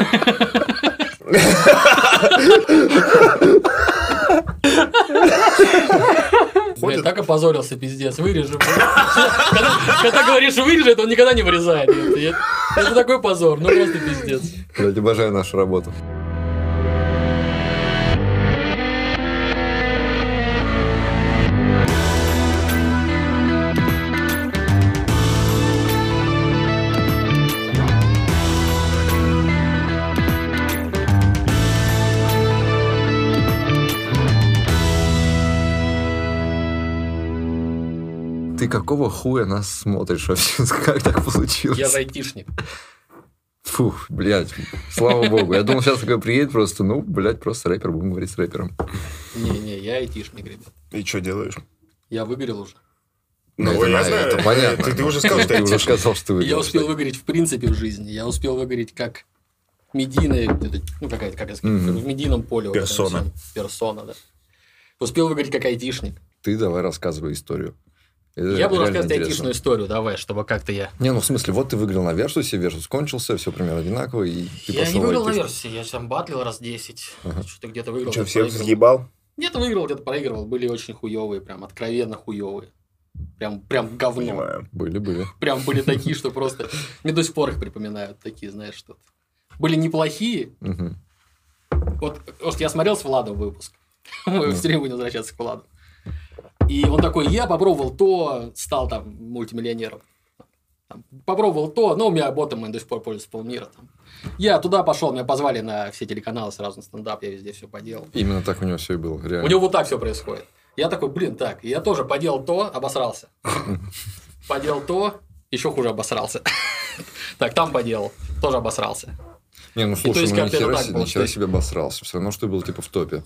Я так опозорился, пиздец, вырежу. Когда говоришь вырежет, он никогда не вырезает. Это такой позор, ну просто пиздец. Я обожаю нашу работу. Ты какого хуя нас смотришь вообще? Как так получилось? Я же айтишник. Фух, блядь, слава богу. Я думал, сейчас такой приедет просто, просто рэпер, будем говорить с рэпером. Не, я айтишник, ребят. И что делаешь? Я выгорел уже. Ну, я знаю. Это понятно. Ты уже сказал, что ты уже сказал, что выгорел. Я успел выгореть в принципе в жизни. Я успел выгореть как медийная, какая-то, как я сказал, в медийном поле. Персона. Персона, да. Успел выгореть как айтишник. Ты давай рассказывай историю. Я буду рассказывать айтишную историю, давай, чтобы как-то я... Не, в смысле, вот ты выиграл на Версусе, Версус кончился, все примерно одинаково, и ты Я пошел не выиграл в на айтишку. Версусе, я там батлил раз 10, что-то где-то выиграл. Что, где-то всех проиграл. съебал? Где-то выиграл, где-то проигрывал, были очень хуевые, прям откровенно хуевые. Прям говно. Понимаю. Были. Прям были такие, что просто... Мне до сих пор их припоминают, такие, знаешь, что-то. Были неплохие. Вот я смотрел с Владом выпуск. Мы все время будем возвращаться к Владу. И он такой, я попробовал то, стал там мультимиллионером. Попробовал то, но у меня ботом до сих пор пользуется полмира. Я туда пошел, меня позвали на все телеканалы сразу на стендап, я везде все поделал. Именно так у него все и было, реально. У него вот так все происходит. Я такой, так, я тоже поделал то, обосрался. Поделал то, еще хуже обосрался. Так, там поделал, тоже обосрался. Не, слушай, ни хера себе обосрался. Все равно, что был типа в топе.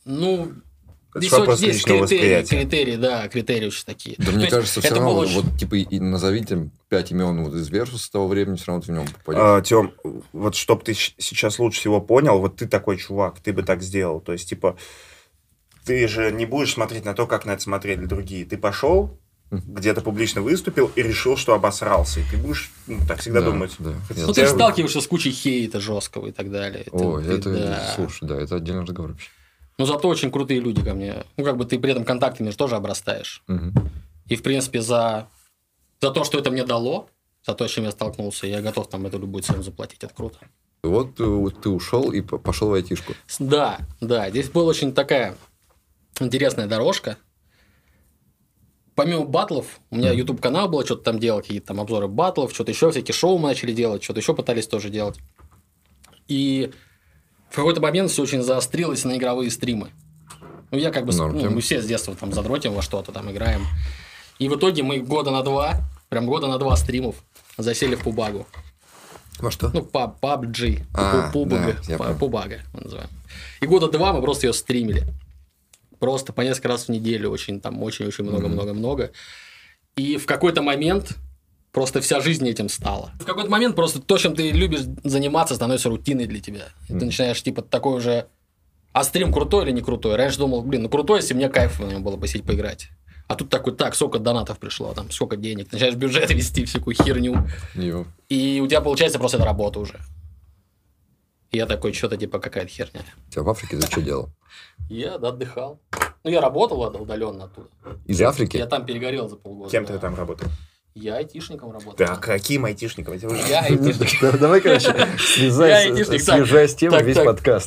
Здесь критерии очень такие. Да мне кажется, все равно, вот типа и назовите 5 имен вот из Версуса того времени, все равно ты в нем попадешь. Тём, вот чтоб ты сейчас лучше всего понял, вот ты такой чувак, ты бы так сделал. То есть, типа, ты же не будешь смотреть на то, как на это смотрели другие. Ты пошел, где-то публично выступил и решил, что обосрался. И ты будешь так всегда думать. Да. Ты же сталкиваешься с кучей хейта жесткого и так далее. Слушай, да, это отдельный разговор вообще. Но зато очень крутые люди ко мне. Ты при этом контактами же тоже обрастаешь. И, в принципе, за то, что это мне дало, за то, с чем я столкнулся, я готов там эту любую цену заплатить. Это круто. Вот ты ушел и пошел в айтишку. Да. Здесь была очень такая интересная дорожка. Помимо батлов, у меня YouTube-канал был, что-то там делал, какие-то там обзоры батлов, что-то еще, всякие шоу мы начали делать, что-то еще пытались тоже делать. И в какой-то момент все очень заострилось на игровые стримы. Я мы все с детства там задротим во что-то, там играем. И в итоге мы года на два стримов засели в пубагу. Во что? PUBG. Пубага мы называем. И года 2 мы просто ее стримили. Просто по несколько раз в неделю. Очень-очень много-много-много. И в какой-то момент просто вся жизнь этим стала. В какой-то момент просто то, чем ты любишь заниматься, становится рутиной для тебя. И ты начинаешь такой уже... А стрим крутой или не крутой? Раньше думал, крутой, если мне кайф на нем было посидеть поиграть. А тут такой, сколько донатов пришло, сколько денег. Ты начинаешь бюджет вести, всякую херню. И у тебя получается просто это работа уже. И я такой, что-то какая-то херня. А в Африке ты что делал? Я отдыхал. Я работал удаленно оттуда. Из Африки? Я там перегорел за полгода. Кем ты там работал? Я айтишником работал. Да, каким айтишником? Я айтишник. Давай, свяжай с темой весь подкаст.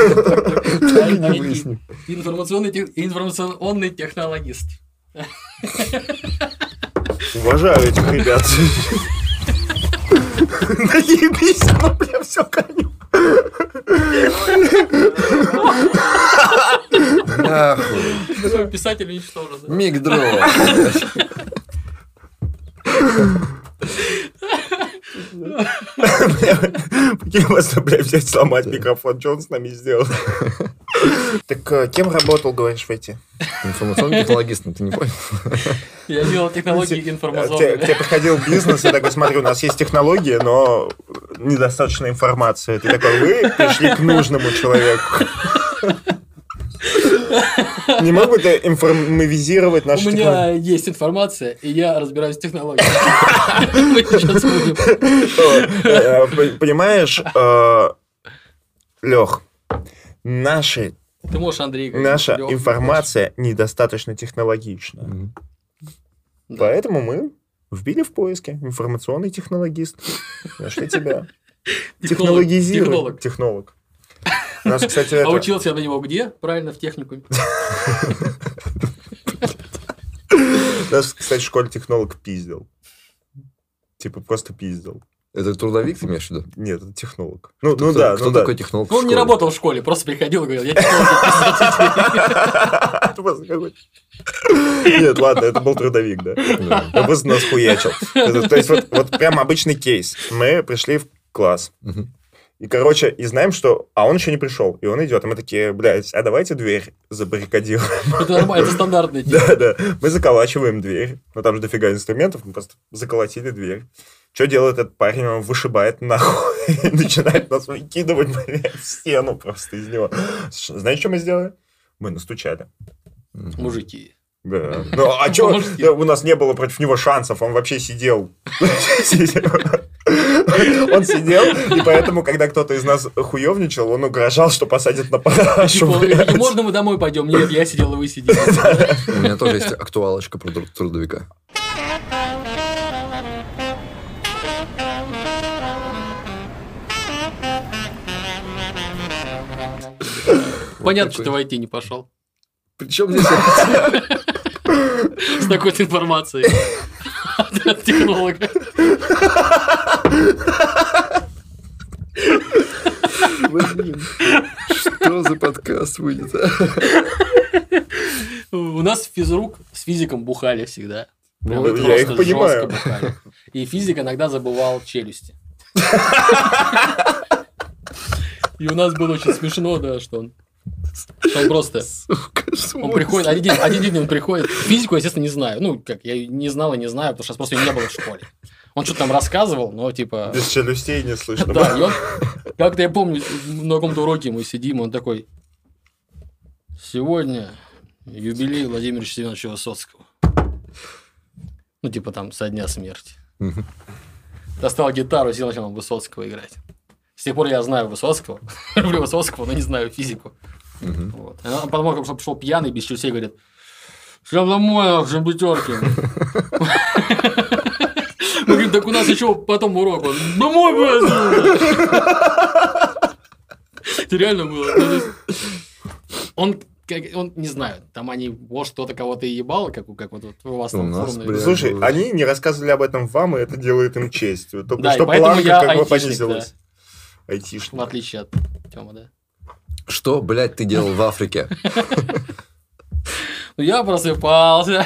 Информационный технологист. Уважаю этих ребят. Наебись, прям все коню. Нахуй. Писатель уничтожен. Мигдро. Прикинь, можно, взять, сломать микрофон. Что он с нами сделал? Так кем работал, говоришь, в эти? Информационный технологист, ты не понял? Я делал технологии информационные. К тебе приходил бизнес и такой, смотри, у нас есть технологии, но недостаточно информации. Ты такой, вы пришли к нужному человеку. Не мог бы ты информатизировать наши технологии? У меня есть информация, и я разбираюсь в технологиях. Мы сейчас будем. Понимаешь, Лех, наша Ты можешь, Андрей, наша информация недостаточно технологична. Да. Поэтому мы вбили в поиске информационный технологист. Нашли тебя. Технологизируй. Технолог. У нас, кстати, а учился я на него где? Правильно, в техникуме. У нас, кстати, в школе технолог пиздил. Типа просто пиздил. Это трудовик, ты имеешь в виду? Нет, это технолог. Ну да. Кто такой технолог? Он не работал в школе, просто приходил и говорил, я технолог. Нет, ладно, это был трудовик, да. Он просто нас хуячил. То есть вот прям обычный кейс. Мы пришли в класс. И, короче, и знаем, что... А он еще не пришел. И он идет. И мы такие, блядь, а давайте дверь забаррикадируем. Это нормально, это стандартный тип. Да. Мы заколачиваем дверь. Ну, там же дофига инструментов. Мы просто заколотили дверь. Что делает этот парень? Он вышибает нахуй. И начинает нас выкидывать, блядь, в стену просто из него. Знаете, что мы сделали? Мы настучали. Мужики. Да. Ну, а что? У нас не было против него шансов. Он вообще сидел. Он сидел, и поэтому, когда кто-то из нас хуевничал, он угрожал, что посадят на парашу. Можно мы домой пойдем? Нет, я сидел, и вы сидите. У меня тоже есть актуалочка про трудовика. Понятно, что ты в IT не пошел. Причем здесь... С такой-то информацией. От технолога. Что за подкаст выйдет? У нас физрук с физиком бухали всегда. Я их понимаю. И физик иногда забывал челюсти. И у нас было очень смешно, да, что он просто... Он приходит, один день он приходит. Физику, естественно, не знаю. Ну, как, я не знал и не знаю, потому что просто не было в школе. Он что-то там рассказывал, но типа... Без челюстей не слышно. Да, и он... Как-то я помню, на каком-то уроке мы сидим, он такой... Сегодня юбилей Владимира Семеновича Высоцкого. Ну, типа там со дня смерти. Достал гитару, сел, начал Высоцкого играть. С тех пор я знаю Высоцкого, люблю Высоцкого, но не знаю физику. Вот. А потом, что пришел пьяный, без челюстей, говорит, шлем домой, в пятерке. Мы говорим, так у нас еще потом урок. Он, домой, блядь! Это реально было. Он, не знаю, там они, может, кто-то кого-то и ебало, как вот у вас там форумные. Слушай, они не рассказывали об этом вам, и это делает им честь. Только да, что планка как бы понизилась. Айтишник. В отличие от Тёмы, да. Что, блядь, ты делал в Африке? Ну, я просыпался.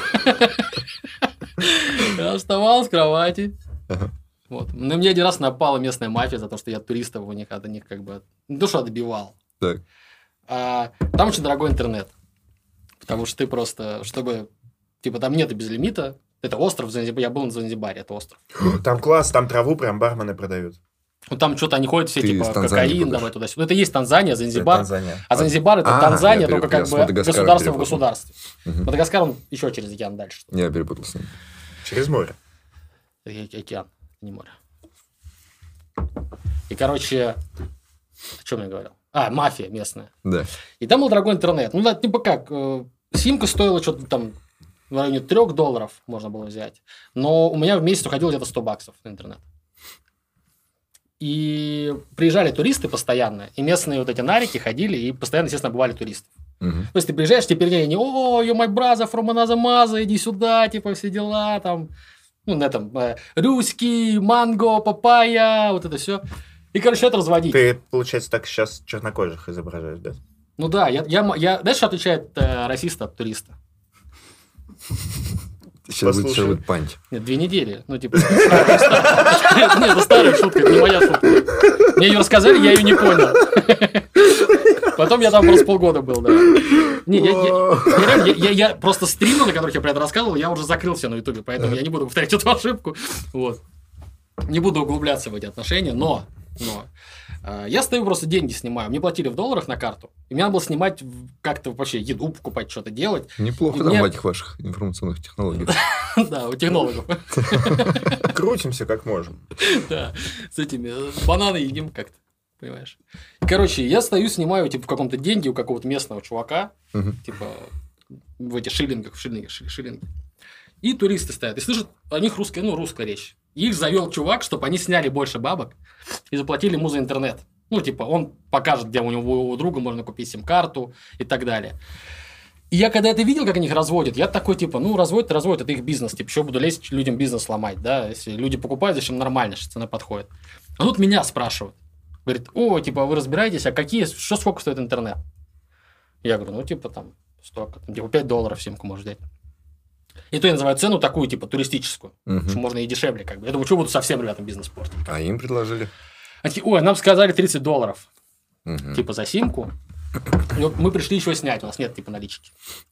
Я вставал с кровати. Вот. На меня один раз напала местная мафия за то, что я туристов у них, от них как бы... Не то, что отбивал. Так. Там очень дорогой интернет. Потому что ты просто, чтобы... Типа, там нету безлимита. Это остров Занзибар. Я был на Занзибаре, это остров. Там класс, там траву прям бармены продают. Ну, там что-то они ходят все, типа, кокаин, давай туда-сюда. Это есть Танзания, Занзибар. А Занзибар это Танзания, только как бы государство в государстве. Мадагаскар, он еще через океан дальше. Я перепутал с ним. Через море. Океан, не море. И, короче, о чем я говорил? Мафия местная. Да. И там был дорогой интернет. Ну, да, типа как, симка стоила что-то там в районе $3 можно было взять. Но у меня в месяц уходило где-то $100 на интернет. И приезжали туристы постоянно, и местные вот эти нарики ходили, и постоянно, естественно, бывали туристов. То есть, ты приезжаешь, теперь не о, you my brother from another mother, иди сюда, типа, все дела, там, ну, на этом, русский, манго, папайя, вот это все. И, короче, это разводить. Ты, получается, так сейчас чернокожих изображаешь, да? Ну, да, я знаешь, что отличает расиста от туриста? Сейчас будет панч. Нет, 2 недели. Ну, типа, нет, это старая шутка, это не моя шутка. Мне ее рассказали, я ее не понял. Потом я там просто полгода был, да. Не, я просто стримы, на которых я про это рассказывал, я уже закрыл все на Ютубе, поэтому я не буду повторять эту ошибку. Вот. Не буду углубляться в эти отношения, но я стою, просто деньги снимаю. Мне платили в долларах на карту. И мне надо было снимать как-то вообще еду покупать, что-то делать. Неплохо там в этих ваших информационных технологиях. Да, у технологов. Крутимся как можем. Да, с этими бананы едим как-то. Понимаешь? И, короче, я стою, снимаю, типа, в каком-то деньги у какого-то местного чувака, типа, в этих шиллингах. И туристы стоят. И слышат, у них русская речь. Их завел чувак, чтобы они сняли больше бабок и заплатили ему за интернет. Ну, типа, он покажет, где у него у друга можно купить сим-карту и так далее. И я когда это видел, как они их разводят, я такой, типа, разводят, это их бизнес. Типа, еще буду лезть людям бизнес ломать, да? Если люди покупают, зачем нормально, что цена подходит. А тут меня спрашивают. Говорит, типа, вы разбираетесь, а сколько стоит интернет? Я говорю, типа, там, столько, типа, $5 симку можешь взять. И то я называю цену такую, типа, туристическую. Что можно и дешевле, как бы. Я думаю, что буду совсем ребятам бизнес портить. А им предложили? Они такие, нам сказали $30. Типа, за симку. Но мы пришли еще снять, у нас нет, типа, налички.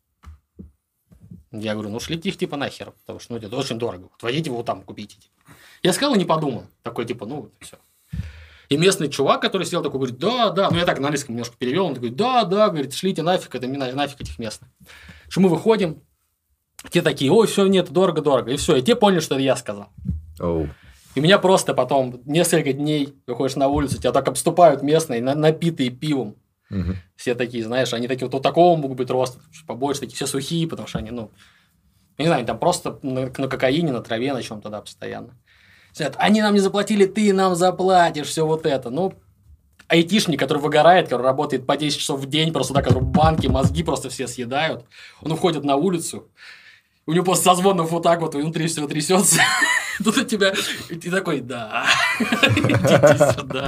Я говорю, шлите их, типа, нахер, потому что, это очень дорого. Вот возьмите его там, купите. Я сказал и не подумал. Такой, типа, все. И местный чувак, который сидел, такой, говорит, да. Я так на английском немножко перевел. Он такой, да, говорит, шлите нафиг, это нафиг этих местных. Что мы выходим, те такие, все, нет, дорого. И все, и те поняли, что это я сказал. И меня просто потом несколько дней выходишь на улицу, тебя так обступают местные, напитые пивом. Все такие, знаешь, они такие вот такого могут быть роста, побольше, такие все сухие, потому что они, я не знаю, они там просто на кокаине, на траве, на чем-то, да, постоянно. Они нам не заплатили, ты нам заплатишь, все вот это. Айтишник, который выгорает, который работает по 10 часов в день, просто так, который банки, мозги просто все съедают, он уходит на улицу, у него после созвонов вот так вот внутри все трясется. Тут у тебя... И ты такой, да. Идите сюда.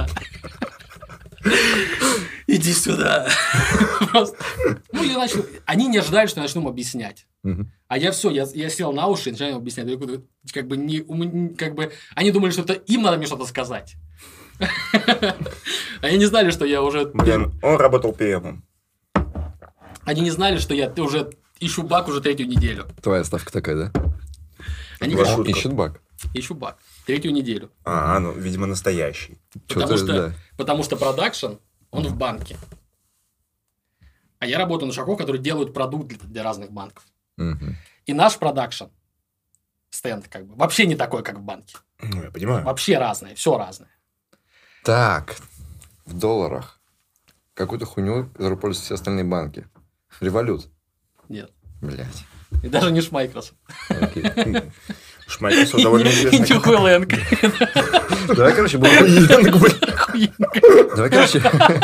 Иди сюда. Я начал... Они не ожидали, что я начну им объяснять. А я сел на уши и начал им объяснять. Они думали, что это им надо мне что-то сказать. Они не знали, что я уже... Он работал PM-ом. Они не знали, что я уже ищу баг уже 3-ю неделю. Твоя ставка такая, да? Они ищут баг. Ищу баг. 3-ю неделю. Видимо, настоящий. Потому что продакшн, он в банке. А я работаю на шагах, которые делают продукт для разных банков. И наш продакшн, стенд, как бы, вообще не такой, как в банке. Я понимаю. Вообще разное, все разное. Так, в долларах. Какую-то хуйню, которой пользуются все остальные банки. Револют. Нет. Блять. И даже не Шмайкрос. Шмайкрос довольно известный. И Хуэлэнг. Давай, короче, Давай, короче...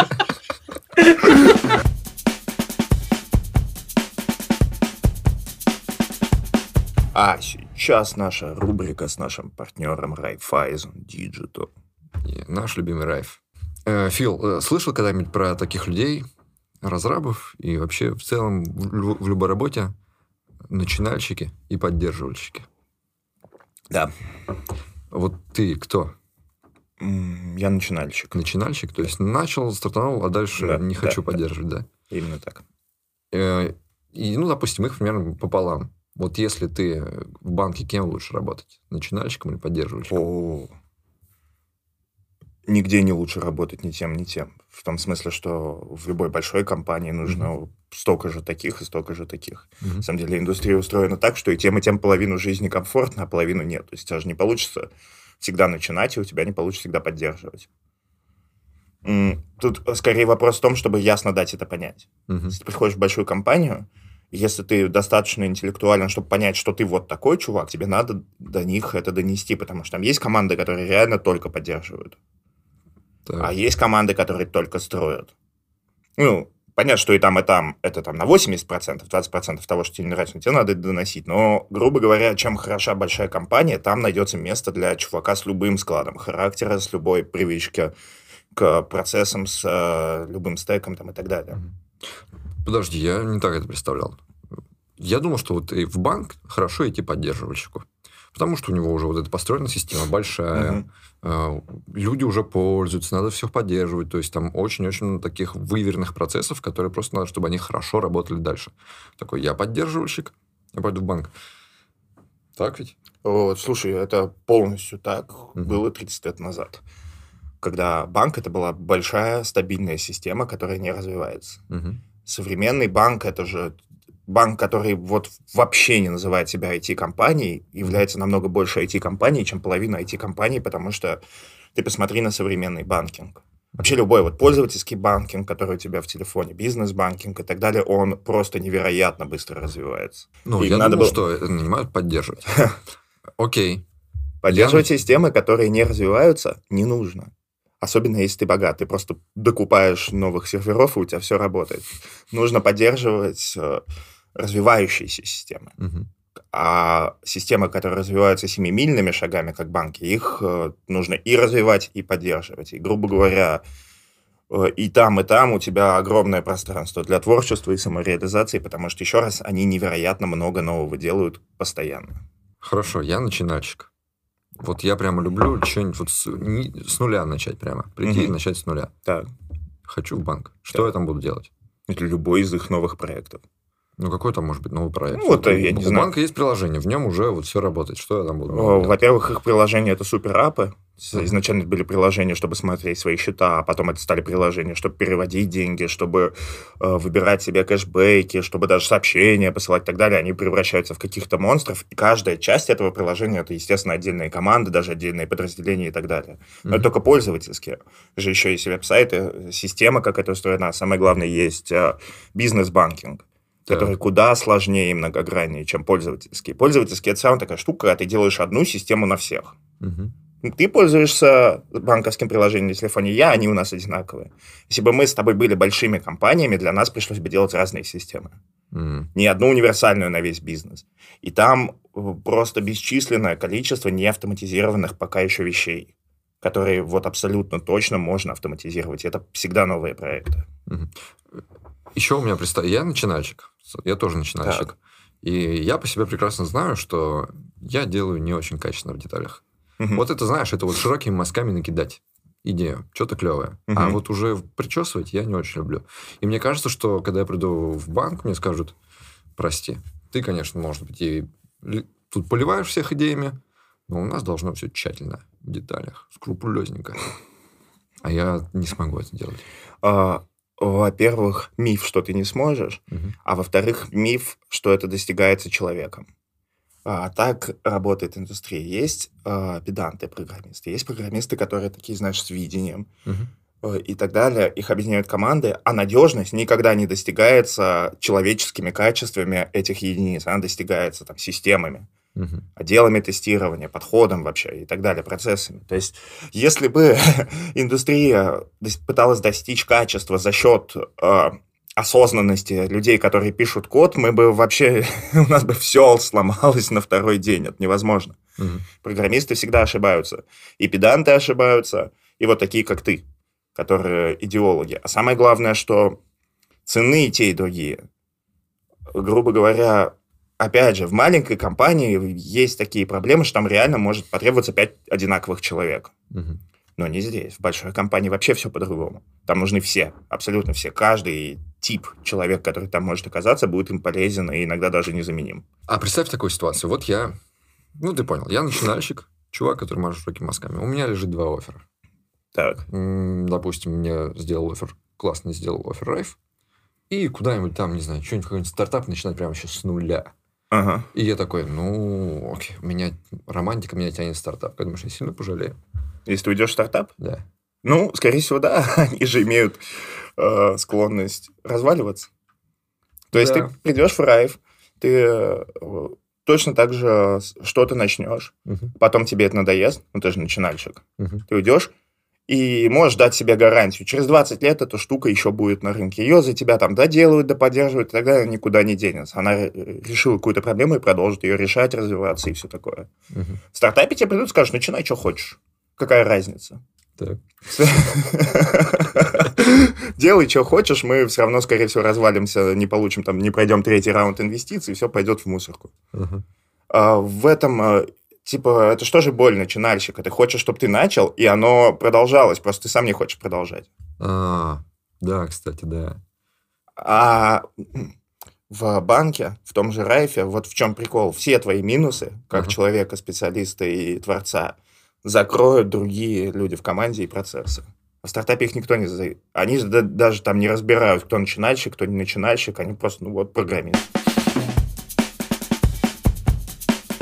А сейчас наша рубрика с нашим партнером Raiffeisen Digital. Наш любимый Райф. Фил, слышал когда-нибудь про таких людей, разрабов и вообще в целом в любой работе начинальщики и поддерживальщики? Да. Вот ты кто? Я начинальщик. Начинальщик? То есть начал, стартанул, а дальше не хочу поддерживать, да? Именно так. И, допустим, их примерно пополам. Вот если ты в банке, кем лучше работать? Начинальщиком или поддерживающим? Нигде не лучше работать ни тем, ни тем. В том смысле, что в любой большой компании нужно столько же таких и столько же таких. На самом деле, индустрия устроена так, что и тем половину жизни комфортно, а половину нет. То есть, у тебя же не получится всегда начинать, и у тебя не получится всегда поддерживать. Тут скорее вопрос в том, чтобы ясно дать это понять. Если ты приходишь в большую компанию, если ты достаточно интеллектуален, чтобы понять, что ты вот такой чувак, тебе надо до них это донести, потому что там есть команды, которые реально только поддерживают. Так. А есть команды, которые только строят. Понятно, что и там это там на 80%, 20% того, что тебе не нравится, тебе надо доносить. Но, грубо говоря, чем хороша большая компания, там найдется место для чувака с любым складом характера, с любой привычки к процессам, с любым стеком там, и так далее. Подожди, я не так это представлял. Я думал, что вот и в банк хорошо идти поддерживальщику. Потому что у него уже вот эта построена система большая, люди уже пользуются, надо все поддерживать. То есть, там очень-очень таких выверенных процессов, которые просто надо, чтобы они хорошо работали дальше. Такой, я поддерживальщик, я пойду в банк. Так ведь? Слушай, это полностью так было 30 лет назад. Когда банк, это была большая стабильная система, которая не развивается. Современный банк, это же банк, который вот вообще не называет себя IT-компанией, является намного больше IT-компанией, чем половина IT-компаний, потому что ты посмотри на современный банкинг. Вообще любой вот пользовательский банкинг, который у тебя в телефоне, бизнес-банкинг и так далее, он просто невероятно быстро развивается. Ну, я думал, что это нанимают поддерживать. Окей. Поддерживать системы, которые не развиваются, не нужно. Особенно, если ты богат. Ты просто докупаешь новых серверов, и у тебя все работает. Нужно поддерживать развивающиеся системы. А системы, которые развиваются семимильными шагами, как банки, их нужно и развивать, и поддерживать. И, грубо говоря, и там у тебя огромное пространство для творчества и самореализации, потому что, еще раз, они невероятно много нового делают постоянно. Хорошо, я начинальщик. Вот я прямо люблю что-нибудь вот с нуля начать прямо. Прийти и начать с нуля. Так. Хочу в банк. Что я там буду делать? Это любой из их новых проектов. Ну, какой там может быть новый проект? Ну, вот, я не знаю. У банка есть приложение, в нем уже вот все работает. Что я там буду делать? Во-первых, их приложение – это суперапы. Изначально это были приложения, чтобы смотреть свои счета, а потом это стали приложения, чтобы переводить деньги, чтобы выбирать себе кэшбэки, чтобы даже сообщения посылать и так далее. Они превращаются в каких-то монстров. И каждая часть этого приложения – это, естественно, отдельные команды, даже отдельные подразделения и так далее. Но это только пользовательские. Же еще есть веб-сайты, система, как это устроена. Самое главное, есть бизнес-банкинг, который куда сложнее и многограннее, чем пользовательский. Пользовательский – это самая такая штука, когда ты делаешь одну систему на всех. Ты пользуешься банковским приложением на телефоне, они у нас одинаковые. Если бы мы с тобой были большими компаниями, для нас пришлось бы делать разные системы. Не одну универсальную на весь бизнес. И там просто бесчисленное количество неавтоматизированных пока еще вещей, которые вот абсолютно точно можно автоматизировать. Это всегда новые проекты. Еще у меня я начинальщик. Я тоже начинальщик. Так. И я по себе прекрасно знаю, что я делаю не очень качественно в деталях. Вот это, знаешь, это вот широкими мазками накидать идею, что-то клевое. А вот уже причесывать я не очень люблю. И мне кажется, что когда я приду в банк, мне скажут: прости, ты, конечно, может быть, и тут поливаешь всех идеями, но у нас должно все тщательно, в деталях, скрупулезненько. А я не смогу это делать. Во-первых, миф, что ты не сможешь, а во-вторых, миф, что это достигается человеком. Так работает индустрия. Есть педанты-программисты, есть программисты, которые такие, знаешь, с видением и так далее. Их объединяют команды, а надежность никогда не достигается человеческими качествами этих единиц. Она достигается там системами, отделами тестирования, подходом вообще и так далее, процессами. То есть, если бы индустрия пыталась достичь качества за счет осознанности людей, которые пишут код, мы бы вообще... У нас бы все сломалось на второй день. Это невозможно. Программисты всегда ошибаются. И педанты ошибаются, и вот такие, как ты, которые идеологи. А самое главное, что цены и те, и другие. Грубо говоря, опять же, в маленькой компании есть такие проблемы, что там реально может потребоваться 5 одинаковых человек. Но не здесь. В большой компании вообще все по-другому. Там нужны все, абсолютно все. Каждый тип человека, который там может оказаться, будет им полезен и иногда даже незаменим. А представь такую ситуацию. Вот я, ты понял, я начинальщик, чувак, который машет широкими мазками. У меня лежит 2 оффера. Так. Допустим, мне сделал оффер, классно сделал оффер Райф, и куда-нибудь там, не знаю, что-нибудь, какой-нибудь стартап начинать прямо еще с нуля. И я такой, окей, у меня романтика, меня тянет стартап. Как думаешь, я сильно пожалею? Если ты уйдешь в стартап? Да. Скорее всего, да. Они же имеют склонность разваливаться. То есть ты придешь в Райф, ты точно так же что-то начнешь, потом тебе это надоест, ты же начинальщик. Ты уйдешь и можешь дать себе гарантию. Через 20 лет эта штука еще будет на рынке. Ее за тебя там доделают, доподдерживают, и тогда никуда не денется. Она решила какую-то проблему и продолжит ее решать, развиваться и все такое. В стартапе тебе придут и скажут: начинай, что хочешь. Какая разница? Так. Делай, что хочешь, мы все равно, скорее всего, развалимся, не получим, не пройдем 3-й раунд инвестиций, все пойдет в мусорку. В этом, это что же боль начинальщика? Ты хочешь, чтобы ты начал, и оно продолжалось, просто ты сам не хочешь продолжать. Да, кстати, да. А в банке, в том же Райфе, вот в чем прикол, все твои минусы, как человека, специалиста и творца, закроют другие люди в команде и процессы. В стартапе их никто не... Они даже там не разбирают, кто начинальщик, кто не начинальщик, они просто, программист.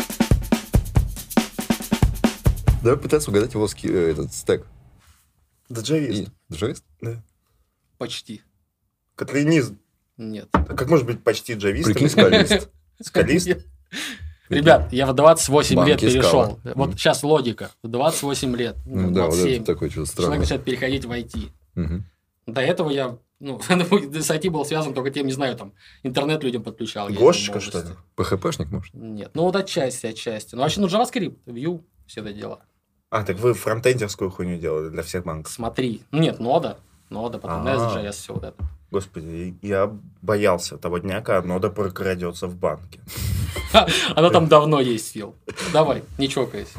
Давай пытаться угадать его этот стек. Джавист. Джавист? Да. Почти. Котлеинист. Нет. А как может быть почти джавист? Прикинь, скалист. Скалист? Ребят, я в 28 лет Банки перешел. скала. Вот сейчас логика. В 28 лет. Ну да, вот 27. это такое что-то Человек странное. начинает переходить в IT. Мгм. До этого я, с IT был связан только тем, не знаю, там, интернет людям подключал. я Гошечка, в что ли? молодости. ПХПшник, может? Нет, ну вот отчасти. Ну вообще, JavaScript, Vue, все это дело. А, так вы фронтендерскую хуйню делали для всех банков. Смотри. Ну нет, нода, потом А-а. Nest.js, все вот это. Господи, я боялся того дня, когда нода прокрадется в банке. Она там давно есть, Фил. Давай, не чокайся.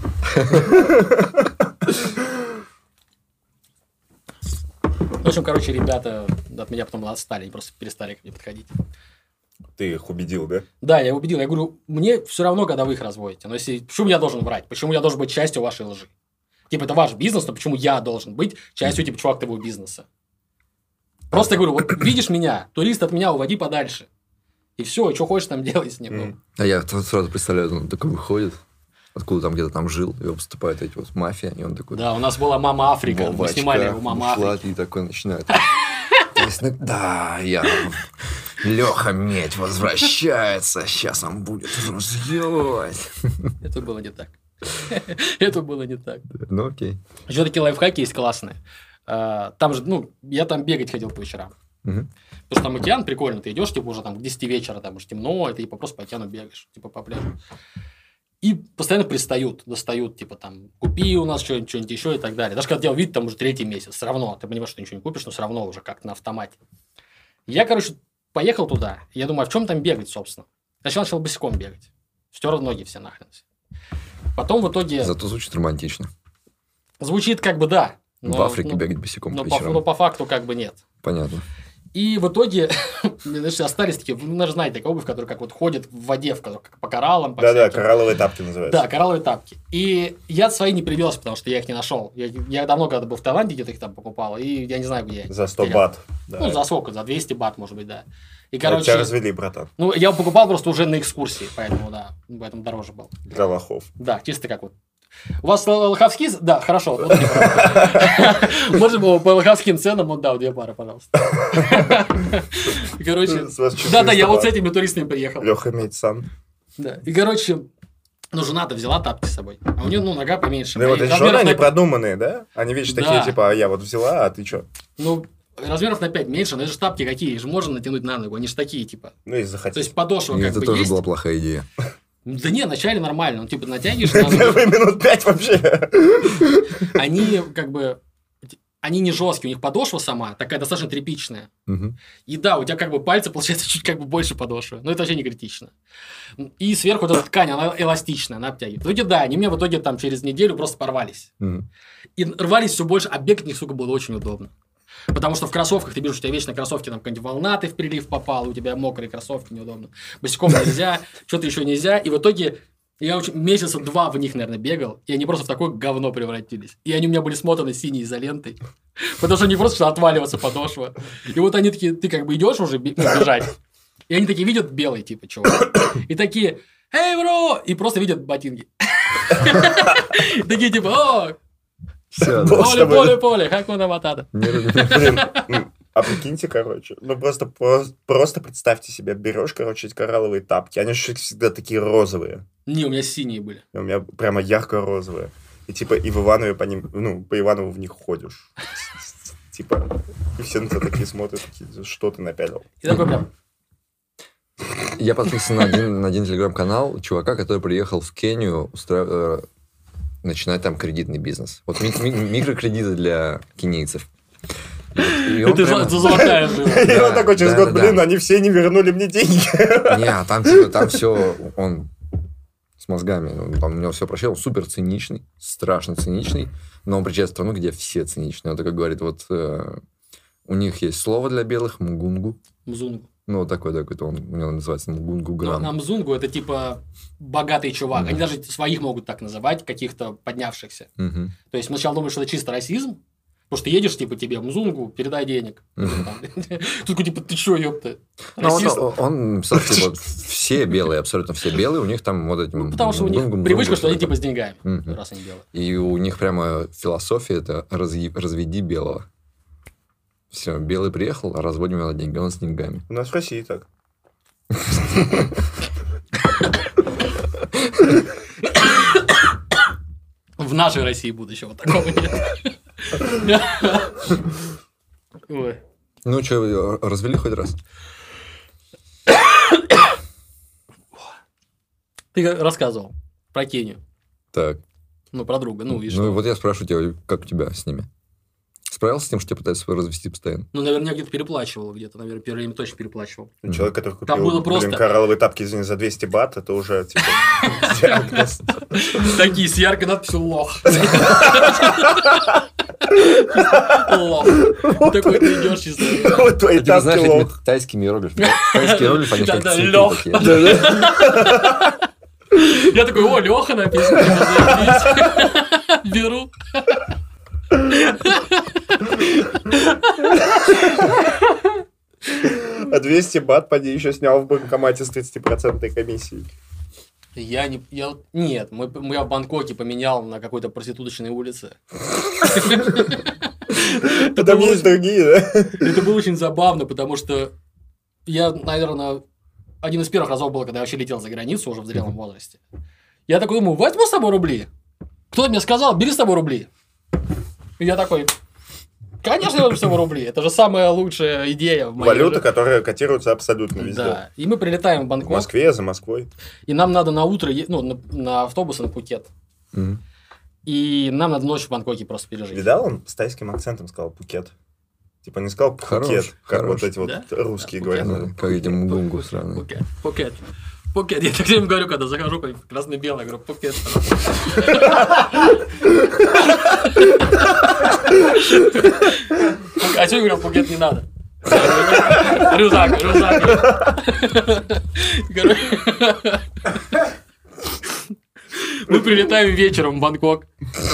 В общем, короче, ребята от меня потом отстали, они просто перестали ко мне подходить. Ты их убедил, да? Да, я убедил. Я говорю, мне все равно, когда вы их разводите. Но если... Почему я должен врать? Почему я должен быть частью вашей лжи? Типа, это ваш бизнес, но почему я должен быть частью, типа, чувак, твоего бизнеса? Просто говорю, вот видишь меня, турист от меня уводи подальше. И все, и что хочешь там делай с ним. Ну. А я сразу представляю, он такой выходит, откуда там где-то там жил, его поступают эти вот мафия, и он такой... Да, у нас была «Мама Африка», мы снимали его «Мама Африка». И такой начинает... Да, я... Леха Медь возвращается, сейчас он будет развивать. Это было не так. Это было не так. Ну, окей. Еще такие лайфхаки есть классные. Там же, я там бегать ходил по вечерам. Мгм. Потому что там океан прикольно, ты идешь, типа, уже там к 10 вечера, там уже темно, и ты типа, просто по океану бегаешь, типа, по пляжу. И постоянно достают, типа, там, купи у нас что-нибудь еще и так далее. Даже когда делал вид, там уже 3-й месяц, все равно, ты понимаешь, что ничего не купишь, но все равно уже как на автомате. Я, короче, поехал туда, и я думаю, а в чем там бегать, собственно? Сначала начал босиком бегать, стер ноги все нахрен. Потом в итоге... Зато звучит романтично. Звучит как бы да. В Африке бегать босиком по вечерам. Но по факту как бы нет. Понятно. И в итоге, значит, остались такие, вы, наверное, знаете, такая обувь, которая как вот ходит в воде, как по кораллам. Да-да, коралловые тапки называются. Да, коралловые тапки. И я свои не привез, потому что я их не нашел. Я давно, когда был в Таиланде, где-то их там покупал, и я не знаю, где я. За 100 бат. Ну, Да. за сколько? За 200 бат, может быть, да. И, Тебя короче, развели, братан. ну, я покупал просто уже на экскурсии, поэтому, да, поэтому дороже был. Для лохов. Да, чисто как вот. У вас лоховские... Да, хорошо. Вот 2 пары. Можно было по лоховским ценам, вот, да, 2 пары, пожалуйста. Короче, С вас 400 да, я вот бат. с этими туристами приехал. Леха Медь-сан. Да. И, короче, жена-то взяла тапки с собой, а у нее, нога поменьше. Ну, вот эти Размеров жены, они на- продуманные, да? Они вечно такие, Да. типа, а я вот взяла, а ты что? Ну, размеров на 5 меньше, но это же тапки какие, их же можно натянуть на ногу, они же такие, типа. Ну, если То захотите. есть подошва Нет, как это бы тоже есть. была плохая идея. Да не, вначале нормально, ну, типа, натягиваешь на ногу, Первые минут 5 вообще. они как бы... Они не жесткие, у них подошва сама такая достаточно тряпичная. Мгм. И да, у тебя как бы пальцы, получается, чуть как бы больше подошвы. Но это вообще не критично. И сверху вот эта ткань, она эластичная, она обтягивает. В итоге, да, они мне в итоге там через неделю просто порвались. Мгм. И рвались все больше, а бегать в них, сука, было очень удобно. Потому что в кроссовках ты бежишь, у тебя вечно кроссовки, там какая-нибудь волна, ты в прилив попал, у тебя мокрые кроссовки, неудобно. Босиком нельзя, что-то еще нельзя. И в итоге я месяца 2 в них, наверное, бегал, и они просто в такое говно превратились. И они у меня были смотаны синей изолентой, потому что они просто что отваливаться подошва. И вот они такие, ты как бы идешь уже бежать, и они такие видят белый, типа, чувак. И такие, эй, бро! И просто видят ботинки. Такие типа, о, Всё, Бог с тобой. поле, хакуна матата. Блин, а прикиньте, короче, ну просто представьте себе, берешь, короче, эти коралловые тапки, они же всегда такие розовые. Не, у меня синие были. У меня прямо ярко-розовые. И типа и в Иванове по ним, ну, по Иванову в них ходишь. Типа, и все на тебя такие смотрят, такие, что ты напялил? И такой прям, Я подписан на один телеграм-канал чувака, который приехал в Кению начинать там кредитный бизнес. Вот микрокредиты для кенийцев. И он это прямо- золотая жила. И он такой через год, да. блин, они все не вернули мне деньги. Не, а там типа, там все, он с мозгами, там у него все прощает, он супер циничный, страшно циничный, но он приезжает в страну, где все циничные. Он такой говорит, вот у них есть слово для белых, мугунгу. Мзунгу. Ну, вот такой, у него называется мугунгу Ну, грам. на Мзунгу это типа богатый чувак. Они даже своих могут так называть, каких-то поднявшихся. Мгм. То есть мы сначала думали, что это чисто расизм, Потому что едешь, типа, тебе Мзунгу, передай денег. Тут типа, ты чё, ёпта? Он писал, типа, все белые, абсолютно все белые, у них там вот эти... Потому что у них привычка, что они типа с деньгами, раз они белые. И у них прямо философия это разведи белого. Все, белый приехал, а разводим его на деньги, он с деньгами. У нас в России так. В нашей России будущего такого нет. Ой. Ну что, развели хоть раз? Ты рассказывал про Кению. Так. Ну, про друга. Ну, и Ну, что? и вот я спрашиваю тебя, как у тебя с ними? Справился с тем, что тебя пытаются развести постоянно? Ну, наверное, я где-то переплачивал. Где-то, наверное, первое время точно переплачивал. Человек, который Там было купил, просто- коралловые тапки, извини, за 200 бат, это уже, типа, диагноз. Такие с яркой надписью «Лох». Лох. Такой ты идешь чисто. Вот твои Ты знаешь, тапки этими лох. тайскими иероглифами. Тайские иероглифы, они как Да-да, цветы лёх. такие. Я такой, о, Леха написано. Заебись. Беру. А 200 бат, поди, еще снял в банкомате с 30% комиссией. Нет, я в Бангкоке поменял на какой-то проституточной улице. Там есть другие, да? Это было очень забавно, потому что я, наверное, один из первых разов был, когда я вообще летел за границу уже в зрелом возрасте. Я такой думаю, возьму с собой рубли. Кто-то мне сказал, бери с собой рубли. И я такой, конечно, я возьму с собой рубли. Это же самая лучшая идея в моей Валюта, жизни. которая котируется абсолютно везде. Да. И мы прилетаем в В Бангкок, Москве, за Москвой. и нам надо на утро, на автобус на Пхукет. Мгм. И нам надо ночь в Бангкоке просто пережить. Видал, он с тайским акцентом сказал Пукет. Типа не сказал Пхукет, Хорош, как хорош. вот эти вот Да? русские Да, говорят. Да, как эти мугунгу сраные. Пхукет. Пхукет. Я так всем говорю, когда захожу, красно-белый, говорю, Пхукет. А что я говорил, Пхукет не надо? Рюкзак. Короче, мы прилетаем вечером в Бангкок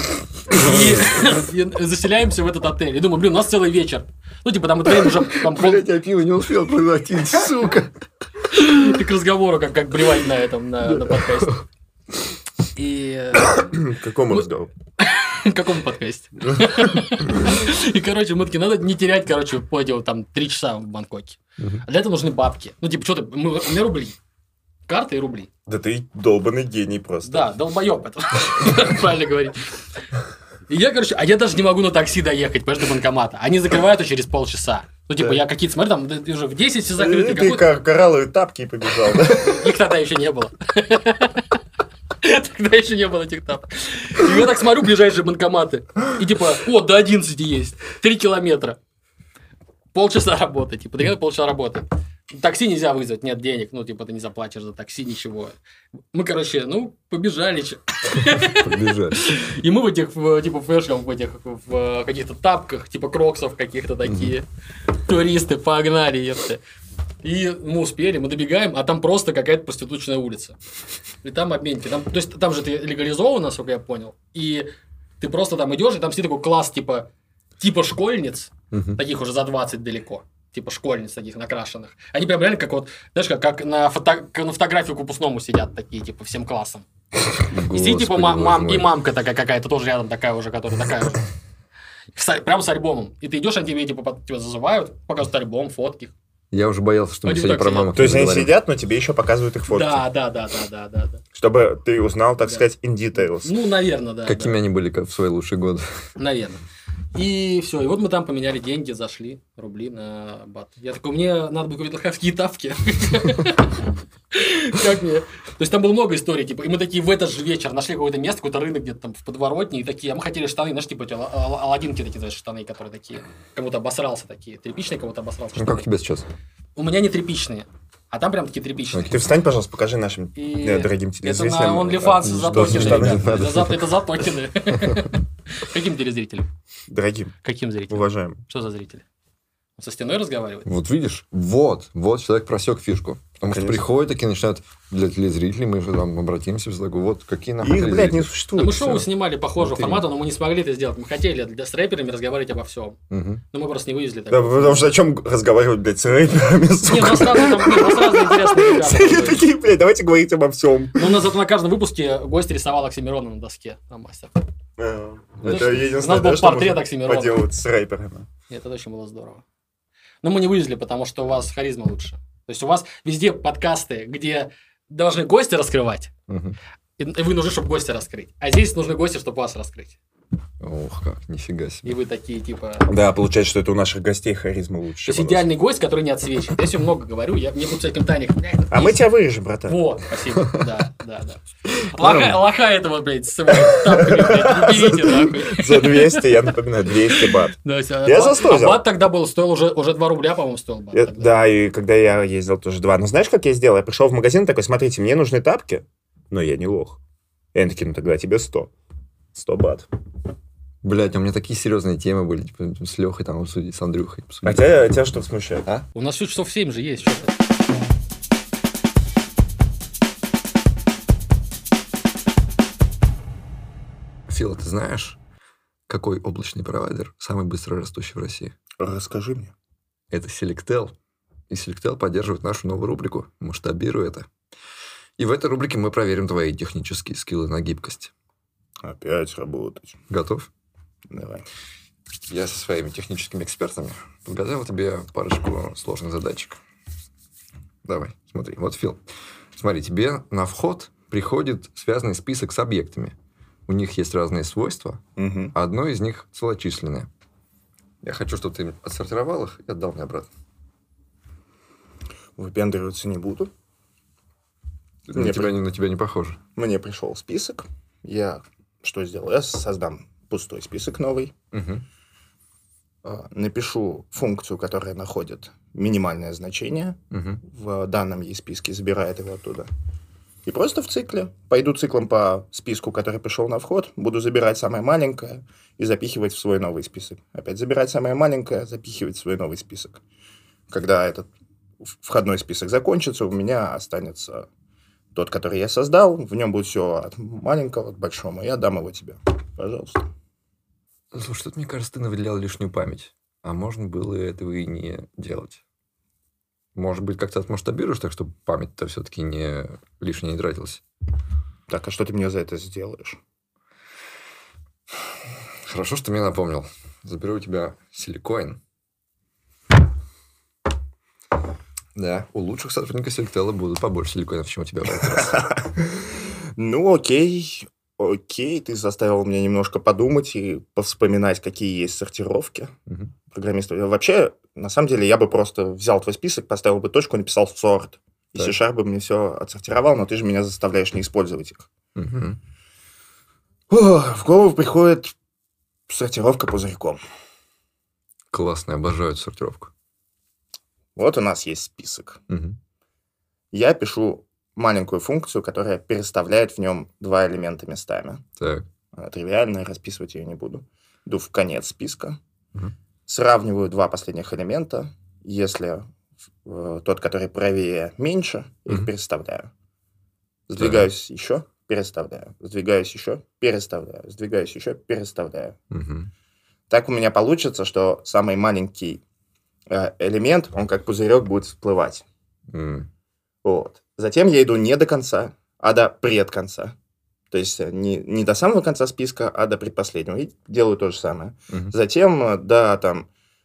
и заселяемся в этот отель. И думаю, блин, у нас целый вечер. Ну, типа, там это время уже там, я пиво не успел проглотить, сука. ты к разговору, как блевать на этом, на подкасте. И... К какому разговору? В каком подкасте? И, короче, мы такие, надо не терять, короче, по эти вот там 3 часа в Бангкоке. А для этого нужны бабки. Ну, типа, что-то, у меня рубли. Карты и рубли. Да ты долбанный гений просто. Да, долбоеб это. Правильно говорить. И я, короче, я даже не могу на такси доехать, понимаешь, до банкомата. Они закрывают через полчаса. Ну, типа, я какие-то, смотри, там уже в 10 все закрыты. Ты коралловые тапки и побежал, да? Их тогда еще не было. Тогда еще не было этих тапок. И я так смотрю ближайшие банкоматы. И типа, до 11 есть. 3 километра. Полчаса работы. Типа, полчаса работы. Такси нельзя вызвать, нет денег. Ну, типа, ты не заплатишь за такси, ничего. Мы, короче, побежали. Побежали. И мы в этих, типа, флешках, в каких-то тапках, типа, кроксов каких-то такие. Туристы, погнали, ёпта. И мы успели, мы добегаем, а там просто какая-то проституточная улица. И там обменники. То есть, там же это легализовано, насколько я понял. И ты просто там идешь, и там сидит такой класс, типа школьниц, таких уже за 20 далеко. Типа школьниц таких накрашенных. Они прям реально как вот, знаешь, как на фотографию к выпускному сидят такие, типа, всем классом. И сидит, типа, и мамка такая какая-то, тоже рядом такая уже, которая такая уже. Прямо с альбомом. И ты идешь, они тебе, типа, тебя зазывают, показывают альбом, фотки. Я уже боялся, что мы Они сегодня так про сидят. маму То есть они говорим. сидят, но тебе еще показывают их фотки. Да. Чтобы ты узнал, так сказать, in details. Ну, наверное, да. Какими они были в свои лучшие годы. Наверное. И все. И вот мы там поменяли деньги, зашли, рубли на бат. Я такой, мне надо будет купить лоховские тапки. Как мне? То есть там было много историй, типа, и мы такие в этот же вечер нашли какое-то место, какой-то рынок где-то там в подворотне, и такие, а мы хотели штаны, знаешь, типа эти аладдинки такие, знаешь, штаны, которые такие, кому-то обосрался такие, тряпичные кому-то обосрался. Ну, как у тебя сейчас? У меня не тряпичные, а там прям такие тряпичные. Ты встань, пожалуйста, покажи нашим дорогим Это телезрителям. на OnlyFans затокены, штаны ребята. Это затокены. Каким телезрителям? Дорогим, Каким зрителям? уважаемым. Что за зрители? Со стеной разговаривать? Вот видишь? Вот человек просек фишку. Потому что приходят такие, начинают для телезрителей, мы же там обратимся, вот какие нахуй их, блядь, не существует. Мы шоу снимали похожего формата, но мы не смогли это сделать. Мы хотели с рэперами разговаривать обо всем. Но мы просто не вывезли. Да, потому что о чем разговаривать, блядь, с рэперами, сука? Не, у нас разные интересные ребята. Такие, блядь, давайте говорить обо всем. Ну, у нас зато на каждом выпуске гость рисовал Оксимирона на доске. Там мастер. Это единственное, у нас был портрет Оксимирона. Поделать с рэперами. Это очень было здорово. Но мы не вывезли, потому что у вас харизма лучше. То есть у вас везде подкасты, где должны гости раскрывать, и вы нужны, чтобы гостя раскрыть. А здесь нужны гости, чтобы вас раскрыть. Ох, как, нифига себе. И вы такие, типа... Да, получается, что это у наших гостей харизма лучше. То есть идеальный гость, который не отсвечивает. Я сегодня много говорю, мне будут всякие комментарии. А мы тебя вырежем, братан. Вот, спасибо. Да. Лоха этого, блядь, с тапками, блядь, уберите, нахуй. За 200, я напоминаю, 200 бат. Я за 100 взял. А бат тогда стоил уже 2 рубля, по-моему, стоил бат. Да, и когда я ездил, тоже 2. Но знаешь, как я сделал? Я пришел в магазин такой, смотрите, мне нужны тапки, но я не лох. И они такие, ну тогда тебе 100. 100 бат. Блять, у меня такие серьезные темы были, типа, с Лехой там обсудить, с Андрюхой. А тебя что смущает, а? У нас все часов 7 же есть, что-то. Фил, ты знаешь, какой облачный провайдер самый быстро растущий в России? Расскажи мне. Это Selectel. И Selectel поддерживает нашу новую рубрику «Масштабируй это». И в этой рубрике мы проверим твои технические скиллы на гибкость. Опять работать. Готов? Давай. Я со своими техническими экспертами подготовил тебе парочку сложных задачек. Давай, смотри. Вот, Фил. Смотри, тебе на вход приходит связанный список с объектами. У них есть разные свойства. А одно из них целочисленное. Я хочу, чтобы ты отсортировал их и отдал мне обратно. Выпендриваться не буду. На тебя не похоже. Мне пришел список. Я что сделал? Я создам пустой список новый. Напишу функцию, которая находит минимальное значение в данном ей списке, забирает его оттуда. И просто в цикле. Пойду циклом по списку, который пришел на вход, буду забирать самое маленькое и запихивать в свой новый список. Опять забирать самое маленькое, запихивать в свой новый список. Когда этот входной список закончится, у меня останется тот, который я создал. В нем будет все от маленького к большому. Я дам его тебе. Пожалуйста. Слушай, тут, мне кажется, ты навыделял лишнюю память. А можно было этого и не делать. Может быть, как-то отмасштабируешь, так чтобы память-то все-таки не лишняя не тратилась. Так, а что ты мне за это сделаешь? Хорошо, что ты мне напомнил. Заберу у тебя силикоин. Да, у лучших сотрудников Selectel будут побольше силикоинов, чем у тебя в этот раз. Ну, окей, ты заставил меня немножко подумать и повспоминать, какие есть сортировки программистов. Вообще, на самом деле, я бы просто взял твой список, поставил бы точку, написал сорт. И C# бы мне все отсортировал, но ты же меня заставляешь не использовать их. В голову приходит сортировка пузырьком. Классно, обожаю эту сортировку. Вот у нас есть список. Я пишу маленькую функцию, которая переставляет в нем 2 элемента местами. Так. Она тривиальная, расписывать ее не буду. Иду в конец списка. Сравниваю 2 последних элемента. Если тот, который правее, меньше, их переставляю. Сдвигаюсь еще, переставляю. Сдвигаюсь еще, переставляю. Сдвигаюсь еще, переставляю. Так у меня получится, что самый маленький элемент, он как пузырек будет всплывать. Вот. Затем я иду не до конца, а до предконца. То есть не до самого конца списка, а до предпоследнего. И делаю то же самое. Затем до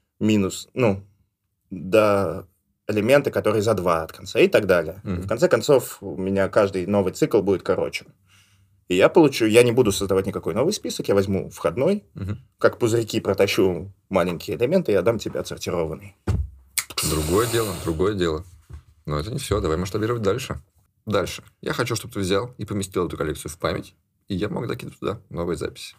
до элемента, который за 2 от конца и так далее. В конце концов, у меня каждый новый цикл будет короче. И я не буду создавать никакой новый список, я возьму входной, как пузырьки протащу маленькие элементы и отдам тебе отсортированный. Другое дело. Но это не все, давай масштабировать дальше. Дальше. Я хочу, чтобы ты взял и поместил эту коллекцию в память, и я мог закинуть туда новые записи.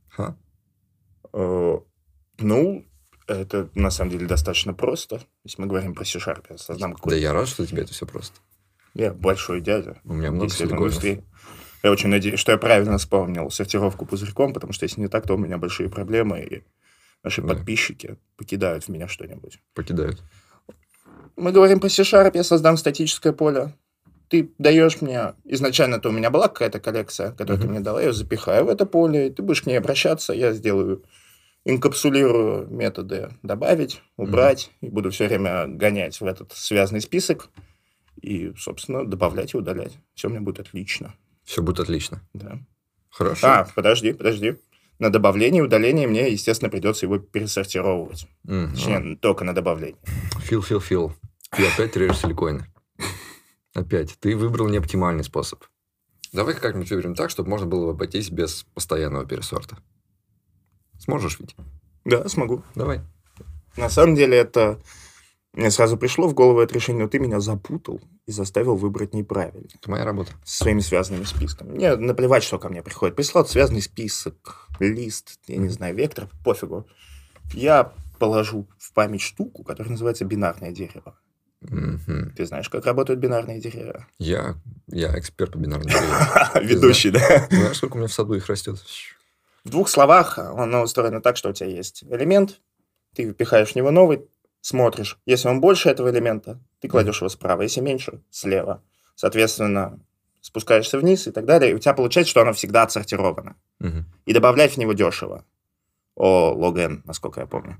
Это на самом деле достаточно просто. Если мы говорим про C#, я создам какой-то... Да я рад, что у тебя это все просто. Я большой дядя. У меня много силиконов. Я очень надеюсь, что я правильно вспомнил сортировку пузырьком, потому что если не так, то у меня большие проблемы, и наши подписчики покидают в меня что-нибудь. Покидают. Мы говорим по C#, я создам статическое поле. Ты даешь мне... Изначально-то у меня была какая-то коллекция, которую ты мне дала, я ее запихаю в это поле, и ты будешь к ней обращаться, я сделаю... Инкапсулирую методы добавить, убрать, и буду все время гонять в этот связанный список и, собственно, добавлять и удалять. Все у меня будет отлично. Все будет отлично. Да. Хорошо. Подожди. На добавление и удаление мне, естественно, придется его пересортировывать. Точнее, только на добавление. Фил. Ты опять режешь силикоины. Опять. Ты выбрал неоптимальный способ. Давай как-нибудь выберем так, чтобы можно было обойтись без постоянного пересорта. Сможешь ведь? Да, смогу. Давай. На самом деле, это... Мне сразу пришло в голову это решение, но ты меня запутал и заставил выбрать неправильно. Это моя работа. С своими связанными списками. Мне наплевать, что ко мне приходит. Прислал связанный список, лист, я не знаю, вектор, пофигу. Я положу в память штуку, которая называется бинарное дерево. Ты знаешь, как работают бинарные дерева? Я эксперт по бинарным деревьям. Ведущий, да? Знаешь, сколько у меня в саду их растет? В 2 словах оно устроено так, что у тебя есть элемент, ты впихаешь в него новый, смотришь. Если он больше этого элемента, ты кладешь его справа, если меньше, слева. Соответственно, спускаешься вниз и так далее, и у тебя получается, что оно всегда отсортировано. И добавлять в него дешево. Log n, насколько я помню.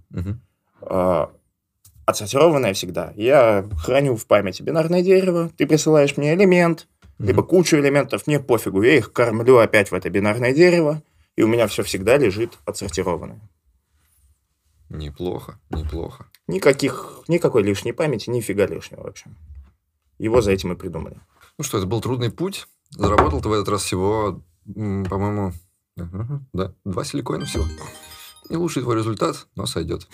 Отсортированное всегда. Я храню в памяти бинарное дерево, ты присылаешь мне элемент, либо кучу элементов, мне пофигу, я их кормлю опять в это бинарное дерево, и у меня все всегда лежит отсортированное. Неплохо. Никакой лишней памяти, нифига лишнего вообще. Его за этим и придумали. Ну что, это был трудный путь. Заработал ты в этот раз всего, по-моему, 2 силикоина всего. Не лучший твой результат, но сойдет.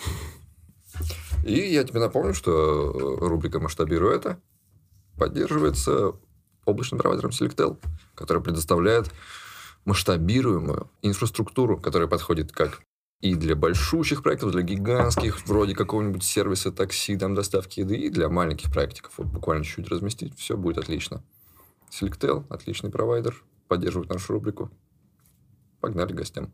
И я тебе напомню, что рубрика «Масштабируй это» поддерживается облачным провайдером Selectel, который предоставляет масштабируемую инфраструктуру, которая подходит как и для большущих проектов, для гигантских, вроде какого-нибудь сервиса такси, там, доставки еды, и для маленьких проектиков. Вот буквально чуть-чуть разместить, все будет отлично. Selectel, отличный провайдер, поддерживает нашу рубрику. Погнали к гостям.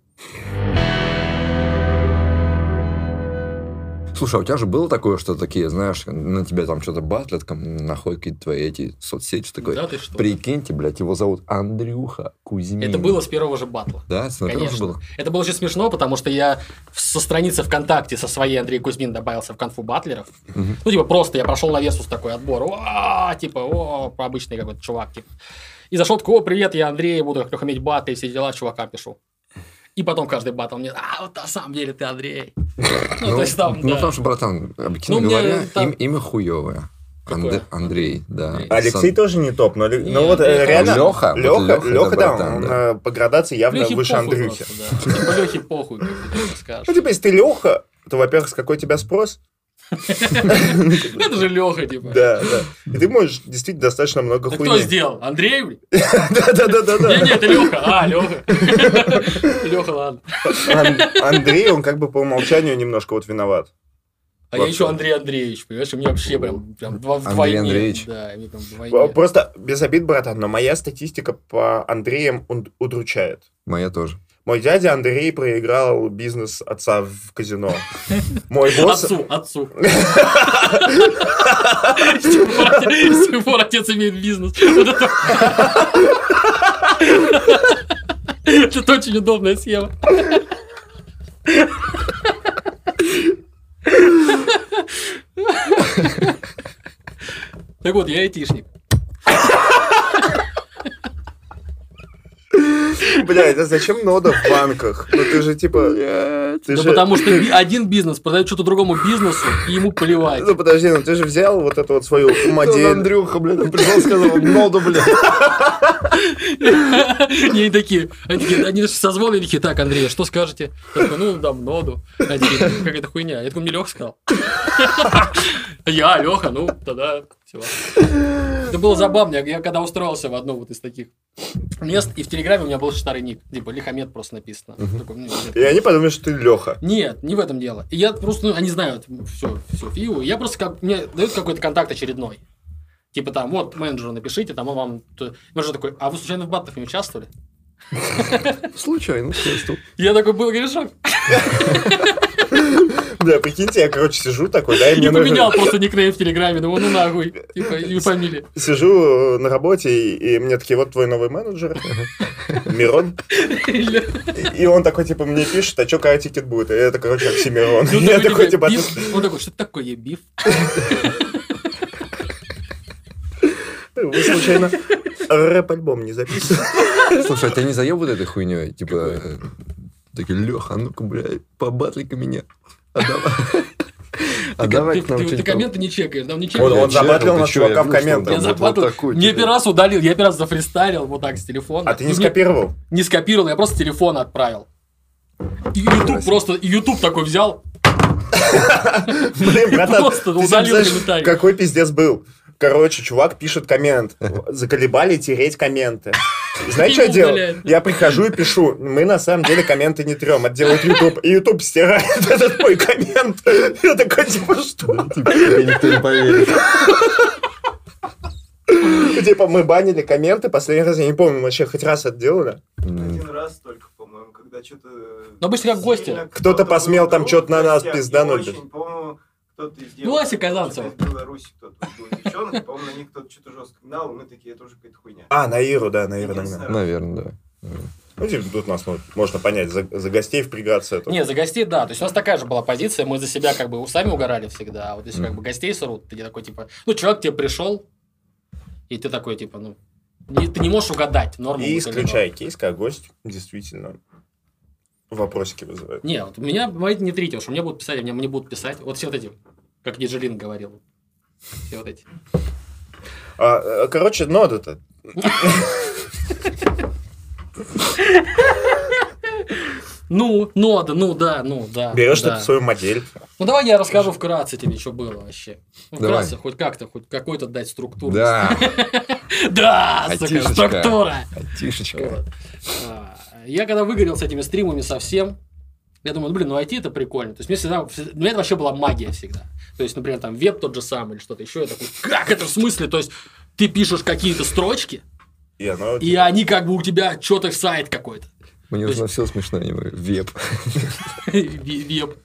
Слушай, а у тебя же было такое, что такие, знаешь, на тебя там что-то батлят, находят какие-то твои эти соцсети, что такое? Да, ты что? Прикиньте, блядь, его зовут Андрюха Кузьмин. Это было с первого же батла. Да, с первого же было? Это было очень смешно, потому что я со страницы ВКонтакте со своей Андрей Кузьмин добавился в конфу батлеров. Ну, типа, просто я прошел на Весус такой отбор. Обычный какой-то чувак, типа. И зашел такой: привет, я Андрей, буду иметь баты и все дела, чувакам пишу. И потом каждый батл мне: вот на самом деле ты Андрей. То есть там, да. Потому что, братан, объективно говоря, имя хуевое. Андрей, да. Алексей тоже не топ, но вот реально... Леха, да, он по градации явно выше Андрюхи. Лехе похуй, как ты скажешь. Ну, типа, если ты Леха, то, во-первых, с какой у тебя спрос? Это же Леха, типа. Да. И ты можешь действительно достаточно много хуйни. Кто сделал? Андрей, блин? Да. Нет, это Леха. Леха. Леха, ладно. Андрей, он как бы по умолчанию немножко вот виноват. А я еще Андрей Андреевич, понимаешь? И мне вообще прям вдвойне. Андрей Андреевич. Да, мне прям вдвойне. Просто без обид, братан, но моя статистика по Андреям удручает. Моя тоже. Мой дядя Андрей проиграл бизнес отца в казино. Мой босс... Отцу. С тех пор отец имеет бизнес. Это очень удобная схема. Так вот, я айтишник. Блядь, а зачем нода в банках? Ну ты же типа... Потому что один бизнес продает что-то другому бизнесу, и ему плевать. Ну подожди, ты же взял вот эту вот свою модель. Андрюха, блядь, он пришел, сказал: ноду, блядь. Они такие, они созвали, такие: так, Андрей, что скажете? Я такой: ну, дам ноду. Они такие: какая-то хуйня. Я такой: мне Леха сказал. Я, Леха, ну, тогда все. Это было забавно. Я когда устроился в одно вот из таких мест, и в Телеграме у меня был старый ник, типа Лихомед просто написано. И они подумали, что ты Леха. Нет, не в этом дело. И я просто, они знают все фигу. Я просто, мне дают какой-то контакт очередной. Типа там: вот, менеджеру напишите, там он вам... Менеджер такой: а вы случайно в батлах не участвовали? Случайно участвовал. Я такой: был грешок. Да, прикиньте, я, короче, сижу такой, да, и мне поменял просто никнейм в Телеграме, думаю, ну нахуй, типа, и фамилия. Сижу на работе, и мне такие, вот твой новый менеджер, Мирон. И он такой, типа, мне пишет, а что, когда тикет будет? И это, короче, Оксимирон. Я такой, типа... Он такой, что такое биф? Вы, случайно, рэп-альбом не записывали? Слушай, а тебя не заебут этой хуйней? Типа, такие, Леха, а ну-ка, блядь, побатлика меня. А давай к нам Ты что-нибудь. комменты не чекаешь, там не чекаешь. Он забатлил нас чувака в комментах. Я забатлил, мне первый раз удалил, я первый раз зафристайлил вот так с телефона. А ты не скопировал? Не скопировал, я просто с телефона отправил. И YouTube просто, YouTube такой взял. Блин, братан, Просто ты удалил знаешь, комментарий. какой пиздец был? Короче, чувак пишет коммент. Заколебали тереть комменты. Знаешь, что я делаю? Я прихожу и пишу. Мы на самом деле комменты не трем. Это делает YouTube. И YouTube стирает этот мой коммент. Я такой, типа, что? Никто не поверит. Типа, мы банили комменты. Последний раз, я не помню, мы вообще хоть раз это делали. Один раз только, по-моему, когда что-то... Ну, обычно как гости. Кто-то посмел там что-то на нас пиздануть. По-моему, кто-то из Ну, Ася Казанцева. из Беларуси кто-то был девчонка, по-моему, на них кто-то что-то жестко гнал, и мы такие, это уже какая-то хуйня. А, на Иру, да, на Иру. Наверное, да. Ну, типа, тут нас можно понять, за гостей впрягаться. Не, за гостей, да. То есть у нас такая же была позиция, мы за себя как бы сами угорали всегда. А вот если как бы гостей срут, ты такой, типа, ну, человек к тебе пришел, и ты такой, типа, ну, ты не можешь угадать норму. И исключай кейс, как гость действительно вопросики вызывает. Не, вот меня бывает не трите, что мне будут писать, мне будут писать. Вот все вот эти, как Диджелин говорил. Все вот эти. Короче, нода-то. Ну, нода, ну да. Берешь да. ты свою модель. Ну, давай я расскажу вкратце тебе, что было вообще. Ну, Давай. вкратце, хоть как-то, хоть какой-то дать структуру. Да. Да, сука, структура. Тишечка. Я когда выгорел с этими стримами совсем, я думаю, блин, ну IT это прикольно. То есть мне всегда, у меня это вообще была магия всегда. То есть, например, там веб тот же самый или что-то еще. Я такой, как это в смысле? То есть ты пишешь какие-то строчки, и они как бы у тебя что-то сайт какой-то. Мне уже все смешно, не могу. Веб. Веб.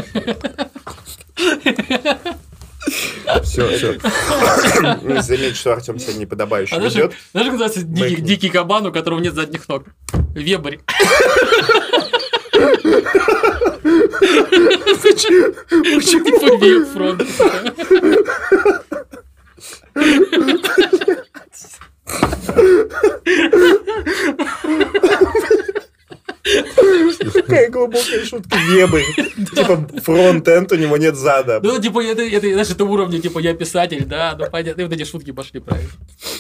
Все. Заметь, что Артем себя неподобающе ведет. Знаешь, как называется дикий кабан, у которого нет задних ног? Вебарь. Типа веб-фронт. Какая глубокая шутка. Вебы. Типа фронт-энд, у него нет зада. Ну, типа, это уровень, типа, я писатель, да, ну, понятно. И вот эти шутки пошли правильно.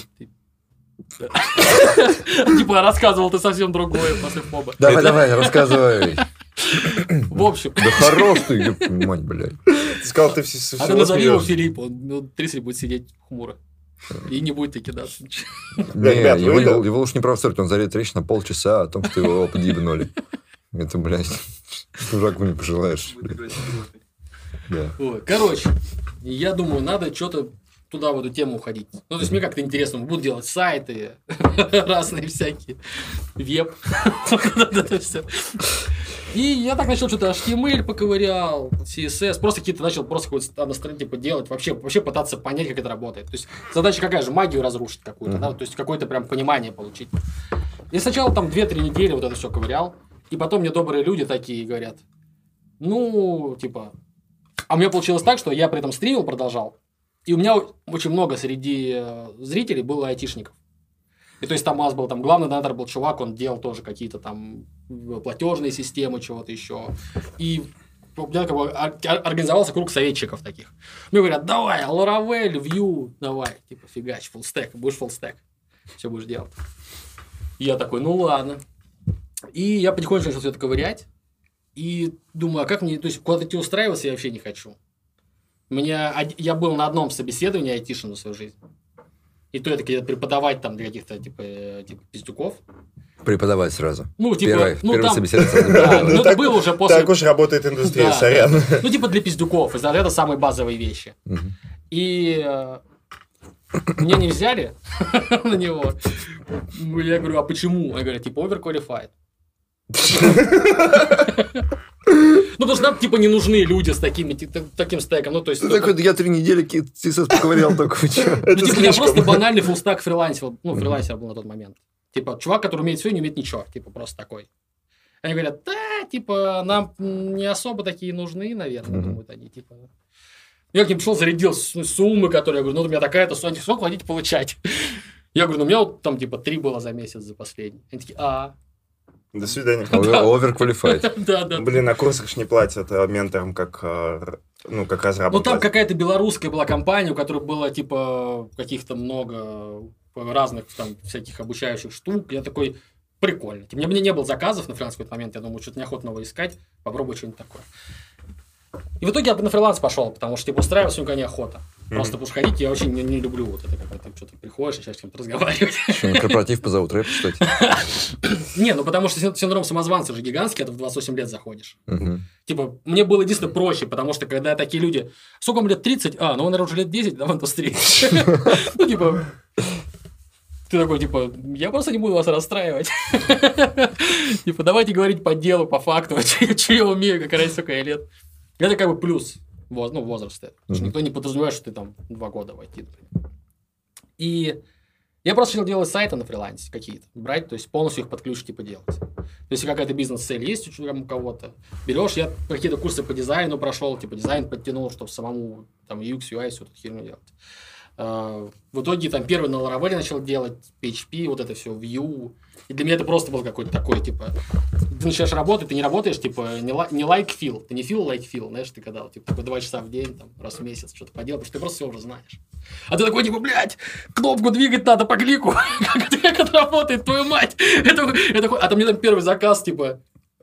Типа, рассказывал ты совсем другое после ФОБа. Давай, рассказывай. В общем. Да хорош ты, ёб мать, блядь. Ты сказал, ты все А ты назови его Филипп, он 30 будет сидеть хмуро. И не будет и кидаться. Не, его лучше не провоцировать, он зарядит речь на полчаса о том, что его подъебнули. Это, блядь, чужаку не пожелаешь. Да. Короче, я думаю, надо что-то туда, в эту тему уходить. Ну, то есть, мне как-то интересно, буду делать сайты, разные всякие, веб, это все. И я так начал что-то HTML поковырял, CSS, просто какие-то начал просто какое-то настроение типа делать, вообще пытаться понять, как это работает. То есть, задача какая же, магию разрушить какую-то, да, то есть, какое-то прям понимание получить. И сначала там 2-3 недели вот это все ковырял, и потом мне добрые люди такие говорят, ну, типа, а у меня получилось так, что я при этом стримил, продолжал, и у меня очень много среди зрителей было айтишников. И то есть там у нас был там главный донатор был чувак, он делал тоже какие-то там платежные системы, чего-то еще. И у меня как бы организовался круг советчиков таких. Мне говорят, давай, Laravel, Vue, давай, типа фигач, фуллстек, будешь фуллстек, все будешь делать. И я такой, ну ладно. И я потихоньку начал все это ковырять. И думаю, а как мне, то есть куда-то идти устраиваться я вообще не хочу. Я был на одном собеседовании айтишном за свою жизнь. И то это где-то преподавать там для каких-то типа пиздюков. Преподавать сразу. Ну, типа, первое собеседование. Да, ну это было уже после... Так уж работает индустрия, сорян. Ну, типа для пиздюков. Из-за этого самые базовые вещи. И меня не взяли на него. Я говорю, а почему? Я говорю, типа, overqualified. потому что нам, типа, не нужны люди с таким стеком. Ну, то есть... Я 3 недели CSS поковырял только. Я просто банальный фуллстак фрилансер. Ну, фрилансер был на тот момент. Типа, чувак, который умеет все и не умеет ничего. Типа, просто такой. Они говорят, да, типа, нам не особо такие нужны, наверное, думают они, типа. Я к ним пришел, зарядил суммы, которые, я говорю, ну, у меня такая-то сумма, сколько хотите получать? Я говорю, ну, у меня вот там, типа, 3 было за месяц за последний. Они такие, До свидания. Overqualified. Да. Блин, на курсах ж не платят менторам как разработчикам. Ну, там какая-то белорусская была компания, у которой было, типа, каких-то много разных там всяких обучающих штук. Я такой, прикольно. У меня не было заказов на фриланс в какой-то момент. Я думаю, что-то неохота нового искать. Попробую что-нибудь такое. И в итоге я на фриланс пошел, потому что, типа, устраиваться никогда неохота. Просто потому что ходить я очень не люблю вот это, когда ты что-то приходишь и сейчас с кем-то разговаривать. Что, на корпоратив позовут рэп, что ли? Не, ну потому что синдром самозванца же гигантский, это в 28 лет заходишь. Типа, мне было единственное проще, потому что когда такие люди, сколько вам лет, 30? Ну, он, наверное, уже лет 10, давай быстрее. Ну, типа, ты такой, типа, я просто не буду вас расстраивать. Типа, давайте говорить по делу, по факту, что я умею, как раз сколько я лет. Это как бы плюс возраста. Потому что никто не подразумевает, что ты там 2 года войти, например. И я просто хотел делать сайты на фрилансе какие-то, брать, то есть полностью их под ключ типа делать. То есть, если какая-то бизнес-цель есть у кого-то, берешь, я какие-то курсы по дизайну прошел, типа дизайн подтянул, чтобы самому там UX, UI, всю эту херню делать. В итоге там первый на Laravel начал делать, PHP, вот это все, Vue. И для меня это просто был какой-то такой, типа, ты начинаешь работать, ты не работаешь, типа, не like feel, ты не feel like feel, знаешь, ты когда, типа, такой 2 часа в день, там, раз в месяц что-то поделать, потому что ты просто все уже знаешь. А ты такой, типа, блядь, кнопку двигать надо по клику, как это работает, твою мать. А там мне там первый заказ, типа,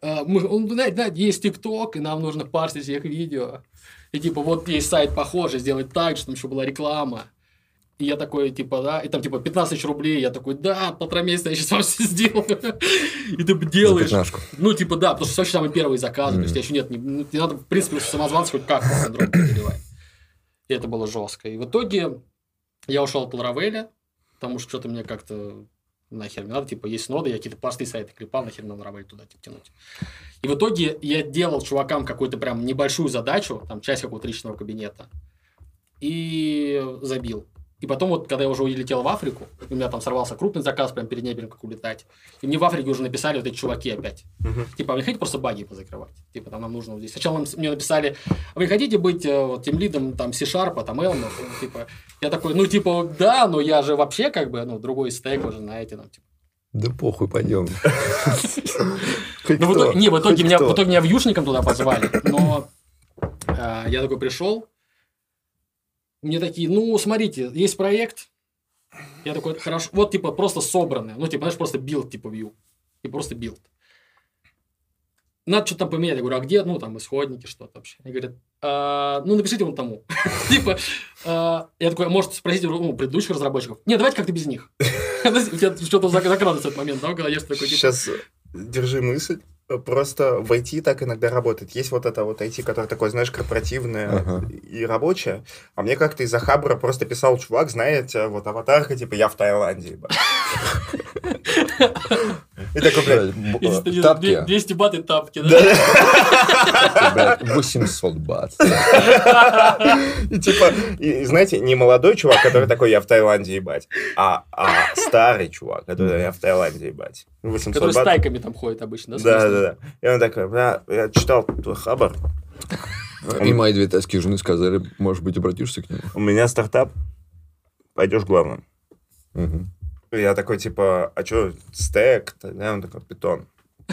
есть ТикТок, и нам нужно парсить их видео. И, типа, вот есть сайт похожий, сделать так, чтобы там еще была реклама. И я такой, типа, да, и там, типа, 15 тысяч рублей, я такой, да, 1,5 месяца я сейчас вам все сделаю. И ты делаешь. Ну, типа, да, потому что все самые первые заказы, то есть, еще нет, не надо, в принципе, самозванца хоть как-то синдром преодолевать. И это было жестко. И в итоге я ушел от Laravel, потому что что-то мне как-то нахер не надо, типа, есть ноды, я какие-то простые сайты клепал, нахер на Laravel туда типа, тянуть. И в итоге я делал чувакам какую-то прям небольшую задачу, там, часть какого-то личного кабинета, и забил. И потом, вот, когда я уже улетел в Африку, у меня там сорвался крупный заказ, прям перед ней, как улетать. И мне в Африке уже написали вот эти чуваки опять. Типа, а вы не хотите просто баги позакрывать? Типа, там нам нужно вот здесь. Сначала мне написали, а вы не хотите быть тимлидом там C-Sharp, там Elm? Типа, я такой, ну, типа, да, но я же вообще как бы, ну, другой стек, вы же знаете, там, типа. Да похуй, пойдем. Ну, в итоге меня вьюшником туда позвали, но я такой пришел. Мне такие, ну, смотрите, есть проект. Я такой, хорошо, вот, типа, просто собранный. Ну, типа, знаешь, просто билд, типа, view. И просто билд. Надо что-то там поменять. Я говорю, а где, ну, там, исходники, что-то вообще. Они говорят, ну, напишите вон тому. Типа, я такой, может, спросите у предыдущих разработчиков. Нет, давайте как-то без них. У тебя что-то закрадывается этот момент, да, когда я такой... Сейчас держи мысль. Просто в IT так иногда работает. Есть вот это вот IT, которое такое, знаешь, корпоративное и рабочее. А мне как-то из-за Хабра просто писал чувак, знаете, вот аватарка, типа, я в Таиланде, И такой, блядь, тапки. 200 бат и тапки, да? 800 бат. И типа, знаете, не молодой чувак, который такой, я в Таиланде, ебать, а старый чувак, который я в Таиланде, ебать. Который с тайками там ходит обычно. Да. И он такой, я читал твой Хабр. И мои 2 тайские жены сказали, может быть, обратишься к нему? У меня стартап, пойдешь главным. Я такой, типа, а что, стек? Он такой, питон.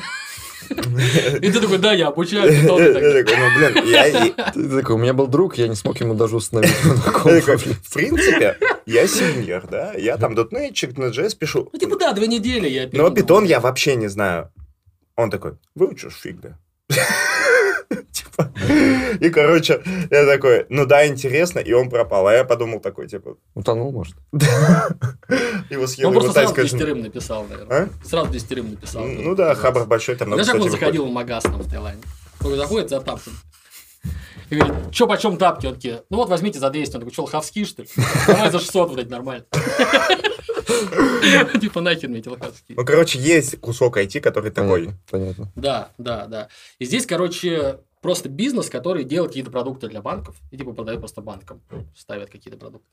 И ты такой, да, я обучаю питон. Я такой, ну, блин, Ты такой, у меня был друг, я не смог ему даже установить. В принципе, я синьор, да, я там дотнетчик, на JS пишу. Ну, типа, да, 2 недели я Но питон я вообще не знаю. Он такой, выучишь, фиг да. И, короче, я такой, ну да, интересно, и он пропал. А я подумал такой, типа... Утонул, может? Его съел он его просто сразу тайская 10 написал, наверное. Сразу 10 написал. Ну да, Хабр большой, там много. Знаешь, как он заходил в магаз там в Таиланде? Он заходит за тапками. И говорит, что почем тапки? Он такие, ну вот возьмите за 200. Он такой, что, лоховские, что ли? Давай за 600 вот эти нормально. Типа нахер мне эти лоховские. Ну, короче, есть кусок IT, который такой. Понятно. Да. И здесь, короче, просто бизнес, который делает какие-то продукты для банков и типа продает просто банкам, ставят какие-то продукты.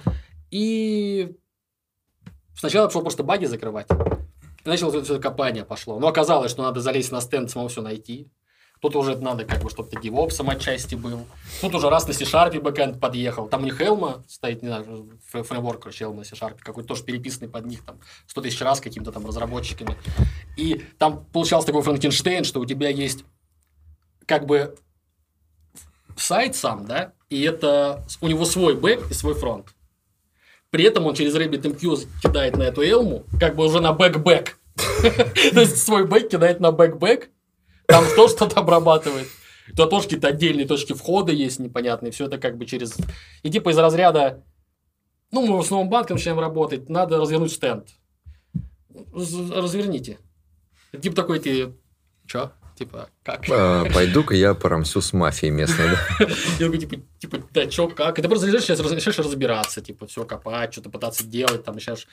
И сначала пошел просто баги закрывать. И началось это копание пошло. Но оказалось, что надо залезть на стенд, самому все найти. Тут уже надо, как бы, чтобы ты DevOps отчасти был. Тут уже раз на C-Sharp бэкэнд подъехал. Там у них Helm стоит, не знаю, фреймворк, короче, Helm на C-Sharp, какой-то тоже переписанный под них, там, 100 тысяч раз какими-то там разработчиками. И там получался такой Франкенштейн, что у тебя есть, как бы, сайт сам, да, и это у него свой бэк и свой фронт. При этом он через RabbitMQ кидает на эту Helm, как бы уже на бэк-бэк. То есть свой бэк кидает на бэк-бэк, там тоже что-то обрабатывает. То тоже какие-то отдельные точки входа есть непонятные. Все это как бы через... И типа из разряда... Ну, мы с новым банком начинаем работать. Надо развернуть стенд. Разверните. Типа такой ты... Чё? Типа, как? Пойду-ка я порамсю с мафией местной. Я такой, типа, да чё, как? И ты просто лежишь, сейчас начинаешь разбираться. Типа, все копать, что-то пытаться делать. Там начинаешь...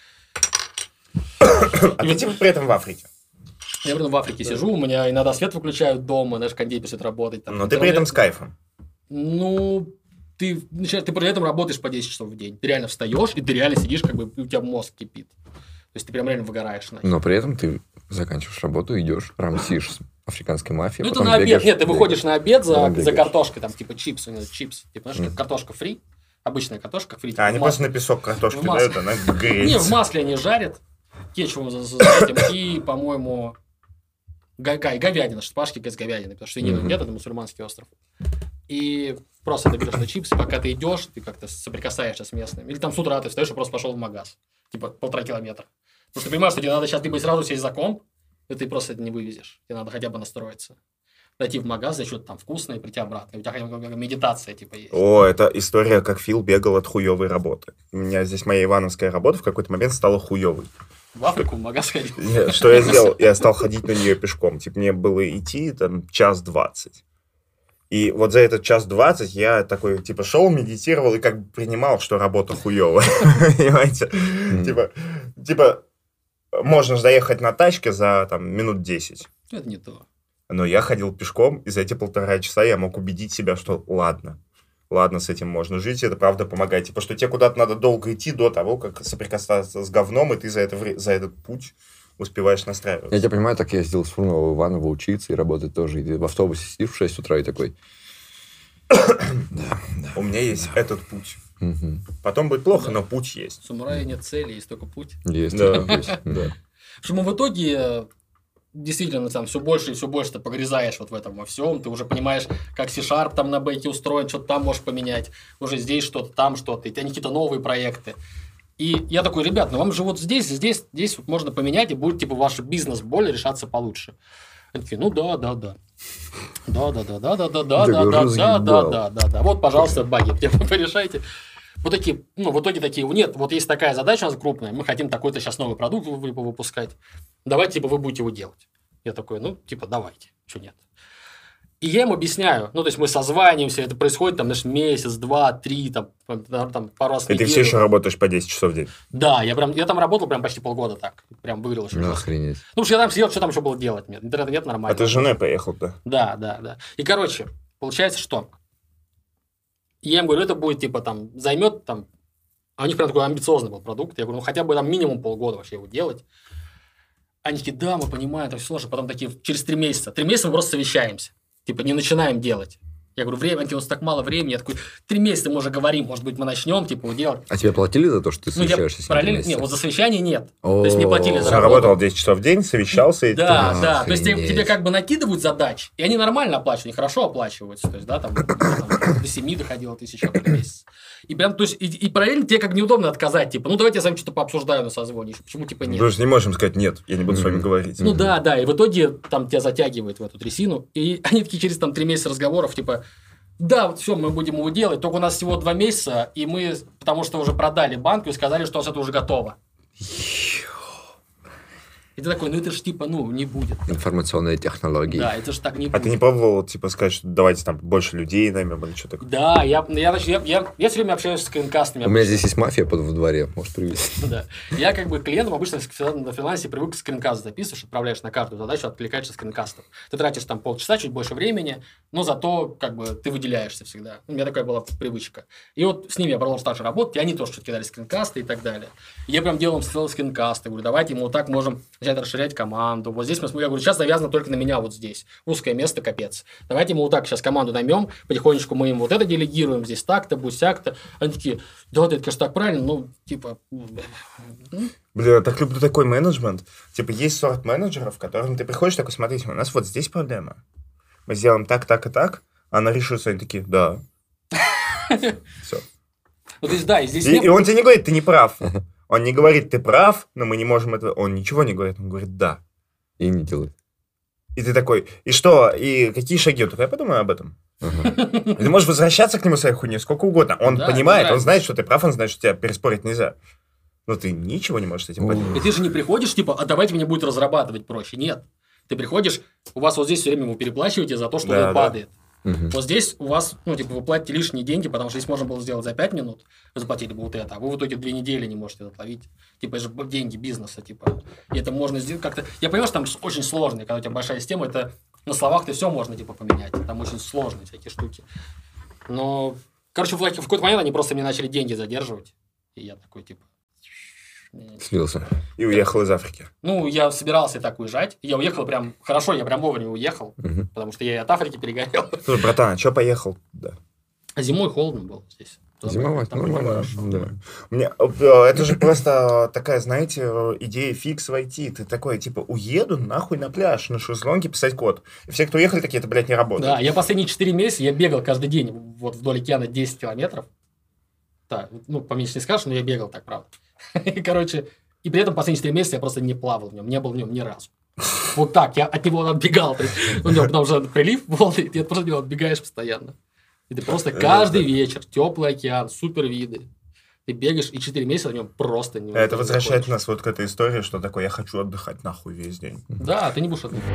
А ты типа при этом в Африке? Я при этом в Африке сижу, у меня иногда свет выключают дома, наш кондей перестает работать. Там, но ты при этом с кайфом. Ну, ты при этом работаешь по 10 часов в день. Ты реально встаешь, и ты реально сидишь, как бы у тебя мозг кипит. То есть ты прям реально выгораешь. Но при этом ты заканчиваешь работу, идешь, рамсишь с африканской мафией. Ну, это на обед. Нет, ты выходишь на обед за картошкой, там, типа чипс. Типа, знаешь, картошка фри. Обычная картошка фри. Они просто на песок картошку дают, она греется. Не, в масле они жарят. Кетчупом за этим. И, по-моему, говядина, шпажки с говядиной. Потому что нет, это мусульманский остров. И просто ты берешь на чипсы, пока ты идешь, ты как-то соприкасаешься с местными. Или там с утра ты встаешь и просто пошел в магаз. Типа 1,5 километра. Потому что ты понимаешь, что тебе надо сейчас либо сразу сесть за комп, и ты просто это не вывезешь. Тебе надо хотя бы настроиться. Дойти в магаз, взять что-то там вкусное и прийти обратно. У тебя хотя бы медитация типа есть. О, это история, как Фил бегал от хуевой работы. У меня здесь моя ивановская работа в какой-то момент стала хуевой. В Африку, в магаз ходил? Что я сделал? Я стал ходить на нее пешком. Типа мне было идти там 1:20. И вот за этот 1:20 я такой, типа, шел, медитировал и как бы принимал, что работа хуевая. Понимаете? Типа, можно же доехать на тачке за там минут 10. Это не то. Но я ходил пешком, и за эти 1,5 часа я мог убедить себя, что ладно, с этим можно жить, и это правда помогает. Типа, что тебе куда-то надо долго идти до того, как соприкасаться с говном, и ты за этот путь успеваешь настраиваться. Я тебя понимаю, так я ездил с Фурнова в Иваново учиться и работать тоже. И в автобусе сидишь в 6 утра и такой... У меня есть этот путь. Потом будет плохо, но путь есть. В самурае нет цели, есть только путь. Есть. Почему в итоге... Действительно, там все больше и все больше ты погрязаешь вот в этом во всем. Ты уже понимаешь, как C-Sharp там на бэке устроен, что-то там можешь поменять. Уже здесь что-то, там что-то. И у тебя какие-то новые проекты. И я такой, ребят, ну вам же вот здесь вот можно поменять, и будет типа ваш бизнес-боль решаться получше. Они такие, ну да. Да. Вот, пожалуйста, баги, порешайте. Вот такие, ну, в итоге такие, нет, вот есть такая задача у нас крупная, мы хотим такой-то сейчас новый продукт выпускать, давайте, типа, вы будете его делать. Я такой, ну, типа, давайте, что нет. И я им объясняю, ну, то есть мы созваниваемся, это происходит, там, знаешь, месяц, 2, 3, там пару раз в неделю. И ты все еще работаешь по 10 часов в день? Да, я там работал прям почти полгода так, прям выиграл очень жестко. Охренеть. Ну, потому что я там сидел, что там еще было делать, нет, интернета нет, нормально. А ты с женой поехал, да? Да. И, короче, получается, что... Я им говорю, это будет, типа, там, займет, там... А у них прям такой амбициозный был продукт. Я говорю, ну, хотя бы там минимум полгода вообще его делать. Они такие, да, мы понимаем, это все сложно. Потом такие, через 3 месяца. 3 месяца мы просто совещаемся. Типа, не начинаем делать. Я говорю, время, у нас так мало времени. Я такой, 3 месяца мы уже говорим, может быть, мы начнем, типа, делать. А тебе платили за то, что ты совещаешься с ним? Параллельно, нет, вот за совещание нет. То есть, мне платили за работу. Работал 10 часов в день, совещался. Да. То есть, тебе как бы накидывают задач, и они нормально оплачивают, они хорошо оплачиваются. То есть, да, там до 7 доходило тысяч в месяц. И прям, то есть, и параллельно тебе как неудобно отказать, типа, ну, давайте я с вами что-то пообсуждаю на созвоне. Почему, типа, нет? Мы же не можем сказать, нет, я не буду с вами говорить. Ну, да, и в итоге там тебя затягивает в эту трясину, и они такие через там 3 месяца разговоров, типа, да, вот все, мы будем его делать, только у нас всего 2 месяца, и мы, потому что уже продали банку и сказали, что у нас это уже готово. И ты такой, ну это же типа, ну, не будет. Информационные технологии. Да, это же так не будет. А ты не пробовал, типа, сказать, что давайте там больше людей наймем или что такое? Да, я все время общаюсь с скринкастами. У меня здесь есть мафия во дворе, может привезти. Да. Я как бы клиентам обычно на фрилансе привык скринкаст записываешь, отправляешь на каждую задачу, откликаешься скринкастом. Ты тратишь там полчаса, чуть больше времени, но зато как бы ты выделяешься всегда. У меня такая была привычка. И вот с ними я продолжил также работать, и они тоже что-то кидали скринкасты и так далее. И я прям делал скринкасты, говорю, давайте мы вот так можем начать расширять команду. Вот здесь я говорю, сейчас завязано только на меня вот здесь. Узкое место, капец. Давайте мы вот так сейчас команду наймем, потихонечку мы им вот это делегируем, здесь так-то, будь сяк-то. Они такие, да, это, конечно, так правильно, ну, типа... Бля, я так люблю такой менеджмент. Типа, есть сорт менеджеров, к которым ты приходишь такой, смотрите, у нас вот здесь проблема. Мы сделаем так, так и так, а она решится, они такие, да. Все. Ну, то есть, да, и здесь И он тебе не говорит, ты не прав. Он не говорит, ты прав, но мы не можем это... Он ничего не говорит, он говорит, да. И не делает. И ты такой, и что? И какие шаги? Я подумаю об этом. И ты можешь возвращаться к нему своей хуйне сколько угодно. Он понимает, он знает, что ты прав, он знает, что тебя переспорить нельзя. Но ты ничего не можешь с этим поделать. И ты же не приходишь, типа, а давайте мне будет разрабатывать проще. Нет. Ты приходишь, у вас вот здесь все время вы переплачиваете за то, что он падает. Вот здесь у вас, ну, типа, вы платите лишние деньги, потому что здесь можно было сделать за 5 минут, вы заплатили бы вот это, а вы в итоге 2 недели не можете отловить. Типа, это же деньги бизнеса, типа. И это можно сделать как-то... Я понимаю, что там очень сложно, когда у тебя большая система, это на словах-то все можно, типа, поменять. Там очень сложные всякие штуки. Но, короче, в какой-то момент они просто мне начали деньги задерживать. И я такой, типа... Слился. И уехал из Африки. Ну, я собирался так уезжать. Я уехал прям хорошо, я прям вовремя уехал, потому что я и от Африки перегорел. Слушай, братан, а что поехал? Да. А зимой холодно было здесь. Зимовать нормально. Да. Это же просто такая, знаете, идея фикс войти. Ты такой, типа, уеду нахуй на пляж, на шезлонге писать код. И все, кто уехали, такие, это, блядь, не работает. Да, я последние 4 месяца, я бегал каждый день вот вдоль океана 10 километров. Так, ну, поменьше не скажешь, но я бегал так, правда. И, короче, и при этом последние 4 месяца я просто не плавал в нем, не был в нем ни разу. Вот так, я от него отбегал. У него потом уже прилив волны, ты просто от него отбегаешь постоянно. И ты просто каждый вечер, теплый океан, супер виды. Ты бегаешь, и 4 месяца в нем просто не... Это возвращает нас вот к этой истории, что такое, я хочу отдыхать нахуй весь день. Да, ты не будешь отдыхать.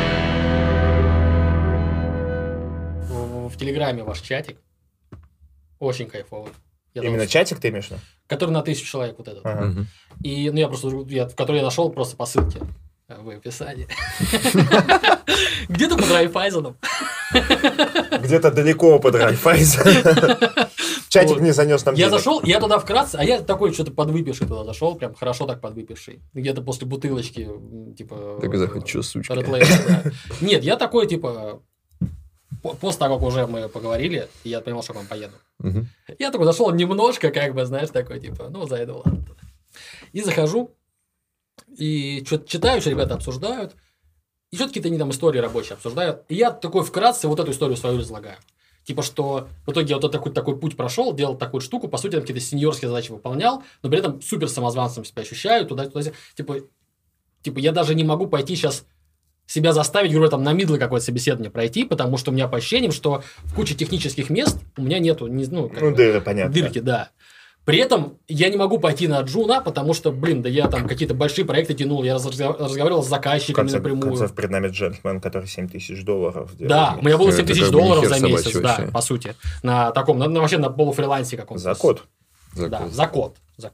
В Телеграме ваш чатик очень кайфовый. Именно чатик ты имеешь в виду? Который на 1000 человек вот этот. И, ну, я просто, который я нашел просто по ссылке в описании. Где-то под Райфайзеном. Где-то далеко под Райфайзеном. Чатик не занес нам денег. Я зашел, я туда вкратце, а я такой что-то подвыпивший туда зашел, прям хорошо так подвыпивший. Где-то после бутылочки, типа... Так захочу, сучка. Нет, я такой, типа... После того, как уже мы поговорили, я понял, что к вам поеду. Я такой зашел немножко, как бы, знаешь, такой, типа, ну, зайду, ладно. И захожу, и что-то читаю, что ребята обсуждают, и что-то какие-то они там истории рабочие обсуждают. И я такой вкратце вот эту историю свою разлагаю. Типа, что в итоге я вот такой путь прошел, делал такую штуку, по сути, там какие-то сеньорские задачи выполнял, но при этом супер самозванцем себя ощущаю, туда-туда. Типа, я даже не могу пойти сейчас... себя заставить, говорю, там, на мидлы какое-то собеседование пройти, потому что у меня по ощущениям, что в куче технических мест у меня нету, дыры, понятно. Дырки, да. При этом я не могу пойти на джуна, потому что, блин, да я там какие-то большие проекты тянул, я разговаривал с заказчиками напрямую. В конце перед нами джентльмен, который $7000 делал. Да, у меня было $7000 за месяц, да, по сути. На таком, вообще на полуфрилансе каком-то. За код. Да, за код.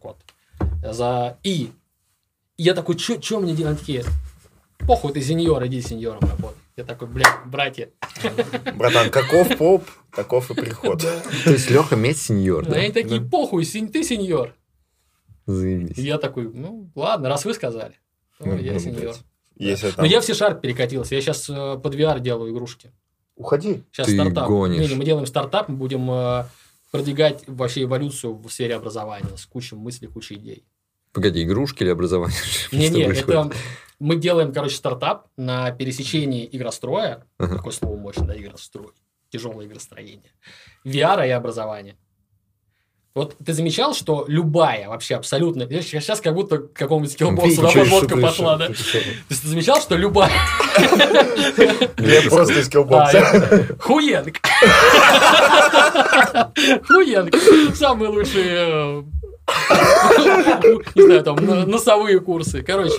И я такой, что мне делать такие... Похуй, ты сеньор, иди сеньором работай. Я такой, блядь, братья. Братан, каков поп, таков и приход. То есть Леха медсеньор, да? Они такие, похуй, ты сеньор. Заебись. Я такой, ну, ладно, раз вы сказали, то я сеньор. Но я в C# перекатился, я сейчас под VR делаю игрушки. Уходи. Сейчас стартап. Не, мы делаем стартап, мы будем продвигать вообще эволюцию в сфере образования с кучей мыслей, кучей идей. Погоди, игрушки или образование? Не, это... Мы делаем, короче, стартап на пересечении игростроя. Какое слово мощное, да, игрострой. Тяжелое игростроение. VR и образование. Вот ты замечал, что любая, вообще абсолютно... Сейчас как будто к какому-нибудь скиллбоксу на подводка пошла, да? То есть ты замечал, что любая... Я просто скиллбокс. Хуенг. Хуенг. Самый лучший Не знаю, там, носовые курсы. Короче.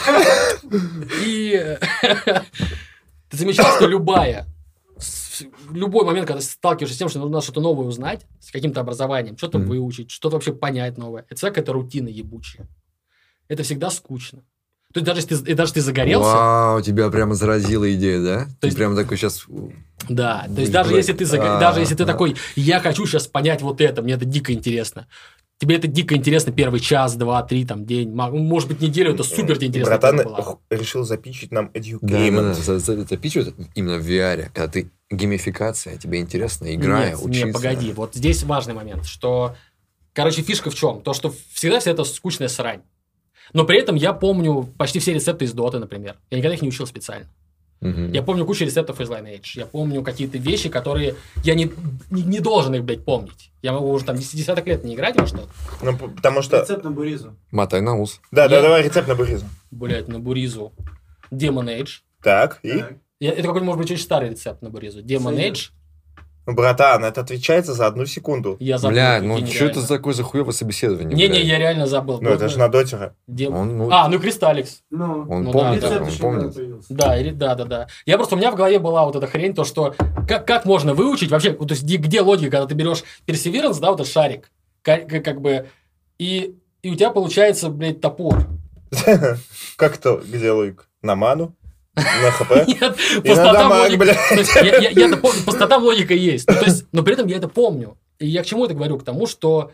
И ты замечал, что любой момент, когда ты сталкиваешься с тем, что нужно что-то новое узнать, с каким-то образованием, что-то выучить, что-то вообще понять новое, это какая-то рутина ебучая. Это всегда скучно. То есть, даже ты загорелся... Вау, тебя прямо заразила идея, да? Ты прям такой сейчас... Да, то есть, даже если ты такой, я хочу сейчас понять вот это, мне это дико интересно. Тебе это дико интересно первый час, 2, 3, там, день, может быть, неделю, это супер тебе интересно. Братан решил запичить нам edutainment. Да, запичивать именно в VR, когда ты геймификация, тебе интересно, играя, учиться. Нет, погоди, вот здесь важный момент, что, короче, фишка в чем? То, что всегда вся эта скучная срань. Но при этом я помню почти все рецепты из Доты, например. Я никогда их не учил специально. Я помню кучу рецептов из Lineage. Я помню какие-то вещи, которые я не должен их, блядь, помнить. Я могу уже там десяток лет не играть во что-то. Ну, потому что... Рецепт на буризу. Мотай на ус. Да, давай рецепт на буризу. Блядь, на буризу. Demon Age. Так, и? Это какой-то, может быть, очень старый рецепт на буризу. Demon Age. Ну, братан, это отвечается за 1 секунду. Я забыл. Бля, ну что это такое за хуёвое собеседование? Не, я реально забыл. Ну, это же на дотера. Кристалликс. Он помнит, он помнит. Да. У меня в голове была вот эта хрень, то, что как можно выучить вообще, то есть где логика, когда ты берешь Perseverance, да, вот этот шарик, как бы, и у тебя получается, блядь, топор. Как это, где логика? На ману? На ХП? Нет, по статам логика... По статам логика есть. Но при этом я это помню. И я к чему это говорю? К тому, что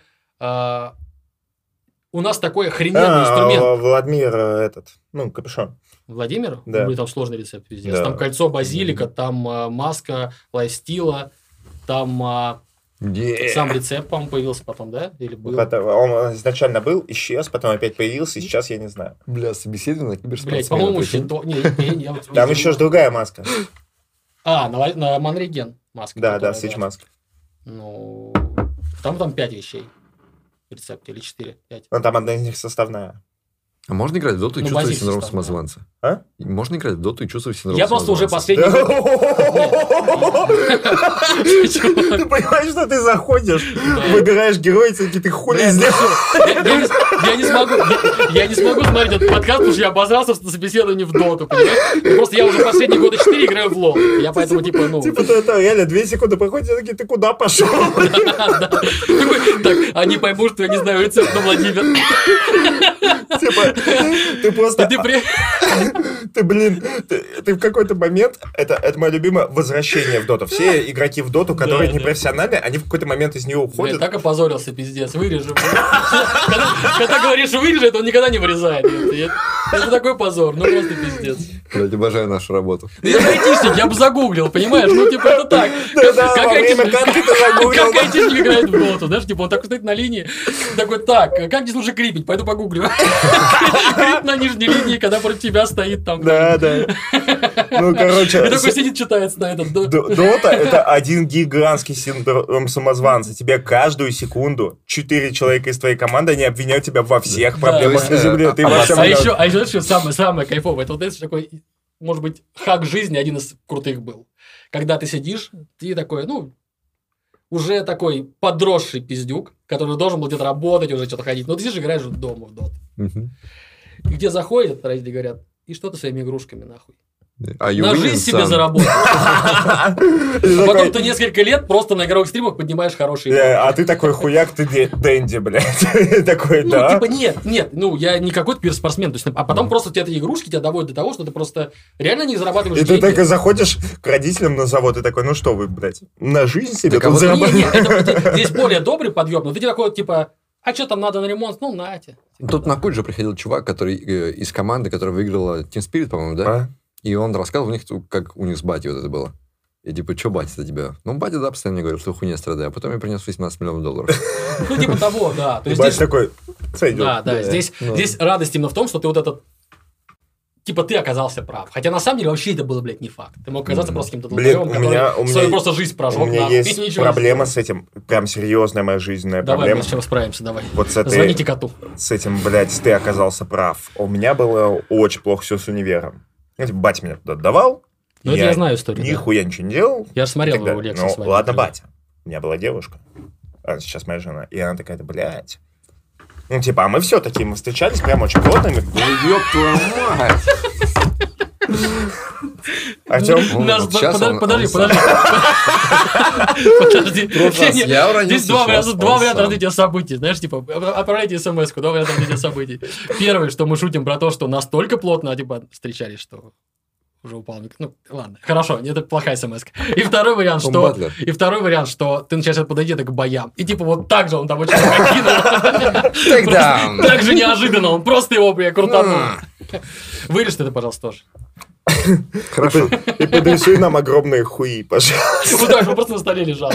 у нас такой охрененный инструмент. Владимир Капюшон. Владимир? Да. Там сложный рецепт везде. Да. Там кольцо базилика, там маска лайфстила, там... Сам рецепт, по-моему, появился потом, да? Или был? Он изначально был, исчез, потом опять появился, и сейчас я не знаю. Бля, собеседование на киберспортсмена. Блядь, по-моему, еще... Там еще ж другая маска. На Манреген маска. Да, Switch маска. Ну, там 5 вещей в рецепте, или 4, 5. Ну, там одна из них составная. А можно играть в доту и чувствовать синдром самозванца? А? Можно играть в доту и чувствовать синдром самозванца? Я просто уже последний... Ты понимаешь, что ты заходишь, выбираешь героя, ты хули сделал? Я не смогу смотреть этот подкаст, потому что я обосрался в собеседовании в доту, понимаешь? Просто я уже последние года 4 играю в лол. Я поэтому Типа, реально, 2 секунды проходит, я такие, ты куда пошел? Так, они поймут, что я не знаю рецепт на Владимир. Типа, ты просто... Ты в какой-то момент... Это мое любимое возвращение в доту. Все игроки в доту, которые не профессиональные, они в какой-то момент из нее уходят. Так опозорился, пиздец. Вырежу. Когда говоришь вырежи, это он никогда не вырезает. Это такой позор. Ну, просто пиздец. Я обожаю нашу работу. Я айтишник, я бы загуглил, понимаешь? Ну, типа, это так. Как айтишник играет в доту, знаешь? Типа, он так стоит на линии, такой, так, как здесь лучше крипить? Пойду погуглю. Крип на нижней линии, когда против тебя стоит там. Да. Ну, короче... И такой сидит, читается на этот. Дота — это один гигантский синдром самозванца. Тебе каждую секунду 4 человека из твоей команды, они обвиняют тебя во всех проблемах на земле. А еще что самое кайфовое, это вот это такой, может быть, хак жизни один из крутых был. Когда ты сидишь, ты такой, уже такой подросший пиздюк, который должен был где-то работать, уже что-то ходить. Но ты сидишь, играешь дома в дот. И где заходят, родители говорят, и что ты своими игрушками нахуй? На жизнь себе заработал. Потом ты несколько лет просто на игровых стримах поднимаешь хорошие игры. А ты такой хуяк, ты Дэнди, блядь. Такой, да. Типа нет, я не какой-то пирспортсмен. А потом просто у тебя эти игрушки тебя доводят до того, что ты просто реально не зарабатываешь деньги. И ты так заходишь к родителям на завод и такой, ну что вы, блядь, на жизнь себе тут зарабатываете? Нет, здесь более добрый подъем, но ты такой, типа... А что там надо на ремонт? Ну, нате. Тут на культ же приходил чувак, который из команды, которая выиграла Team Spirit, по-моему, да? И он рассказывал у них, как у них с батей вот это было. И типа, что батя-то тебя? Ну, батя, да, постоянно говорил, что хуйня страдаю. А потом я принес $18 миллионов. Ну, типа того, да. И батя такой, сойдет. Да. Здесь радость именно в том, что ты вот этот... Типа, ты оказался прав. Хотя, на самом деле, вообще это было, блядь, не факт. Ты мог оказаться просто каким-то долбоёбом, который свою просто жизнь прожёг. У меня есть проблема с этим. Прям серьезная моя жизненная проблема. Давай, мы с чем справимся, давай. Вот звоните коту. С этим, блядь, ты оказался прав. У меня было очень плохо все с универом. Батя меня туда отдавал. Ну, это я знаю историю. Нихуя ничего не делал. Я же смотрел его лекции с вами. Ладно, батя. У меня была девушка. Она сейчас моя жена. И она такая, блядь, Ну, типа, а мы все такие, мы встречались прям очень плотно. Ёб твою мать! Артем? Подожди. Я Здесь два варианта развития событий. Знаешь, типа, отправляйте смс-ку, два варианта развития событий. Первый, что мы шутим про то, что настолько плотно, типа, встречались, что уже упал. Ну, ладно, хорошо, это плохая смс. И второй вариант, что ты начинаешь подойти к боям. И типа вот так же он там очень накинул. Так же неожиданно, он просто его, бля, крутанул. Вырежь это, пожалуйста, тоже. Хорошо. И подрисуй нам огромные хуи, пожалуйста. Вот так, он просто на столе лежал.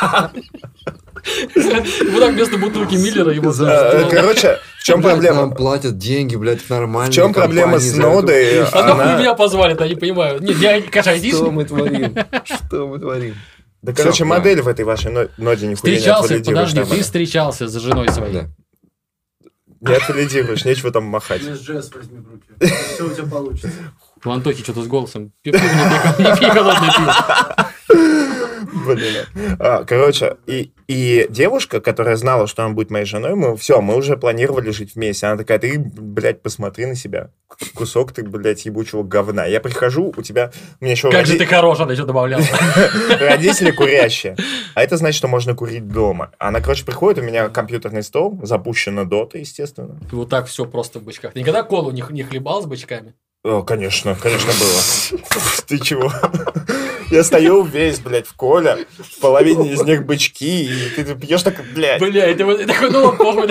Вот так вместо бутылки Миллера его... Короче, в чем проблема? Нам платят деньги, блядь, нормально. В чем проблема с нодой? А нахуй меня позвали-то, я не понимаю. Нет, я, конечно, Что мы творим? Что мы творим? Да, короче, модель в этой вашей ноде нихуя не отвалидируешь. Подожди, ты встречался с женой своей. Не отвалидируешь, нечего там махать. Жест возьми в руки. Все у тебя получится. У Антохи что-то с голосом. Не пей холодное пиво. Блин. Короче, и девушка, которая знала, что она будет моей женой, мы уже планировали жить вместе. Она такая, ты, блядь, посмотри на себя. Кусок ты, блядь, ебучего говна. Я прихожу, у меня еще... Как же ты хорош, она еще добавляла. Родители курящие. А это значит, что можно курить дома. Она, короче, приходит, у меня компьютерный стол, запущена дота, естественно. И вот так все просто в бычках. Ты никогда колу не хлебал с бычками? О, конечно было. Ты чего? Я стою весь, блядь, в коле, в половине из них бычки, и ты пьешь так, блядь. Блядь, ты такой, ну, похуй.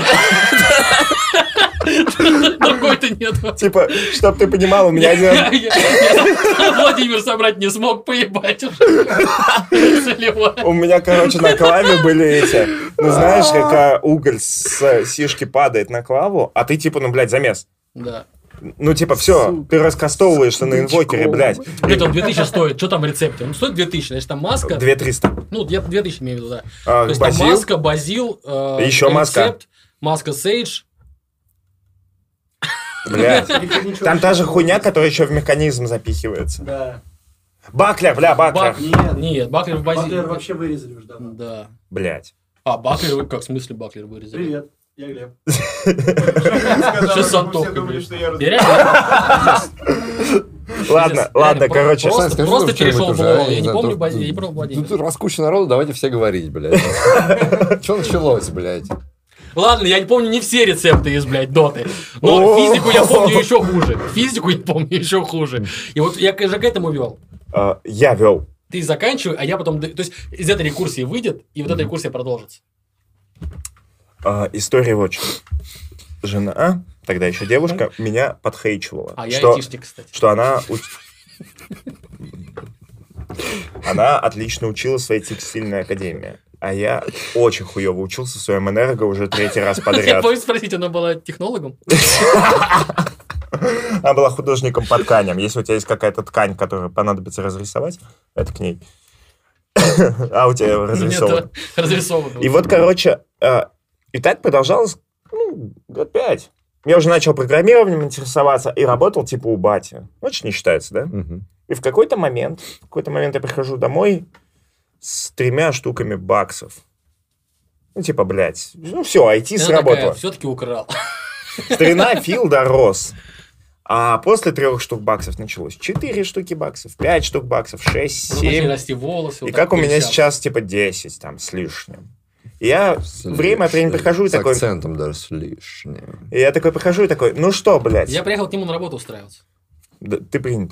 Другой-то нет. Типа, чтоб ты понимал, у меня один... Владимир собрать не смог, поебать уже. У меня, короче, на клаве были эти... Ну, знаешь, как уголь с сишки падает на клаву, а ты типа, ну, блядь, замес. Да. Ну, типа, все, ты раскастовываешься на инвокере, блядь. Блядь, он 2000 стоит. Что там в рецепте? Он стоит 2000, значит, там маска. 2300. Ну, я 2000 имею в виду, да. То есть там маска, базил, еще рецепт, маска Сейдж. Блядь. Там та же хуйня, которая еще в механизм запихивается. Да. Баклер, бля, баклер. Нет, баклер в базиле. Баклер вообще вырезали уже давно. Да. Блядь. А, баклер, как в смысле баклер вырезали? Привет, я Глеб. Что с Антохой, блядь? Ладно, короче. Просто перешел в лол. Я не помню Владимир. Тут раз куча народу, давайте все говорить, блядь. Что началось, блядь? Ладно, я не помню не все рецепты из, блядь, доты. Но физику я помню еще хуже. И вот я же к этому вел. Я вел. Ты заканчивай, а я потом... То есть из этой рекурсии выйдет, и вот эта рекурсия продолжится. История вот что. Жена, тогда еще девушка, меня подхейчивала. А я айтишник, кстати. Что она... Она отлично училась в своей текстильной академии. А я очень хуёво учился в своем энерго уже 3-й раз подряд. Я боюсь спросить, она была технологом? Она была художником по тканям. Если у тебя есть какая-то ткань, которую понадобится разрисовать, это к ней. А у тебя разрисовано. Разрисовано. И вот, короче, и так продолжалось год 5. Я уже начал программированием интересоваться и работал типа у бати. Очень не считается, да? И в какой-то момент я прихожу домой с 3 штуками баксов. Ну, типа, блядь, ну все, IT сработало. Все-таки украл. Старина Фил дорос. А после 3 штук баксов началось 4 штуки баксов, 5 штук баксов, 6, 7. Расти волосы. И как у меня сейчас, типа, 10 там с лишним. И я время от времени прихожу и такой... С акцентом даже с лишним. И я такой прихожу и такой, ну что, блядь. Я приехал к нему на работу устраиваться. Да, ты принят.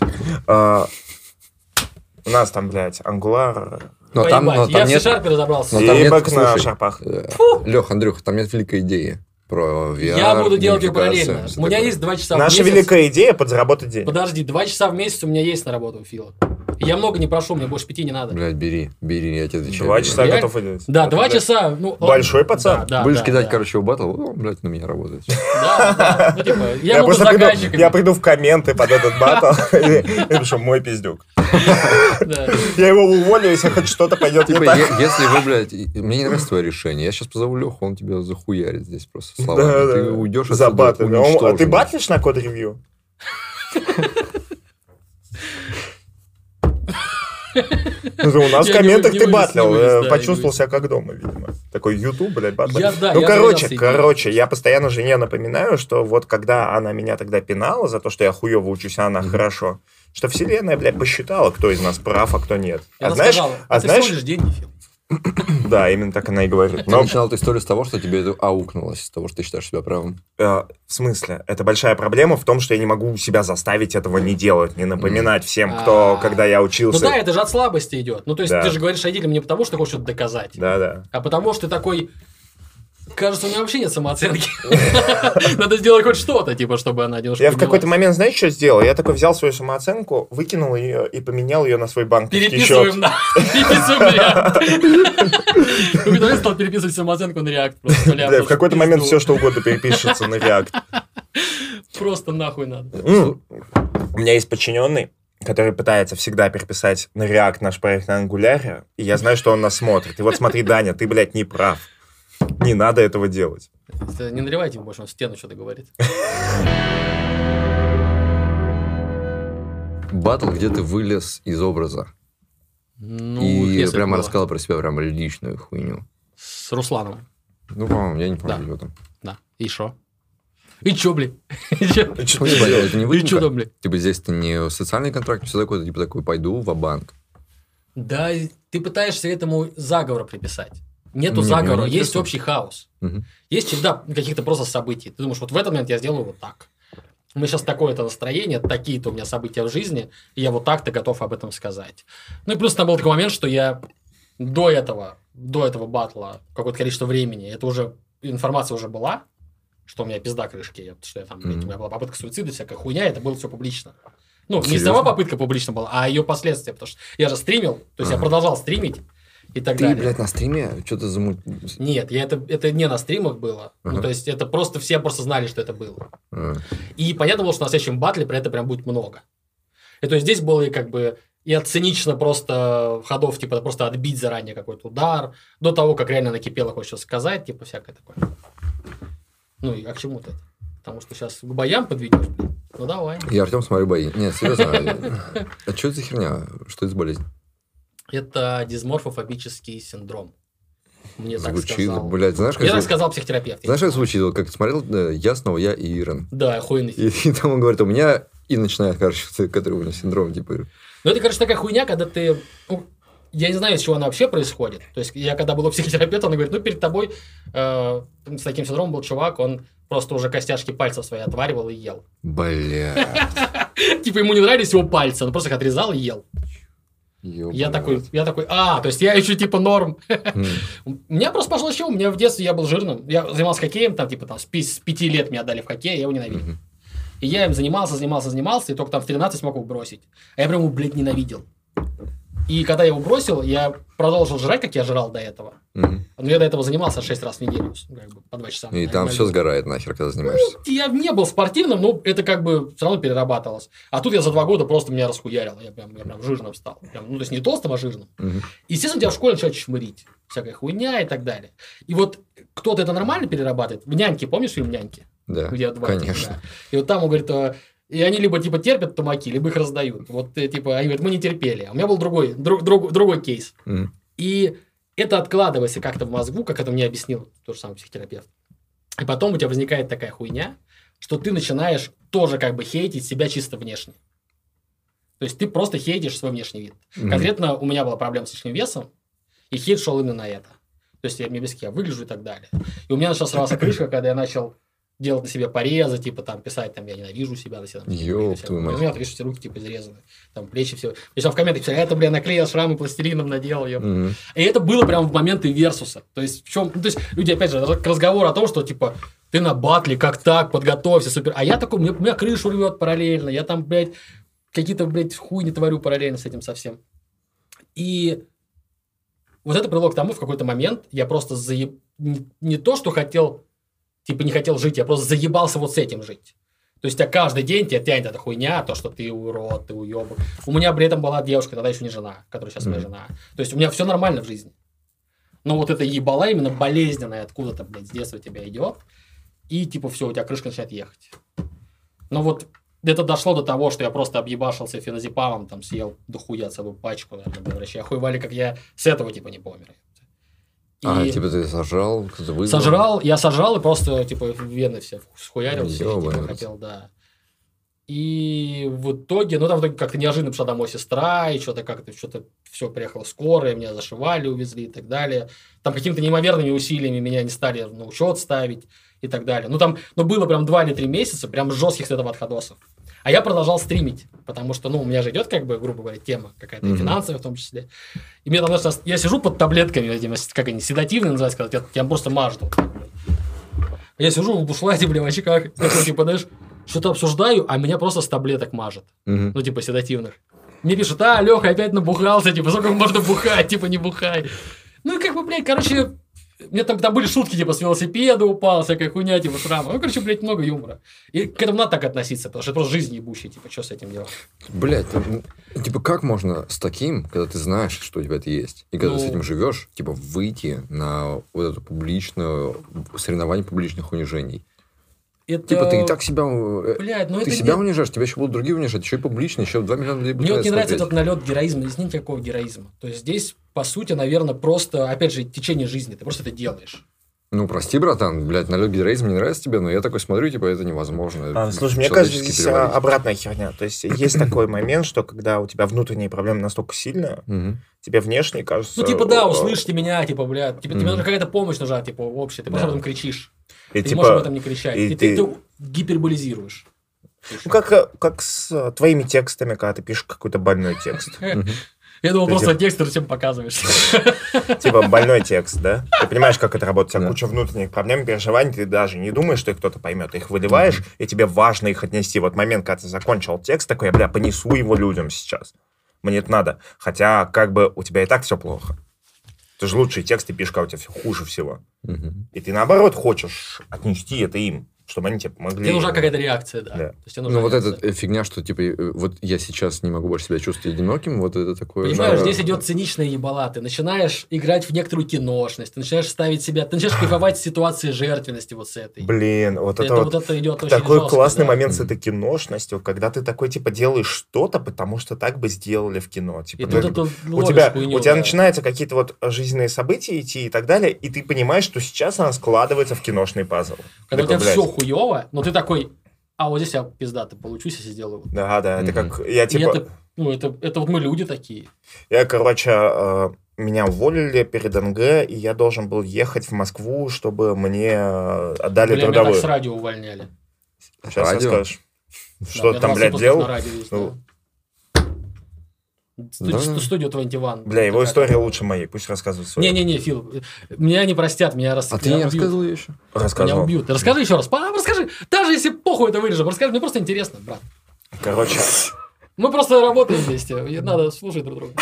У нас там, блядь, Angular... Но там я в C-Sharp разобрался. Ебак на шарпах. Лех, Андрюх, там нет великой идеи про VR. Я буду делать ее параллельно. У меня есть 2 часа в месяц. Наша великая идея подзаработать денег. Подожди, 2 часа в месяц у меня есть на работу у Фила. Я много не прошу, мне больше 5 не надо. Блядь, бери, я тебе отвечаю. 2 часа готов выделить. Да, 2 часа. Большой пацан. Будешь кидать, короче, в батл, блядь, на меня работать. Да, ну типа, я буду заказчиком. Я приду в комменты под этот батл и напишу «мой пиздюк». Я его уволю, если хоть что-то пойдет не так. Если вы, блядь, мне не нравится твое решение, я сейчас позову Леху, он тебя захуярит здесь просто словами. Ты уйдешь отсюда уничтоженный. А ты батлишь на код-ревью? Ну, у нас в комментах ты батлил, почувствовал себя как дома, видимо. Такой YouTube, блядь, батл. Ну, короче, я постоянно жене напоминаю, что вот когда она меня тогда пинала за то, что я хуёво учусь, а она хорошо, что вселенная, блядь, посчитала, кто из нас прав, а кто нет. А знаешь... ты всего лишь деньги, Фил. Да, именно так она и говорит. Ты начинал эту историю с того, что тебе это аукнулось, с того, что ты считаешь себя правым. В смысле? Это большая проблема в том, что я не могу себя заставить этого не делать, не напоминать всем, кто, когда я учился... Ну да, это же от слабости идет. Ну, то есть, ты же говоришь родителям не потому, что ты хочешь что-то доказать. Да. А потому, что ты такой... Кажется, у меня вообще нет самооценки. Надо сделать хоть что-то, типа, чтобы она немножко... Я в какой-то момент, знаешь, что сделал? Я такой взял свою самооценку, выкинул ее и поменял ее на свой банковский счет. Переписываем на React. Я стал переписывать самооценку на React. Да, в какой-то момент все, что угодно перепишется на React. Просто нахуй надо. У меня есть подчиненный, который пытается всегда переписать на React наш проект на Angular, и я знаю, что он нас смотрит. И вот смотри, Даня, ты, блядь, не прав. Не надо этого делать. Не наливайте ему больше, он в стену что-то говорит. Батл, где ты вылез из образа. Ну, и прямо рассказал про себя прям личную хуйню. С Русланом. Ну, по-моему, я не помню об этом. Да. И шо? И чё, блин? Это не выдумка? Чё, блин? Типа здесь ты не социальный контракт, все такое, типа такой, пойду ва-банк. Да, ты пытаешься этому заговора приписать. Нету заговора, есть общий хаос. Есть всегда каких-то просто событий. Ты думаешь, вот в этот момент я сделаю вот так. У меня сейчас такое-то настроение, такие-то у меня события в жизни, и я вот так-то готов об этом сказать. Ну и плюс там был такой момент, что я до этого батла какое-то количество времени, это уже, информация уже была, что у меня пизда крышки, что я там, у меня была попытка суицида, всякая хуйня, это было все публично. Ну, не сама попытка публично была, а ее последствия, потому что я же стримил, то есть я продолжал стримить. И так далее. Ты, блядь, на стриме что-то Нет, это не на стримах было. Ну, то есть, это просто все просто знали, что это было. И понятно было, что на следующем батле про это прям будет много. И то есть, здесь было и как бы и от цинично просто ходов, типа, просто отбить заранее какой-то удар, до того, как реально накипело, хочется сказать, типа, всякое такое. Ну, и а к чему-то это? Потому что сейчас к боям подведешь, блин. Ну, давай. Я, Артем, смотрю бои. Нет, серьезно. А что это за херня? Что это за болезнь? Это дисморфофобический синдром. Мне звучит, так сказал. Блядь, знаешь, мне так сказал психотерапевт. Знаешь, как звучит? Вот как смотрел Ясного, я и Ирон. Да, охуенный фильм. И там он говорит, у меня и начинает, короче, который у меня синдром, типа... Ну, это, короче, такая хуйня, когда ты... Ну, я не знаю, с чего она вообще происходит. То есть, я когда был у психотерапевта, он говорит, ну, перед тобой с таким синдромом был чувак, он просто уже костяшки пальцев свои отваривал и ел. Бля. Типа, ему не нравились его пальцы, он просто их отрезал и ел. Я такой, то есть я еще типа норм. У меня просто пошло чего, у меня в детстве я был жирным. Я занимался хоккеем, там типа там с 5 лет меня отдали в хоккей, я его ненавидел. И я им занимался, и только там в 13 смог его бросить. А я прям его, блядь, ненавидел. И когда я его бросил, я продолжил жрать, как я жрал до этого. Но я до этого занимался 6 раз в неделю, как бы, по 2 часа. И там все сгорает нахер, когда занимаешься. Ну, я не был спортивным, но это как бы все равно перерабатывалось. А тут я за 2 года просто меня расхуярил. Я прям жирным стал. Прям, ну, то есть не толстым, а жирным. Естественно, тебя в школе начинают чмырить. Всякая хуйня и так далее. И вот кто-то это нормально перерабатывает. В «Няньке», помнишь фильм «Няньки»? Да, где конечно. Да. И вот там он говорит... И они либо типа терпят тумаки, либо их раздают. Вот типа они говорят, мы не терпели. А у меня был другой кейс. И это откладывается как-то в мозгу, как это мне объяснил тот же самый психотерапевт. И потом у тебя возникает такая хуйня, что ты начинаешь тоже как бы хейтить себя чисто внешне. То есть ты просто хейтишь свой внешний вид. Конкретно у меня была проблема с лишним весом, и хейт шел именно на это. То есть я выгляжу и так далее. И у меня начала срываться крышка, когда я начал делать на себе порезы, типа там писать, там я ненавижу себя, на себя. Ёб твою мать. У меня видишь, руки типа изрезаны, там плечи все. Причем в комментах писали, это, бля, наклеил шрамы пластилином, наделал ее. И это было прям в моменты версуса. То есть в чем, ну, то есть люди опять же к разговору о том, что типа ты на батле, как так, подготовься, супер. А я такой, у меня крышу рвет параллельно, я там, блядь, какие-то, блядь, хуйни творю параллельно с этим совсем. И вот это привело к тому, в какой-то момент я просто не то, что хотел, типа не хотел жить, я просто заебался вот с этим жить. То есть, каждый день тебя тянет эта хуйня, то, что ты урод, ты уебок. У меня при этом была девушка, тогда еще не жена, которая сейчас моя жена. То есть, у меня все нормально в жизни. Но вот эта ебала именно болезненная откуда-то, блядь, с детства тебя идет. И, типа, все, у тебя крышка начинает ехать. Но вот Это дошло до того, что я просто объебашился феназепамом, там съел дохуя целую пачку, наверное, вообще охуевали, как я с этого типа не помер. Типа ты сожрал, я сожрал и просто типа вены все схуярил, типа, хотел, да. И в итоге, там в итоге как-то неожиданно пришла домой сестра, и что-то все приехало скорая, меня зашивали, увезли и так далее. Там какими-то неимоверными усилиями меня не стали на учет ставить и так далее. Было прям 2 или 3 месяца прям жестких с этого отходосов. А я продолжал стримить, потому что, у меня же идет, грубо говоря, тема какая-то, финансовая в том числе. И мне там, я сижу под таблетками, как они, седативные называются, когда тебя просто мажут. Я сижу в бушлате, в очках, знаешь, что-то обсуждаю, а меня просто с таблеток мажет. Седативных. Мне пишут, Леха опять набухался, сколько можно бухать, не бухай. Мне там были шутки, с велосипеда упал, всякая хуйня, шрама. Много юмора. И к этому надо так относиться, потому что это просто жизнь ебущая, что с этим делать? Блядь, как можно с таким, когда ты знаешь, что у тебя это есть, и когда ты с этим живешь, выйти на вот это публичное соревнование публичных унижений? Это... ты и так себя... ты себя унижаешь, тебя еще будут другие унижать, еще и публично, еще 2 миллиона людей будут. Мне не нравится этот налет героизма, здесь нет никакого героизма. То есть здесь, по сути, наверное, просто, опять же, течение жизни, ты просто это делаешь. Прости, братан, налет героизма не нравится тебе, но я такой смотрю, это невозможно. Слушай, мне кажется, здесь обратная херня. То есть есть такой момент, что когда у тебя внутренние проблемы настолько сильные, тебе внешне кажется... услышьте меня, блядь, тебе нужна какая-то помощь нужна, общая, ты просто об этом кричишь. Ты не можешь об этом не кричать. И ты гиперболизируешь. Как с твоими текстами, когда ты пишешь какой-то больной текст. Я думал, просто текст ты всем показываешь. Больной текст, да? Ты понимаешь, как это работает. У тебя куча внутренних проблем, переживаний, ты даже не думаешь, что их кто-то поймет. Ты их выливаешь, и тебе важно их отнести. Вот момент, когда ты закончил текст, такой, я, понесу его людям сейчас. Мне это надо. Хотя, у тебя и так все плохо. Ты же лучшие тексты пишешь, когда у тебя все хуже всего. И ты, наоборот, хочешь отнести это им, чтобы они тебе помогли. Тебе нужна какая-то реакция, да. То есть, эта фигня, что, я сейчас не могу больше себя чувствовать одиноким, это такое... Понимаешь, здесь идет циничная ебала. Ты начинаешь играть в некоторую киношность, ты начинаешь ставить себя, ты начинаешь кайфовать с ситуации жертвенности с этой. Блин, это идет очень такой жестко, классный момент с этой киношностью, когда ты такой, делаешь что-то, потому что так бы сделали в кино. У тебя начинаются какие-то жизненные события идти и так далее, и ты понимаешь, что сейчас она складывается в киношный пазл. Когда у тебя все хуёво, но ты такой, вот здесь я пиздато получусь, если сделаю. Да, это как... Это мы люди такие. Я, меня уволили перед НГ, и я должен был ехать в Москву, чтобы мне отдали трудовую. Меня так с радио увольняли. Сейчас расскажешь. Что ты там, делал? Студию 21. Бля, его история лучше моей, пусть рассказывает свою. Не, Фил, меня не простят, меня А ты не рассказывал ее еще? Рассказывал. Меня убьют. Ты расскажи еще раз, расскажи, даже если похуй это вырежем, расскажи, мне просто интересно, брат. Мы просто работаем вместе, надо слушать друг друга.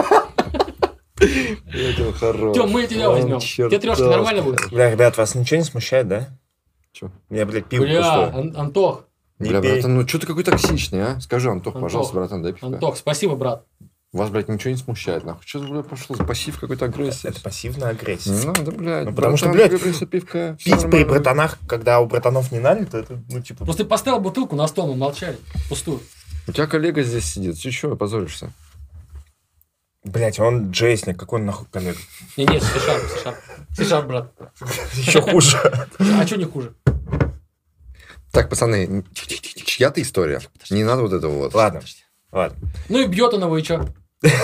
Это хорошо. Тём, мы тебя возьмем. Тебе трешки нормально будет? Бля, ребят, вас ничего не смущает, да? Че? Я, пиво пустое. Антох. Бля, братан, что ты какой токсичный, а? Скажи, Антох, пожалуйста, братан, дай пивка. Антох, спасибо, брат. Вас, блядь, ничего не смущает, нахуй. Что, блядь, пошел за пассив какой-то агрессии? Это пассивная агрессия. Не надо, блядь. Потому что, блядь, пить при братанах, когда у братанов не налито, это, Просто ты поставил бутылку на стол, мы молчали, пустую. У тебя коллега здесь сидит, ты чего позоришься? Блять, он джейсник, какой он нахуй коллега? Не, C-Sharp, брат. Еще хуже. А что не хуже? Так, пацаны, чья-то история. Не надо вот этого вот. Ладно. Ну и бьет он его, и чё?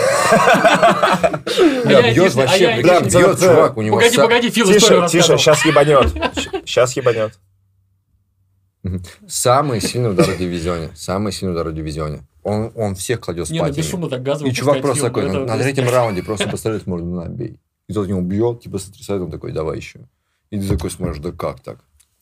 Бьет вообще, бьет, чувак, у него... Погоди, Фил историю рассказывал. Тише, сейчас ебанет. Самый сильный удар в дивизионе. Он всех кладет спать. Не, ну бесшумно так газово. И чувак просто такой, на третьем раунде просто поставит морду, набей. И тот него бьет, сотрясает, он такой, давай еще. И ты такой смотришь, да как так?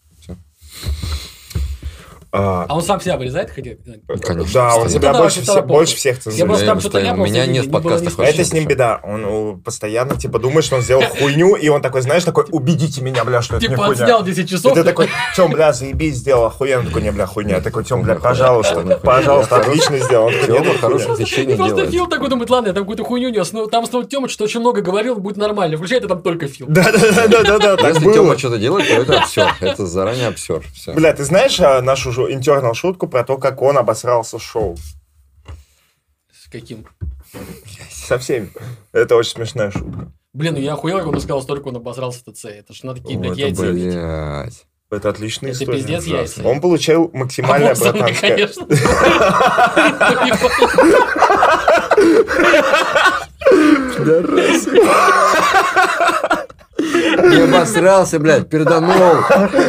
А он сам себя вырезает, хотя? Конечно. Да, он себя больше всех цензурит. У меня нет подкастов вообще. Это с ним беда. Он постоянно, думает, что он сделал хуйню, и он такой, знаешь, убедите меня, бля, что это не хуйня. Отснял 10 часов. И ты такой, Тём, бля, заебись, сделал охуенно. Такой, не, бля, хуйня. Такой, Тём, бля, пожалуйста, отлично сделал. Тёма хорошее освещение делает. Просто Фил такой думает, ладно, я там какую-то хуйню нес, но там Тёма что очень много говорил, будет нормально. Включай, это там только Фил. Да. Если Тёма что-то делает, то это обсер. Это заранее обсер. Бля, ты знаешь нашу эту интернал-шутку про то, как он обосрался в шоу. С каким? Со всеми. Это очень смешная шутка. Блин, ну я охуел, как он сказал, столько он обосрался в ТЦ. Это ж на такие, блядь, яйца иметь. Блядь. Это отличная Это история. пиздец яйца. Он получил максимальное братанское... конечно. Не обосрался, блядь, перданул.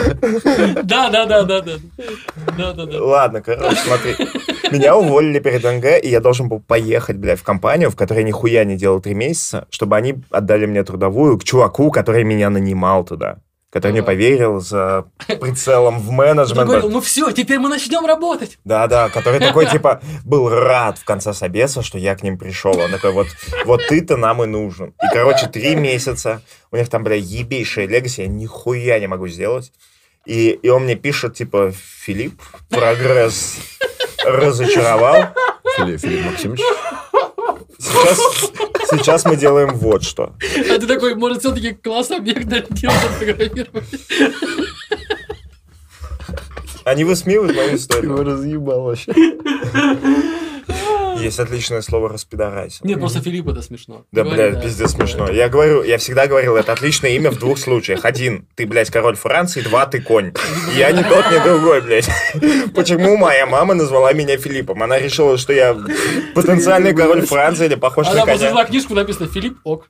Да. Ладно, короче, смотри. Меня уволили перед НГ, и я должен был поехать, блядь, в компанию, в которой нихуя не делал 3 месяца, чтобы они отдали мне трудовую к чуваку, который меня нанимал туда. Который мне поверил за прицелом в менеджмент. Он говорил, ну все, теперь мы начнем работать. Да, который такой, типа, был рад в конце собеса, что я к ним пришел. Он такой, вот ты-то нам и нужен. И, короче, 3 месяца, у них там, бля, ебейшая легаси, я нихуя не могу сделать. И он мне пишет, типа, Филипп, прогресс разочаровал. Филипп Максимович. Сейчас мы делаем вот что. А ты такой, может, все-таки класс-объект-ориентированное программирование. Они высмеивают мою историю. Его разъебал вообще. Есть отличное слово «распидорайся». Нет, просто Филипп это смешно. Да, блядь, пиздец смешно. Я всегда говорил, это отличное имя в 2 случаях. 1, ты, блядь, король Франции, 2, ты конь. Я ни тот, ни другой, блядь. Почему моя мама назвала меня Филиппом? Она решила, что я потенциальный король Франции или похож на Она коня. посмотрела книжку, написано «Филипп ок».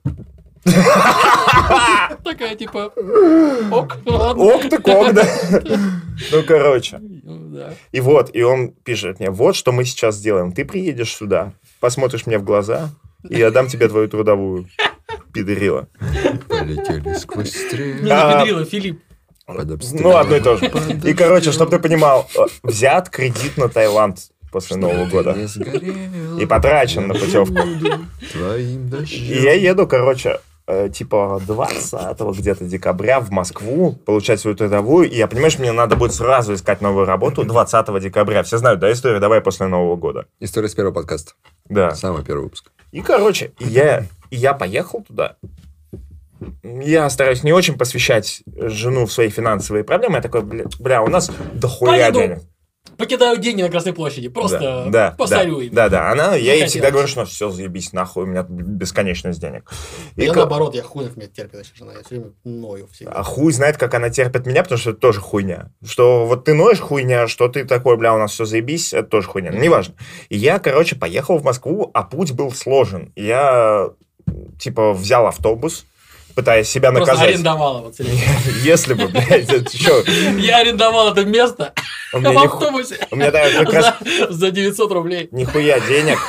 Такая, типа, ок, ладно. Ок так ок, да. Ну, короче. Да. И он пишет мне, вот что мы сейчас сделаем. Ты приедешь сюда, посмотришь мне в глаза, и я дам тебе твою трудовую. Пидорила. Полетели сквозь стрелы. Не напедрила, Филипп. Ну, одно и то же. И, короче, чтобы ты понимал, взят кредит на Таиланд после Нового года. И потрачен на путевку. И я еду, короче, типа 20 где-то декабря в Москву получать свою трудовую. И я, понимаешь, мне надо будет сразу искать новую работу 20 декабря. Все знают, да, историю? Давай после Нового года. История с первого подкаста. Да. Самый первый выпуск. И, короче, я поехал туда. Я стараюсь не очень посвящать жену в свои финансовые проблемы. Я такой, бля, у нас дохуя денег. Покидаю деньги на Красной площади. Просто посорю им. Да. Я ей всегда говорю, что все, заебись нахуй, у меня бесконечность денег. Я наоборот, я хуй меня терпит эта жена. Я все время ною всегда. А хуй знает, как она терпит меня, потому что это тоже хуйня. Что вот ты ноешь хуйня, что ты такой, бля, у нас все заебись, это тоже хуйня. Неважно. И я, короче, поехал в Москву, а путь был сложен. Я, типа, взял автобус, пытаясь себя наказать. Просто арендовал его целиком. Если бы, блядь, это что? Я арендовал это место в автобусе у меня как раз за 900 рублей. Нихуя денег.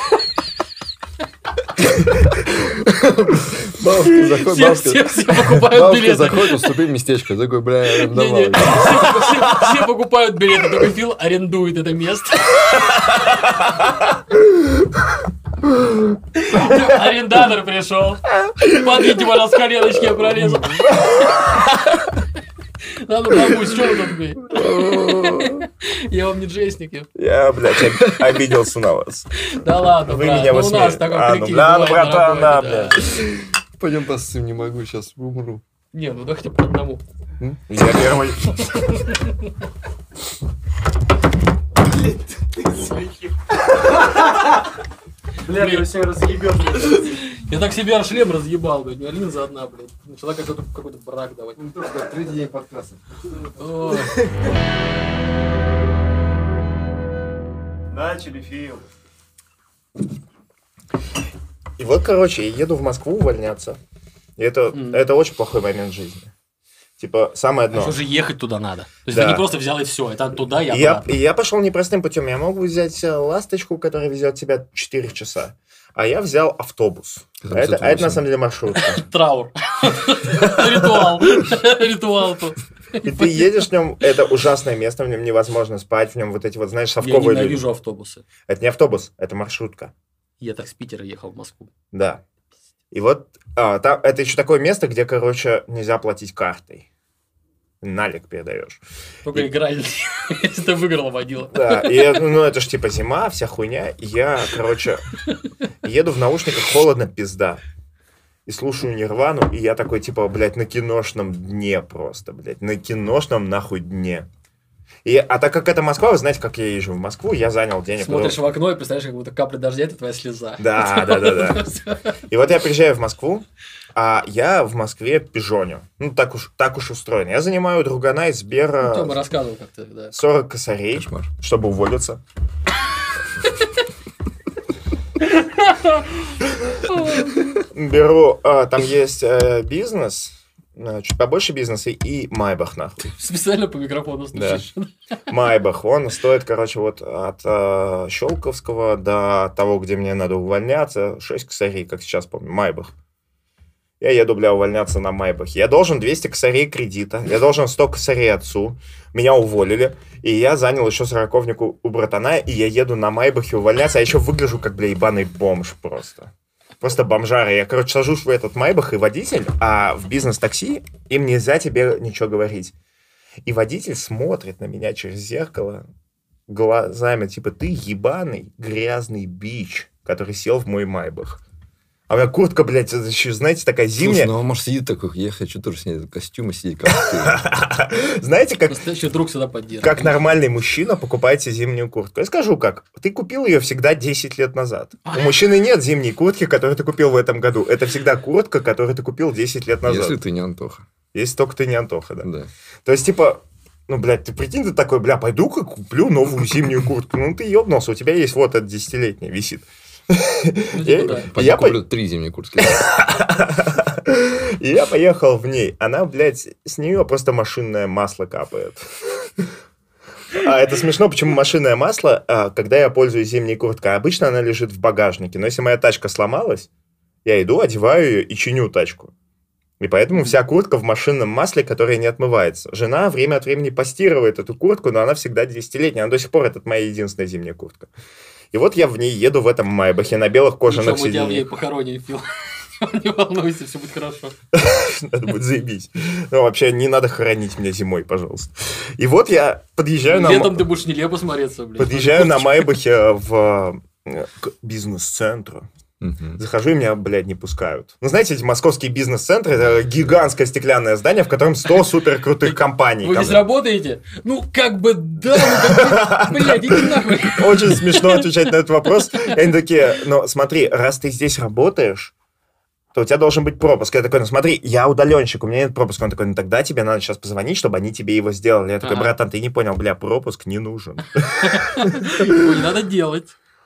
Все покупают билеты. Заходит, уступи местечко. Такой, бля, арендовал. Все покупают билеты, только Фил арендует это место. Арендатор пришел. Смотрите, можно с коленочки я прорезал. Надо бабусь, что вы тут, блядь? Я вам не джейсник. Я, блядь, обиделся на вас. Да ладно, вы брат, меня ну у нас такой прикинь. ну, братан, да, блядь. Пойдем посысим, не могу, сейчас умру. Не, ну да хотя бы по одному. Я первый. Бля, ты все разъебешь. Я так себе шлем разъебал, блядь, линза одна, блядь. Начала какой-то брак давать. Ну, тоже, да, 3 дня подкаста. Начали, Фил. И вот, короче, я еду в Москву увольняться. И это очень плохой момент жизни. Типа, самое дно. Что же ехать туда надо? То есть Да. ты не просто взял и все, это туда и И обратно. я пошел непростым путем. Я мог взять ласточку, которая везет тебя 4 часа. А я взял автобус. А это на самом деле маршрутка. Траур. Ритуал тут. И ты едешь в нем, это ужасное место, в нем невозможно спать, в нем вот эти вот, знаешь, Я совковые люди. ненавижу автобусы. Это не автобус, это маршрутка. Я так с Питера ехал в Москву. Да. И вот там, это еще такое место, где, короче, нельзя платить картой. Налик передаешь. Только играли, если ты выиграл, водила. Да, и это ж типа зима, вся хуйня. И я, короче, еду в наушниках, холодно, пизда. И слушаю Нирвану, и я такой, типа, блядь, на киношном дне просто, блядь. На киношном, нахуй, дне. А так как это Москва, вы знаете, как я езжу в Москву, я занял денег. Смотришь в окно и представляешь, как будто капля дождя – это твоя слеза. Да. И вот я приезжаю в Москву, а я в Москве пижоню. Ну, так уж устроено. Я занимаю другана из Сбера... Тёма рассказывал как-то, да. 40 косарей, Кошмар. чтобы уволиться. Беру, там есть бизнес, чуть побольше бизнеса, и Майбах, нахуй. Специально по микрофону стучишь. Майбах, он стоит, короче, вот от Щелковского до того, где мне надо увольняться, 6 косарей, как сейчас помню, Майбах. Я еду, увольняться на Майбахе. Я должен 200 косарей кредита, я должен 100 косарей отцу. Меня уволили, и я занял еще 40-ку у братана, и я еду на Майбахе увольняться, а еще выгляжу как, ебаный бомж просто. Просто бомжара. Я, сажусь в этот Майбах, и водитель, а в бизнес-такси им нельзя тебе ничего говорить. И водитель смотрит на меня через зеркало глазами, типа, ты ебаный грязный бич, который сел в мой Майбах. А у меня куртка, еще, знаете, такая зимняя. Слушай, он может сидит такой, я хочу тоже снять костюм и сидеть как ты. Знаете, как... Настоящий друг всегда поддерживает. Как нормальный мужчина покупаете зимнюю куртку. Я скажу как. Ты купил ее всегда 10 лет назад. У мужчины нет зимней куртки, которую ты купил в этом году. Это всегда куртка, которую ты купил 10 лет назад. Если ты не Антоха. Если только ты не Антоха, да. Да. То есть, типа... ты прикинь, ты такой, пойду-ка куплю новую зимнюю куртку. Ну, ты ебнулся, у тебя есть вот эта 10-летняя висит. Я куплю 3 зимние куртки. И я поехал в ней. Она, с нее просто машинное масло капает. А это смешно, почему машинное масло, когда я пользуюсь зимней курткой, обычно она лежит в багажнике. Но если моя тачка сломалась, я иду, одеваю ее и чиню тачку. И поэтому вся куртка в машинном масле, которое не отмывается. Жена время от времени постирывает эту куртку, но она всегда 10-летняя. Она до сих пор, это моя единственная зимняя куртка. И вот я в ней еду в этом Майбахе на белых кожаных сиденьях. Ничего, мы тебя в ней похороним, Фил. Не волнуйся, все будет хорошо. Надо будет заебись. Ну, вообще, не надо хоронить меня зимой, пожалуйста. И вот я подъезжаю на... Летом ты будешь нелепо смотреться, блин. Подъезжаю на Майбахе к бизнес-центру. Захожу, и меня, не пускают. Ну, знаете, эти московские бизнес-центры, это гигантское стеклянное здание, в котором 100 супер крутых компаний. Вы здесь работаете? Ну, да, иди нахуй. Очень смешно отвечать на этот вопрос. И они такие, смотри, раз ты здесь работаешь, то у тебя должен быть пропуск. Я такой, смотри, я удаленщик, у меня нет пропуска. Он такой, тогда тебе надо сейчас позвонить, чтобы они тебе его сделали. Я такой, братан, ты не понял, пропуск не нужен. Его не надо делать.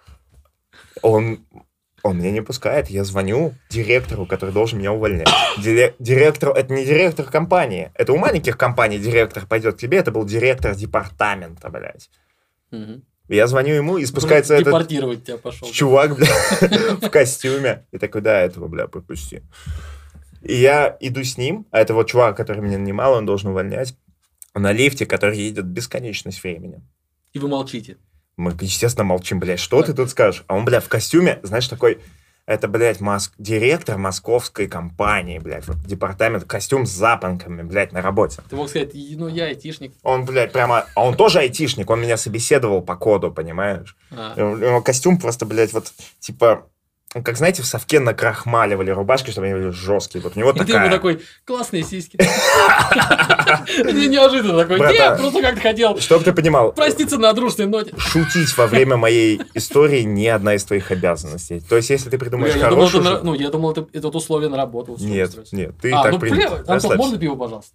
Он меня не пускает, я звоню директору, который должен меня увольнять. Директор, это не директор компании. Это у маленьких компаний директор пойдет к тебе, это был директор департамента, Я звоню ему, и спускается этот... Депортировать тебя пошел. Чувак, в костюме. И такой, да, этого, пропусти. И я иду с ним, а это вот чувак, который меня нанимал, он должен увольнять, на лифте, который едет бесконечность времени. И вы молчите. Мы, естественно, молчим, что ты тут скажешь? А он, в костюме, знаешь, такой, это, директор московской компании, департамент, костюм с запонками, на работе. Ты мог сказать, я айтишник. Он, прямо, а он тоже айтишник, он меня собеседовал по коду, понимаешь? У него костюм просто, типа... Как, знаете, в совке накрахмаливали рубашки, чтобы они были жесткие. Вот у него такая... Ты ему такой, классные сиськи. Неожиданно такой, нет, просто как-то хотел... Чтобы ты понимал... Проститься на дружественной ноте. Шутить во время моей истории не одна из твоих обязанностей. То есть, если ты придумаешь хорошую... Я думал, это условие на работу. Нет, ты так принято. Антон, можно пиво, пожалуйста?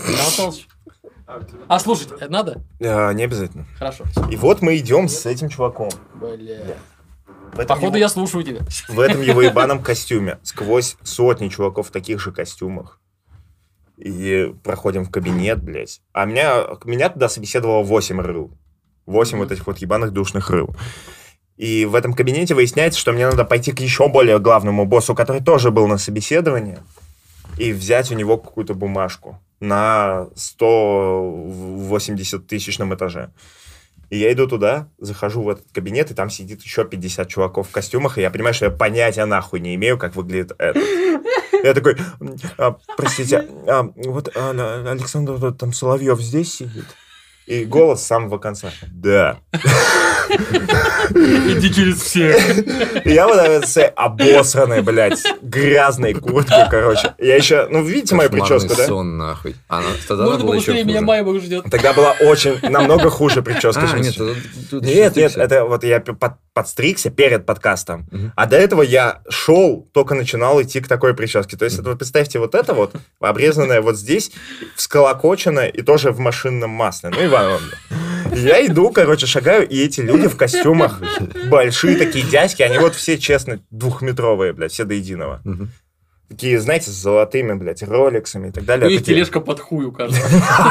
А слушать надо? Не обязательно. Хорошо. И вот мы идем с этим чуваком. Походу, я слушаю тебя. В этом его ебаном костюме. Сквозь сотни чуваков в таких же костюмах. И проходим в кабинет, А меня туда собеседовало 8 рыл. 8 вот этих вот ебаных душных рыл. И в этом кабинете выясняется, что мне надо пойти к еще более главному боссу, который тоже был на собеседовании, и взять у него какую-то бумажку на 180-тысячном этаже. И я иду туда, захожу в этот кабинет, и там сидит еще 50 чуваков в костюмах, и я понимаю, что я понятия нахуй не имею, как выглядит этот. Я такой, простите, вот Александр там Соловьев здесь сидит? И голос с самого конца. Да. Иди через всех. Я вот этой обосранной, блядь, грязной куртке, короче. Я еще, ну, видите мою прическу, да? Сон, нахуй. Можно побыстрее, меня Майбах ждет. Тогда была очень, намного хуже прическа. Нет, это вот я подстригся перед подкастом, а до этого я шел, только начинал идти к такой прическе. То есть, это, представьте, вот это вот, обрезанное вот здесь, всколокоченное и тоже в машинном масле. Ну, Иван, я иду, короче, шагаю, и эти люди в костюмах, большие такие дядьки, они вот все, честно, 2-метровые, блядь, все до единого. Такие, знаете, с золотыми, блядь, роликсами и так далее. У них тележка под хуй у каждого.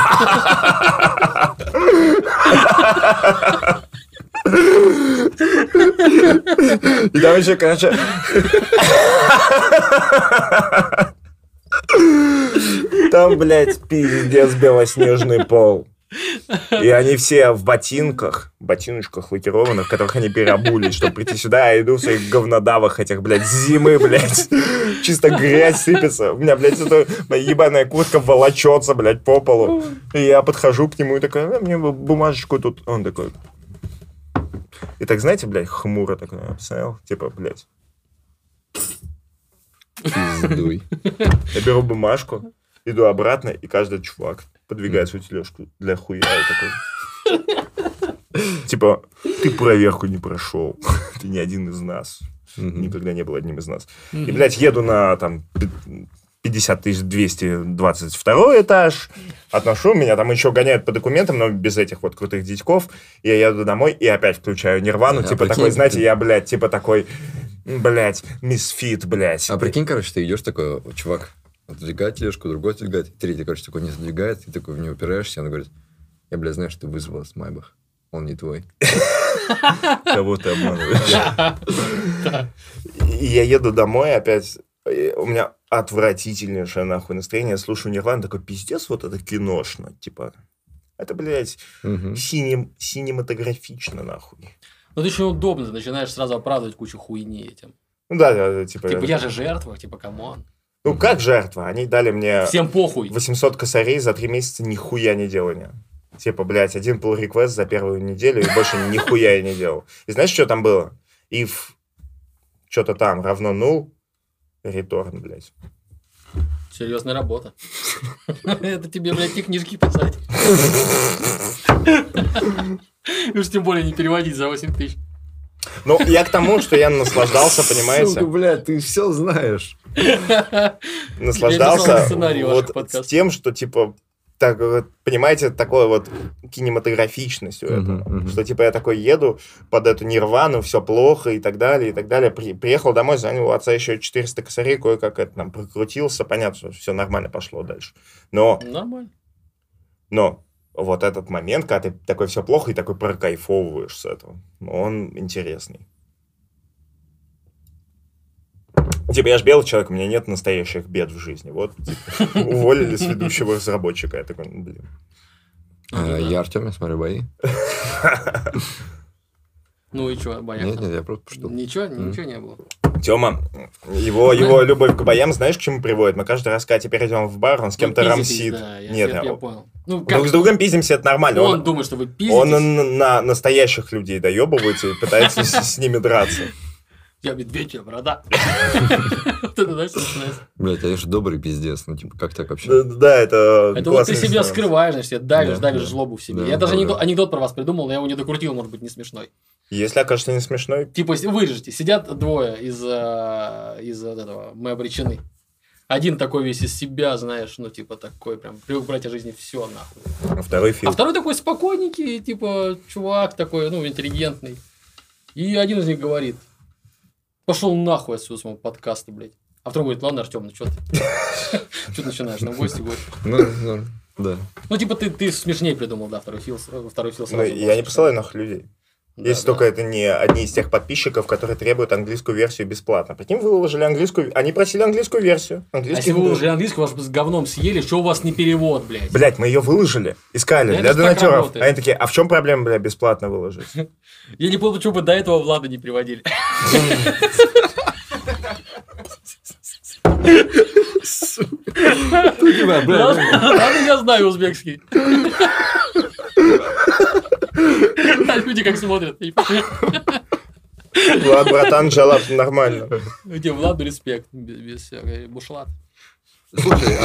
И там еще, короче... Там, блядь, пиздец, белоснежный пол. И они все в ботиночках лакированных, в которых они переобулись, чтобы прийти сюда, я иду в своих говнодавах этих, блядь, зимы, блядь. Чисто грязь сыпется. У меня, блядь, эта моя ебаная куртка волочется, блядь, по полу. И я подхожу к нему и такой, мне бумажечку тут. Он такой... И так, знаете, блядь, хмуро такой обсмотрел, типа, блядь. Пиздуй. Я беру бумажку, иду обратно, и каждый чувак подвигает свою тележку для хуя и такой. Типа, ты проверку не прошел. Ты не один из нас. Никогда не был одним из нас. И, блядь, еду на там 50 222 этаж, отношу, меня там еще гоняют по документам, но без этих вот крутых дядьков. Я еду домой и опять включаю Нирвану, типа такой, знаете, я, блядь, типа такой, блядь, мисфит, блядь. А прикинь, короче, ты идешь такой, чувак, отодвигает тележку, другой отодвигает, третий, короче, такой не задвигает, ты такой в него упираешься, и он говорит, я, блядь, знаю, что ты вызвал с Майбах, он не твой. Кого ты обманываешь? И я еду домой опять, у меня отвратительнейшее нахуй настроение, я слушаю Нирвану, такой, пиздец, вот это киношно, типа, это, блядь, синематографично, нахуй. Ну, это очень удобно, ты начинаешь сразу оправдывать кучу хуйни этим. Ну да, типа... Типа, я же жертва, типа, камон. Ну, как жертва? Они дали мне... Всем похуй. 800 косарей за 3 месяца нихуя не делали. Типа, блядь, один pull request за первую неделю, и больше нихуя я не делал. И знаешь, что там было? If что-то там равно null, return, блядь. Серьезная работа. Это тебе, блядь, те книжки писать. Уж тем более не переводить за 8 тысяч. Ну, я к тому, что я наслаждался, понимаете? Сука, блядь, ты все знаешь. Наслаждался вот с тем, что, типа, так, понимаете, такой вот кинематографичностью этого. Что, типа, я такой еду под эту Нирвану, все плохо и так далее, и так далее. Приехал домой, занял у отца еще 400 косарей, кое-как это там прокрутился. Понятно, что все нормально пошло дальше. Нормально. Но вот этот момент, когда ты такой все плохо и такой прокайфовываешь с этого, он интересный. Типа, я ж белый человек, у меня нет настоящих бед в жизни. Вот, типа, уволили с ведущего разработчика. Я такой, блин. Я Артем, я смотрю бои. Ну и что, бояк? Нет, я просто пошел. Ничего не было. Тёма, его любовь к боям, знаешь, к чему приводит? Мы каждый раз, когда теперь идем в бар, он с кем-то рамсит. Нет, я понял. Друг с другом пиздимся, это нормально. Он думает, что вы пиздитесь. Он на настоящих людей доебывается и пытается с ними драться. Я медведь, я борода. Вот это, знаешь, начинается. Блядь, я же добрый пиздец. Ну, типа, как так вообще? Да, это это вот ты себя скрываешь, значит, давишь злобу в себе. Я даже да. анекдот про вас придумал, но я его не докрутил, может быть, не смешной. Если окажется не смешной. Типа, вырежете, сидят двое из этого «Мы обречены». Один такой весь из себя, знаешь, ну, типа, такой прям, привык брать о жизни все, нахуй. А второй фильм. А второй такой спокойненький, типа, чувак такой, ну, интеллигентный. И один из них говорит: пошел нахуй отсюда с моего подкаста, блядь. А второй говорит: ладно, Артем, ну что ты? Что ты начинаешь? Ну, гости. Ну, да. Ну, типа, ты смешнее придумал, да, второй фил сразу. Я не посылаю нахуй людей. Если только это не одни из тех подписчиков, которые требуют английскую версию бесплатно. Прикинь, вы выложили английскую... Они просили английскую версию. А если вы выложили английскую, вас с говном съели, что у вас не перевод, блядь? Блядь, мы ее выложили, искали для донатеров. Они такие: а в чем проблема, блядь, бесплатно выложить? Я не понял, почему бы до этого Влада не приводили. Ладно, я знаю узбекский. А люди как смотрят. Влад, братан, жалоб, нормально. Где Владу респект, без всякой бушлат. Слушай,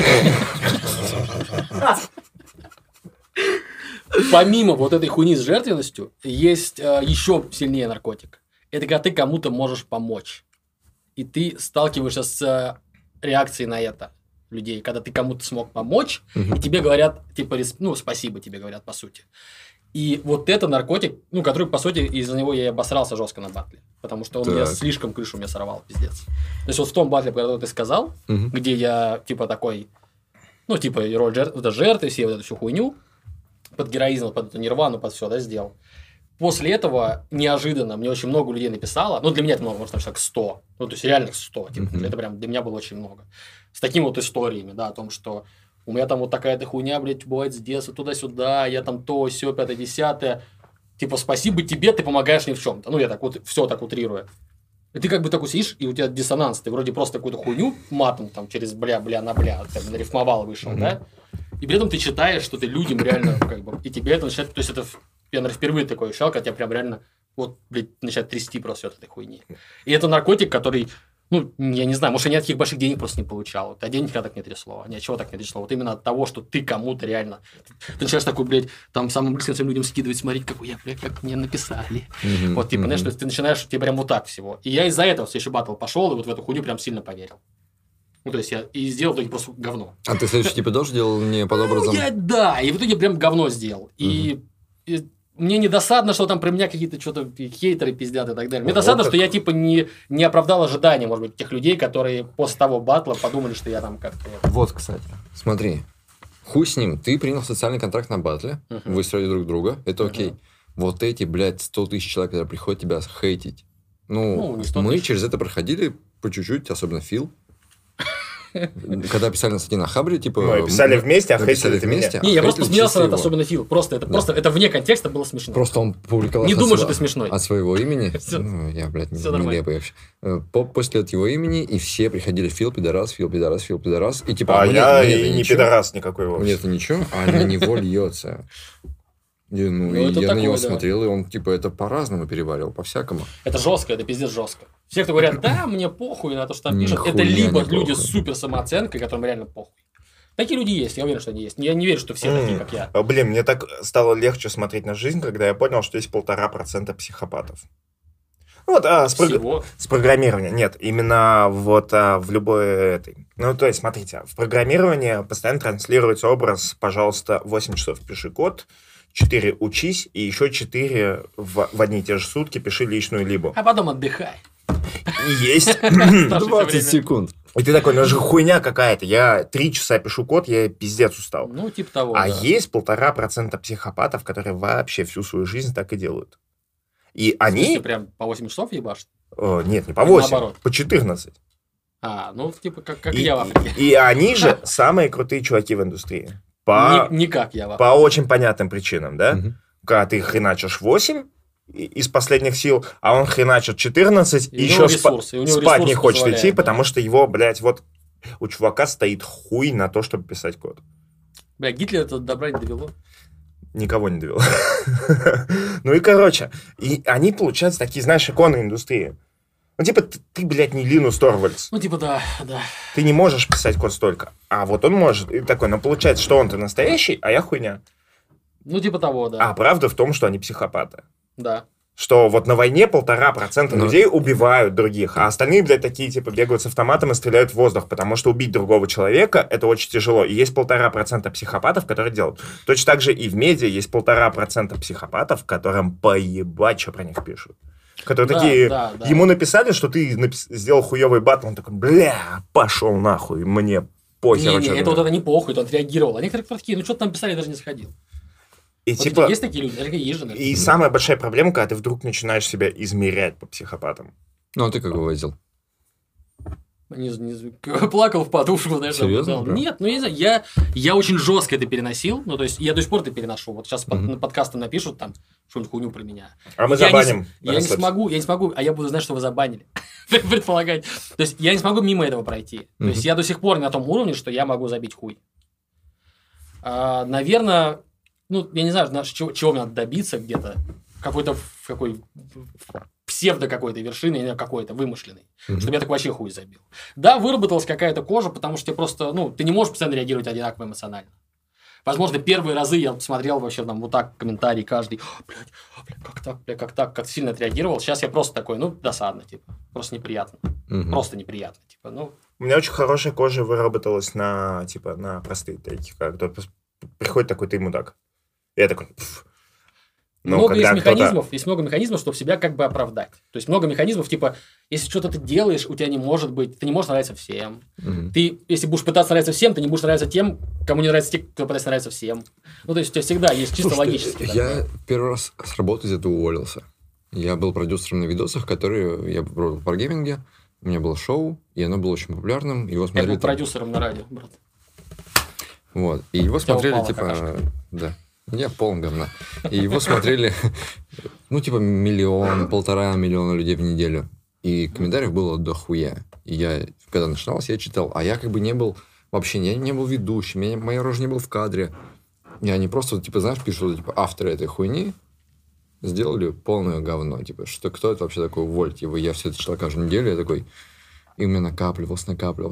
Помимо вот этой хуйни с жертвенностью, есть еще сильнее наркотик. Это когда ты кому-то можешь помочь. И ты сталкиваешься с реакцией на это людей. Когда ты кому-то смог помочь, и тебе говорят, типа, ну, спасибо тебе говорят, по сути. И вот это наркотик, ну, который, по сути, из-за него я и обосрался жестко на батле. Потому что он меня слишком крышу мне сорвал, пиздец. То есть, вот в том батле, который ты сказал, где я, типа, такой, ну, типа, роль жертвы, все вот эту всю хуйню, под героизм, под эту нирвану, под все, да, сделал. После этого неожиданно мне очень много людей написало, ну, для меня это много, может, так 100, ну, то есть, реально 100, типа, это прям для меня было очень много. С такими вот историями, да, о том, что у меня там вот такая-то хуйня, блядь, бывает с детства, туда-сюда, я там то, сё, 5-10. Типа, спасибо тебе, ты помогаешь мне в чем-то. Ну, я так вот, все так утрирую. И ты как бы такой сидишь, и у тебя диссонанс. Ты вроде просто какую-то хуйню матом там через бля-бля на бля, там, нарифмовал, вышел, да? И при этом ты читаешь, что ты людям реально, как бы, и тебе это начинает, то есть, это, я, наверное, впервые такое ощущал, когда тебя прям реально, вот, блядь, начинает трясти просто от этой хуйни. И это наркотик, который... Ну, я не знаю, может, я ни от таких больших денег просто не получал. А денег никогда так не трясло, ни от чего так не трясло. Вот именно от того, что ты кому-то реально... Ты начинаешь такой, блядь, там самым близким своим людям скидывать, смотреть, какой я, блядь, как мне написали. Вот, типа, знаешь, ты начинаешь, тебе прям вот так всего. И я из-за этого в следующий баттл пошел, и вот в эту хуйню прям сильно поверил. Ну, то есть, я и сделал в итоге просто говно. А ты следующий типа тоже делал не под образом? Да, и в итоге прям говно сделал. И мне не досадно, что там про меня какие-то что-то хейтеры пиздят и так далее. Мне досадно, что я типа не оправдал ожидания, может быть, тех людей, которые после того батла подумали, что я там как-то... Вот, кстати. Смотри, хуй с ним. Ты принял социальный контракт на батле, вы строили друг друга, это окей. Вот эти, блядь, 100 тысяч человек, которые приходят тебя хейтить. Ну мы через это проходили по чуть-чуть, особенно Фил. Когда писали на статье на Хабре, типа... Мы писали вместе, а хейтили вместе. Не, я просто смеялся над особенно Фил. Просто это вне контекста было смешно. Просто он публиковал... Не думаю, что ты смешной. От своего имени. Ну, я, блядь, нелепый вообще. После от его имени, и все приходили: Фил, пидорас, Фил, пидорас, Фил, пидорас. И типа... А я и не пидорас никакой вовсе. Мне это ничего, а на него льется. Ну, и я на него смотрел, и он, типа, это по-разному переваривал, по-всякому. Это жестко, это пиздец жестко. Все, кто говорят, да, мне похуй на то, что там пишут, это либо люди с супер самооценкой, которым реально похуй. Такие люди есть, я уверен, что они есть. Я не верю, что все такие, как я. Блин, мне так стало легче смотреть на жизнь, когда я понял, что есть 1,5% психопатов. Вот, с программирования. Нет, именно вот в любой этой... Ну, то есть, смотрите, в программировании постоянно транслируется образ, пожалуйста, 8 часов пиши код, 4 учись, и еще 4 в одни и те же сутки пиши личную либо. А потом отдыхай. И есть 20 секунд. И ты такой, ну это же хуйня какая-то. Я 3 часа пишу код, я пиздец устал. Ну, типа того, А есть 1,5% психопатов, которые вообще всю свою жизнь так и делают. И они... В смысле, прям по 8 часов ебашат? Нет, не по 8, наоборот. по 14. Ну, типа, как я в Африке. И они же самые крутые чуваки в индустрии. Не как я в Африке. По очень понятным причинам, да? Когда ты хреначишь 8 из последних сил, а он хреначит 14, и еще спать не хочет идти, потому что его, блядь, вот у чувака стоит хуй на то, чтобы писать код. Бля, Гитлер это добра не довело. Никого не довело. Ну и короче, и они, получаются, такие, знаешь, иконы индустрии. Ну, типа, ты, блядь, не Линус Торвальдс. Ну, типа, да. Ты не можешь писать код столько. А вот он может. И такой, ну, получается, что он-то настоящий, а я хуйня. Ну, типа того, да. А правда в том, что они психопаты. Да. Что вот на войне 1,5% людей убивают других, а остальные, блядь, такие, типа, бегают с автоматом и стреляют в воздух, потому что убить другого человека — это очень тяжело. И есть 1,5% психопатов, которые делают. Точно так же и в медиа есть 1,5% психопатов, которым поебать, что про них пишут. Которые такие, ему написали, что ты сделал хуёвый батл, он такой, бля, пошел нахуй, мне похер. Не, это вот это не похуй, он отреагировал. А некоторые такие, ну что там писали, я даже не сходил. И вот типа, есть такие люди, есть же. И самая большая проблема, когда ты вдруг начинаешь себя измерять по психопатам. Ну, а ты как вывозил? Плакал в подушку, знаешь. Серьезно? Нет, ну я не знаю, я очень жестко это переносил, ну то есть я до сих пор это переношу. Вот сейчас под подкастом напишут там что-нибудь хуйню про меня. А мы забаним. Я не смогу, а я буду знать, что вы забанили. Предполагать. То есть я не смогу мимо этого пройти. То есть я до сих пор на том уровне, что я могу забить хуй. Наверное, ну, я не знаю, чего мне надо добиться где-то, какой псевдо какой-то вершины, или какой-то вымышленный, чтобы я так вообще хуй забил. Да, выработалась какая-то кожа, потому что тебе просто, ну, ты не можешь постоянно реагировать одинаково эмоционально. Возможно, первые разы я смотрел вообще там вот так комментарий каждый, как так, как сильно отреагировал. Сейчас я просто такой, ну, досадно, типа, просто неприятно. Просто неприятно, типа, ну. У меня очень хорошая кожа выработалась на, типа, на простые треки, когда приходит такой, ты мудак. И я такой, есть много механизмов, чтобы себя как бы оправдать. То есть много механизмов, типа, если что-то ты делаешь, у тебя не может быть, ты не можешь нравиться всем. Ты, если будешь пытаться нравиться всем, ты не будешь нравиться тем, кому не нравятся те, кто пытается нравиться всем. Ну, то есть у тебя всегда есть чисто логически. Я первый раз с работы из этого уволился. Я был продюсером на видосах, которые я пробовал в Wargaming. У меня было шоу, и оно было очень популярным. Его смотрели, я был продюсером на радио, брат. Вот. И его смотрели, типа... Да. Я полон говна. И его смотрели, ну, типа, 1-1,5 миллиона людей в неделю. И комментариев было дохуя. И я, когда начиналось, я читал. А я как бы не был... Вообще, я не был ведущим. Моя рожа не был в кадре. И они просто, типа, знаешь, пишут, типа, авторы этой хуйни сделали полное говно. Типа, что кто это вообще такой, увольте его. Я все это читал каждую неделю. Я такой... И у меня накапливалось.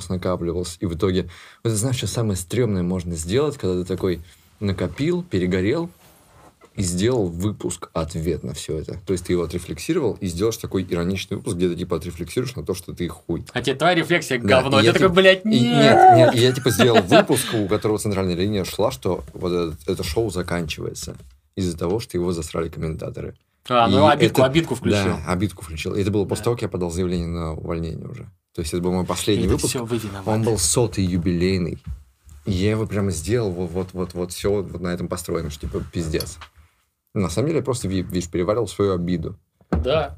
И в итоге... Вот, знаешь, что самое стрёмное можно сделать, когда ты такой... накопил, перегорел и сделал выпуск ответ на все это. То есть ты его отрефлексировал и сделаешь такой ироничный выпуск, где ты типа отрефлексируешь на то, что ты хуй. А тебе твоя рефлексия говно. Да, ты такой, блядь, нет. Нет, я типа сделал выпуск, у которого центральная линия шла, что вот это шоу заканчивается из-за того, что его засрали комментаторы. Обидку включил. Да, обидку включил. И это было после того, как я подал заявление на увольнение уже. То есть это был мой последний выпуск. Он был 100-й юбилейный. И я его прямо сделал, вот все вот на этом построено, что типа пиздец. На самом деле я просто, видишь, переварил свою обиду. Да.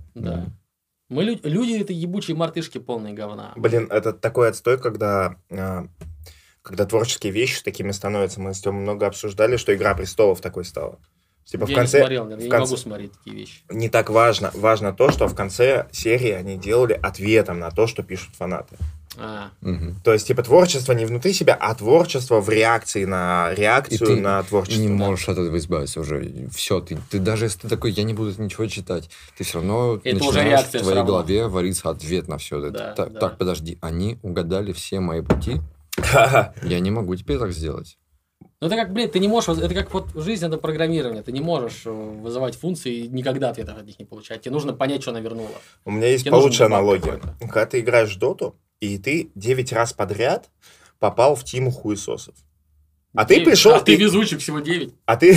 Мы люди это ебучие мартышки полные говна. Блин, это такой отстой, когда творческие вещи такими становятся. Мы с Тёмой много обсуждали, что «Игра престолов» такой стала. Типа я не могу смотреть такие вещи. Не так важно. Важно то, что в конце серии они делали ответом на то, что пишут фанаты. То есть, типа, творчество не внутри себя, а творчество в реакции на реакцию на творчество. Ты не можешь от этого избавиться уже. Все, ты даже если ты такой, я не буду ничего читать, ты все равно это начинаешь в твоей голове вариться ответ на все это. Так, подожди, они угадали все мои пути? Я не могу теперь так сделать. Ну, это как, блядь, ты не можешь... Это как вот жизнь, это программирование. Ты не можешь вызывать функции и никогда ответов от них не получать. Тебе нужно понять, что она вернула. У меня есть получше аналогия. Когда ты играешь в доту, и ты 9 раз подряд попал в тиму хуесосов. А 9? Ты пришел... ты везучий, всего 9. А ты...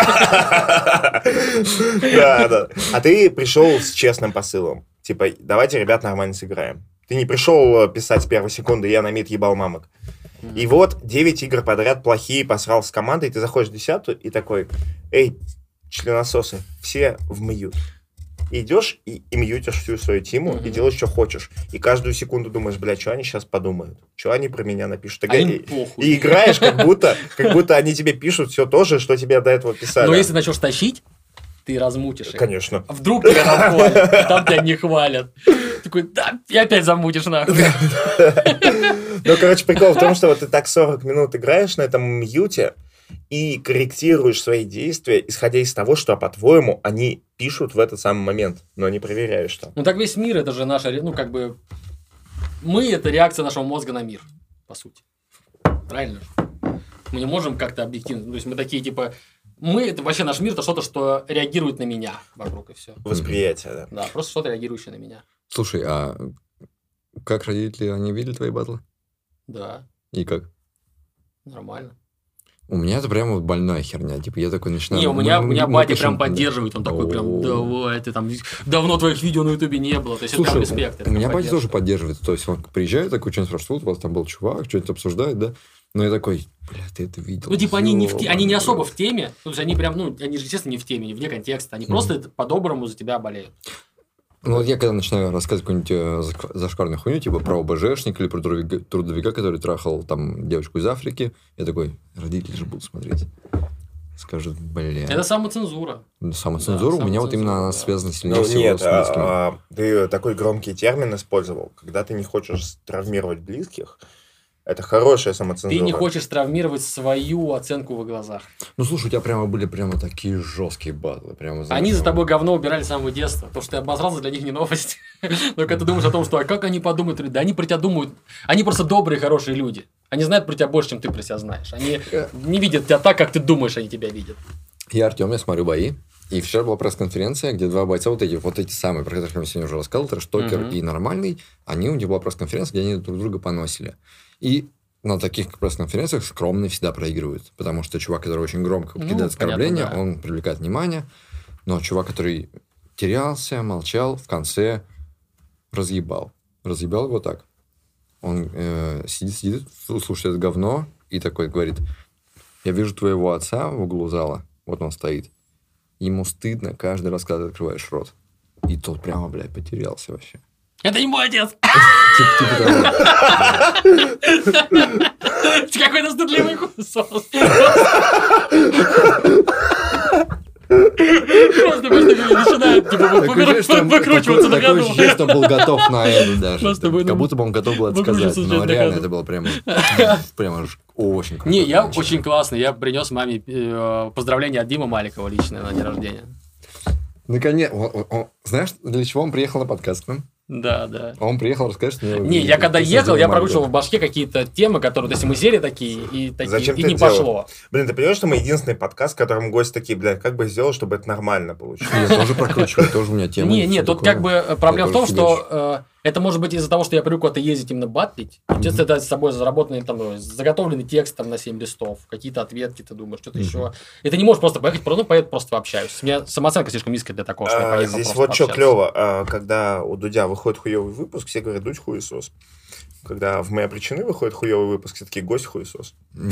Да. А ты пришел с честным посылом. Типа, давайте, ребят, нормально сыграем. Ты не пришел писать с первой секунды, я на мид ебал мамок. И вот 9 игр подряд плохие, посрал с командой, ты заходишь в 10-ю и такой, эй, членососы, все в мьют. И идешь и мьютишь всю свою тиму, и делаешь, что хочешь. И каждую секунду думаешь, бля, что они сейчас подумают? Что они про меня напишут? И играешь, как будто они тебе пишут все то же, что тебе до этого писали. Но если начнешь тащить, ты размутишь их. Конечно. Вдруг тебя там хвалят, а там тебя не хвалят. Такой, да, и опять замутишь нахуй. Ну, короче, прикол в том, что вот ты так 40 минут играешь на этом мьюте и корректируешь свои действия, исходя из того, что, по-твоему, они пишут в этот самый момент, но не проверяешь там. Ну, так весь мир, это же наша, ну, как бы... Мы — это реакция нашего мозга на мир, по сути. Правильно? Мы не можем как-то объективно... То есть, мы такие, типа... Мы — это вообще наш мир, это что-то, что реагирует на меня вокруг, и все. Восприятие, да. Да, просто что-то реагирующее на меня. Слушай, а как родители, они видели твои батлы? Да. И как? Нормально. У меня это прям вот больная херня. Типа я такой начинаю... Не, у меня батя прям поддерживает. Он такой прям, давай, ты там... Давно твоих видео на ютубе не было. То есть, слушай, это прям респект. У меня батя тоже поддерживает. То есть, он приезжает такой, что-нибудь спрашивает, вот у вас там был чувак, что-нибудь обсуждает, да? Но я такой, бля, ты это видел? Ну, типа, они не особо в теме. То есть, они прям, ну, они же, естественно, не в теме, вне контекста. Они просто по-доброму за тебя болеют. Ну, вот я когда начинаю рассказывать какую-нибудь зашкварную хуйню, типа про ОБЖшника или про трудовика, который трахал там девочку из Африки, я такой, родители же будут смотреть. Скажут, бля. Это самоцензура. Самоцензура у меня вот именно она связана сильнее всего нет, с близкими. Ты такой громкий термин использовал, когда ты не хочешь травмировать близких, Это хорошая самоцензура. Ты не хочешь травмировать свою оценку в глазах. Ну, слушай, у тебя прямо были такие жесткие батлы. Прямо, знаешь, они за тобой говно убирали с самого детства. То, что ты обосрался, для них не новость. Но когда ты думаешь о том, что как они подумают, да они про тебя думают. Они просто добрые, хорошие люди. Они знают про тебя больше, чем ты про себя знаешь. Они не видят тебя так, как ты думаешь, они тебя видят. Я Артем, я смотрю бои. И вчера была пресс-конференция, где два бойца, вот эти самые, про которых я сегодня уже рассказал, трэш-токер и нормальный, у них была пресс-конференция, где они друг друга поносили. И на таких пресс-конференциях скромные всегда проигрывают. Потому что чувак, который очень громко кидает оскорбления, он привлекает внимание. Но чувак, который терялся, молчал, в конце разъебал. Разъебал его так. Он сидит, слушает это говно и такой говорит: я вижу твоего отца в углу зала. Вот он стоит. Ему стыдно каждый раз, когда ты открываешь рот. И тот прямо, блядь, потерялся вообще. Это не мой отец! Какой-то стыдливый хуесос. Просто начинает выкручиваться на ходу. Такое ощущение, что был готов на это даже. Как будто бы он готов был это сказать. Но реально это было прямо очень круто. Не, я очень классный. Я принес маме поздравление от Димы Маликова личное на день рождения. Наконец. Знаешь, для чего он приехал на подкаст? Да. Он приехал рассказать, что... Не, я когда ехал, я прокручивал в башке какие-то темы, которые, то есть мы сели такие, и не пошло. Блин, ты понимаешь, что мы единственный подкаст, в котором гости такие, блядь, как бы сделать, чтобы это нормально получилось? Я тоже прокручиваю, тоже у меня тема. Не, тут как бы проблема в том, что это может быть из-за того, что я привык куда-то ездить именно батлить. Часто это с собой заработанный, там, заготовленный текст там, на 7 листов, какие-то ответки, ты думаешь, что-то еще. И ты не можешь просто поехать, поеду просто пообщаюсь. У меня самооценка слишком низкая для такого, что я поехал здесь просто вот что пообщаться. клево, когда у Дудя выходит хуёвый выпуск, все говорят: Дудь хуесос. Когда в «Моя причины» выходит хуёвый выпуск, все такие: гость хуесос.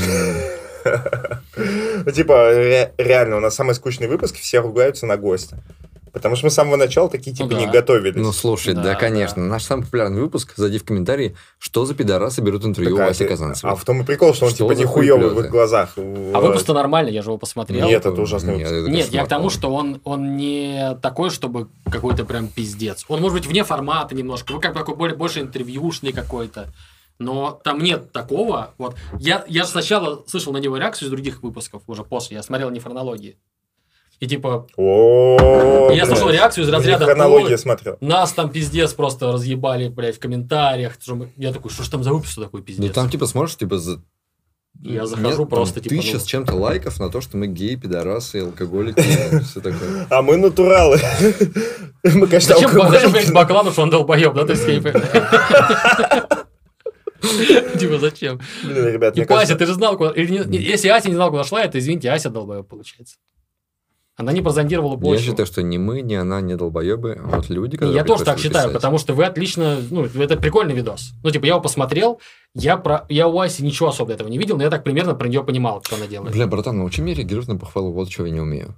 Типа, реально, у нас самый скучный выпуск, все ругаются на гостя. Потому что мы с самого начала такие, типа, не готовились. Ну, слушай, да, конечно. Наш самый популярный выпуск, зайди в комментарии, что за пидорасы берут интервью у Васи Казанцева. А в том и прикол, что он, типа, не хуёвый в их глазах. А выпуск-то нормальный, я же его посмотрел. Нет, это ужасный выпуск. Нет, я к тому, что он не такой, чтобы какой-то прям пиздец. Он может быть вне формата немножко. Вы как бы такой больше интервьюшный какой-то. Но там нет такого. Вот. Я же сначала слышал на него реакцию из других выпусков, уже после. Я смотрел не в хронологии. И типа... Я слышал реакцию из разряда... Хронология смотрел. Нас там пиздец просто разъебали, блядь, в комментариях. Я такой, что ж там за выпуск такой пиздец? Ну, там, типа, смотришь, типа... Я захожу просто, типа... 1000 с чем-то лайков на то, что мы геи, пидорасы, алкоголики, все такое. А мы натуралы. Мы, конечно, зачем говорить Баклану, что он долбоеб, да? То есть, типа, зачем? Блин, ребят, и Ася, ты же знал, куда... Если Ася не знала, куда шла, это, извините, Ася долбоеб, получается. Она не прозондировала почву. Я считаю, что ни мы, ни она не долбоебы, а вот люди, которые... Я тоже так считаю, потому что вы отлично... Ну, это прикольный видос. Ну, типа, я его посмотрел, я у Аси ничего особо этого не видел, но я так примерно про нее понимал, что она делает. Бля, братан, научи меня реагировать на похвалу, вот чего я не умею.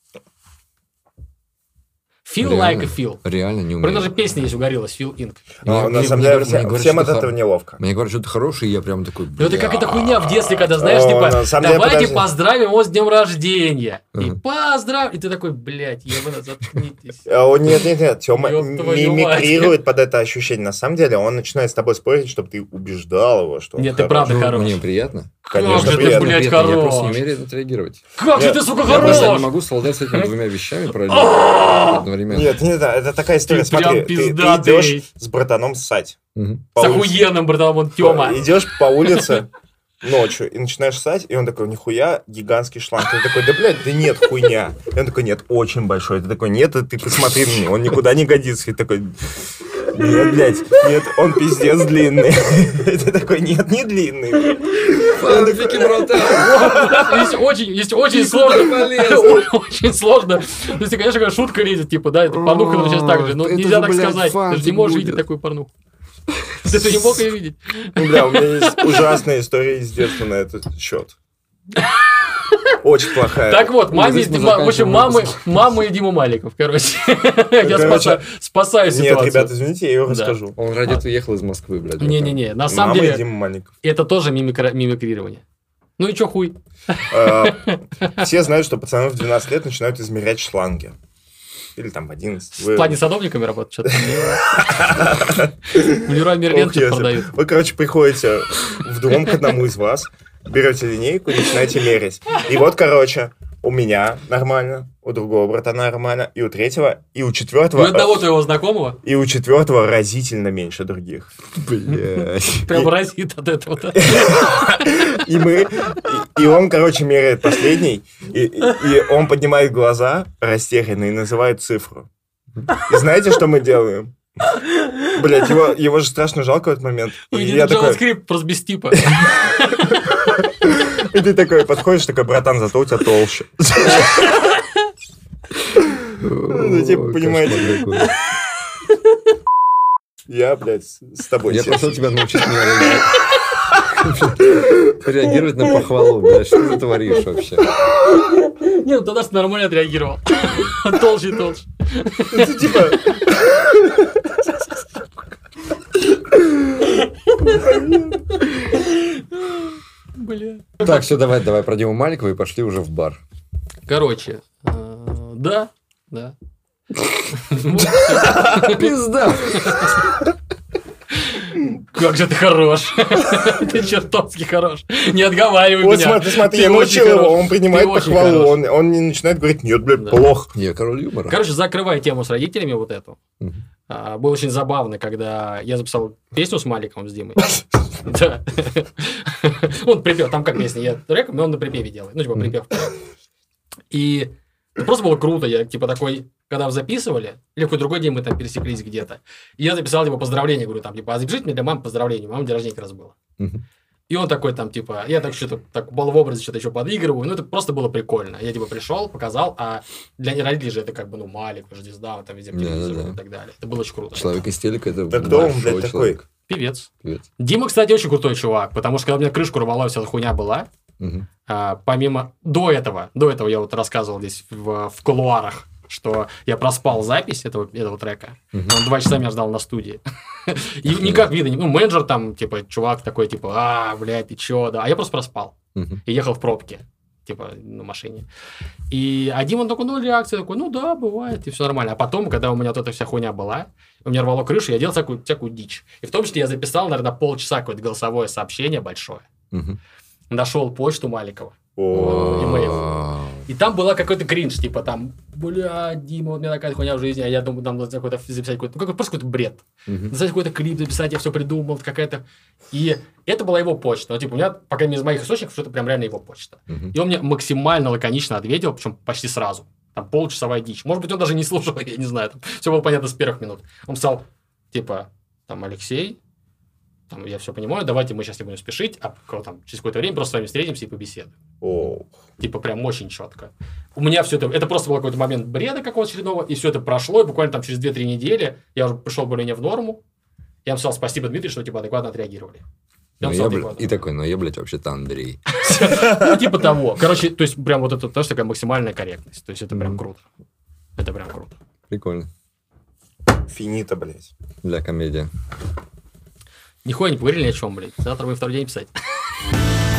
Feel like a feel. Реально не умею. Про даже песня есть у Гориллaz, Feel Inc. На самом деле, всем от этого неловко. Мне говорят, что ты хороший, и я прям такой... Ну, это как эта хуйня в детстве, когда, знаешь, типа, давайте поздравим его с днем рождения. И поздравь. И ты такой, блядь, ебано, заткнитесь. Нет. Тёма мимикрирует под это ощущение. На самом деле, он начинает с тобой спорить, чтобы ты убеждал его, что... Нет, ты правда хорош. Мне приятно. Конечно, как же ты, блядь, хорош. Я просто не умею отреагировать. Как же ты, сука, Я просто хорош! не могу совладать с этими двумя вещами одновременно. Нет, это такая история. Смотри, ты идешь с братаном ссать. С охуенным братаном, он Тёма. Идешь по улице ночью и начинаешь ссать, и он такой: нихуя, гигантский шланг. Ты такой: да, блядь, да нет, хуйня. И он такой: нет, очень большой. Ты такой: нет, ты посмотри на него, он никуда не годится. И такой: нет, блядь, нет, он пиздец длинный. И ты такой: нет, не длинный. Фанфики, братан. Есть очень сложно. Очень сложно. То есть, конечно, когда шутка лезет, типа, да, это порнуха начинается так же. Но нельзя так сказать. Ты же не можешь видеть такую порнуху. Ты не мог ее видеть. Бля, у меня есть ужасная история из детства на этот счет. Очень плохая. Так вот, в общем, мама и Дима Маликов, короче. Я спасаю ситуацию. Нет, ребят, извините, я ее расскажу. Он ради этого ехал из Москвы, блядь. Не-не-не, на самом деле, это тоже мимикрирование. Ну и чё хуй? Все знают, что пацаны в 12 лет начинают измерять шланги. или там в 11. В плане садовниками работать что-то. В Леруа Мерлен что-то продают. Вы, короче, приходите в дом к одному из вас, берете линейку и начинаете мерить. И вот, короче, у меня нормально, у другого брата нормально, и у третьего, и у четвертого... У одного твоего знакомого? И у четвертого разительно меньше других. Блядь. Прям разит от этого. И он, короче, меряет последний, и он поднимает глаза растерянно и называет цифру. И знаете, что мы делаем? Блять, его же страшно жалко в этот момент. И я такой... JavaScript просто без типа. И ты такой подходишь, такой, братан, зато у тебя толще. Ну, типа, понимаете. Я, блядь, с тобой. Я пошел тебя научить меня реагировать на похвалу, блядь. Что ты творишь вообще? Не, ну тогда ты нормально отреагировал. Толще и толще. Это типа... Бля. Так, все, давай про Диму Маликова и пошли уже в бар. Короче, да. Пизда! Как же ты хорош. Ты чертовски хорош. Не отговаривай меня. Вот смотри, я научил его, он принимает похвалу, он не начинает говорить, нет, блядь, плохо. Я король юмора. Короче, закрывая тему с родителями вот эту. Было очень забавно, когда я записал песню с Маликом, с Димой. Да. Он припев, там как песня, я трек, но он на припеве делает. Ну, типа припев. И просто было круто, я типа такой... Когда записывали, или в какой-то другой день мы там пересеклись где-то, и я записал, типа, поздравление, говорю, там, типа, а запишите мне для мамы поздравление, мама день рождения как раз было. И он такой, там, типа, я так что-то, так, был в образе, что-то еще подыгрываю, ну, это просто было прикольно. Я, типа, пришел, показал, а для родителей же это, как бы, ну, Малик, звезда, там, везде по телевизору и так далее. Это было очень круто. Человек из телека, это да кто он, блядь, такой? Певец. Дима, кстати, очень крутой чувак, потому что, когда у меня крышку рвала, вся эта хуйня была, помимо, до этого я вот рассказывал здесь в кулуарах, что я проспал запись этого трека. Он 2 часа меня ждал на студии. И никак видно. Ну, менеджер там, типа, чувак такой, типа, блядь, ты чё, да. А я просто проспал. И ехал в пробке, типа, на машине. И Дима, он такой, ну, реакция, такой, ну, да, бывает, и все нормально. А потом, когда у меня вот эта вся хуйня была, у меня рвало крышу, я делал всякую дичь. И в том числе я записал, наверное, полчаса какое-то голосовое сообщение большое. Нашел почту Маликова. Имейл. И там была какой-то кринж, типа там, бля, Дима, вот у меня такая хуйня в жизни, а я думаю, там надо какой-то записать какой-то, ну, просто какой-то бред. Записать какой-то клип, записать, я все придумал, какая-то... И это была его почта. Ну, типа, у меня, по крайней мере, из моих источников, что это прям реально его почта. И он мне максимально лаконично ответил, причем почти сразу. Там полчасовая дичь. Может быть, он даже не слушал, я не знаю. Там все было понятно с первых минут. Он писал, типа, там, Алексей, там, я все понимаю, давайте мы сейчас не будем спешить, а там, через какое-то время просто с вами встретимся и побеседуем. Типа, прям очень четко. У меня все это просто был какой-то момент бреда какого-то очередного, и все это прошло, и буквально там через 2-3 недели я уже пришел более-менее в норму. Я ему сказал, спасибо, Дмитрий, что типа адекватно отреагировали. И такой, но я, блядь, вообще-то Андрей. Ну, типа того. Короче, то есть, прям вот это тоже такая максимальная корректность. То есть, это прям круто. Это прям круто. Прикольно. Финита, блядь. Для комедии. Нихуя не поговорили ни о чем, блядь. Завтра будем второй день писать.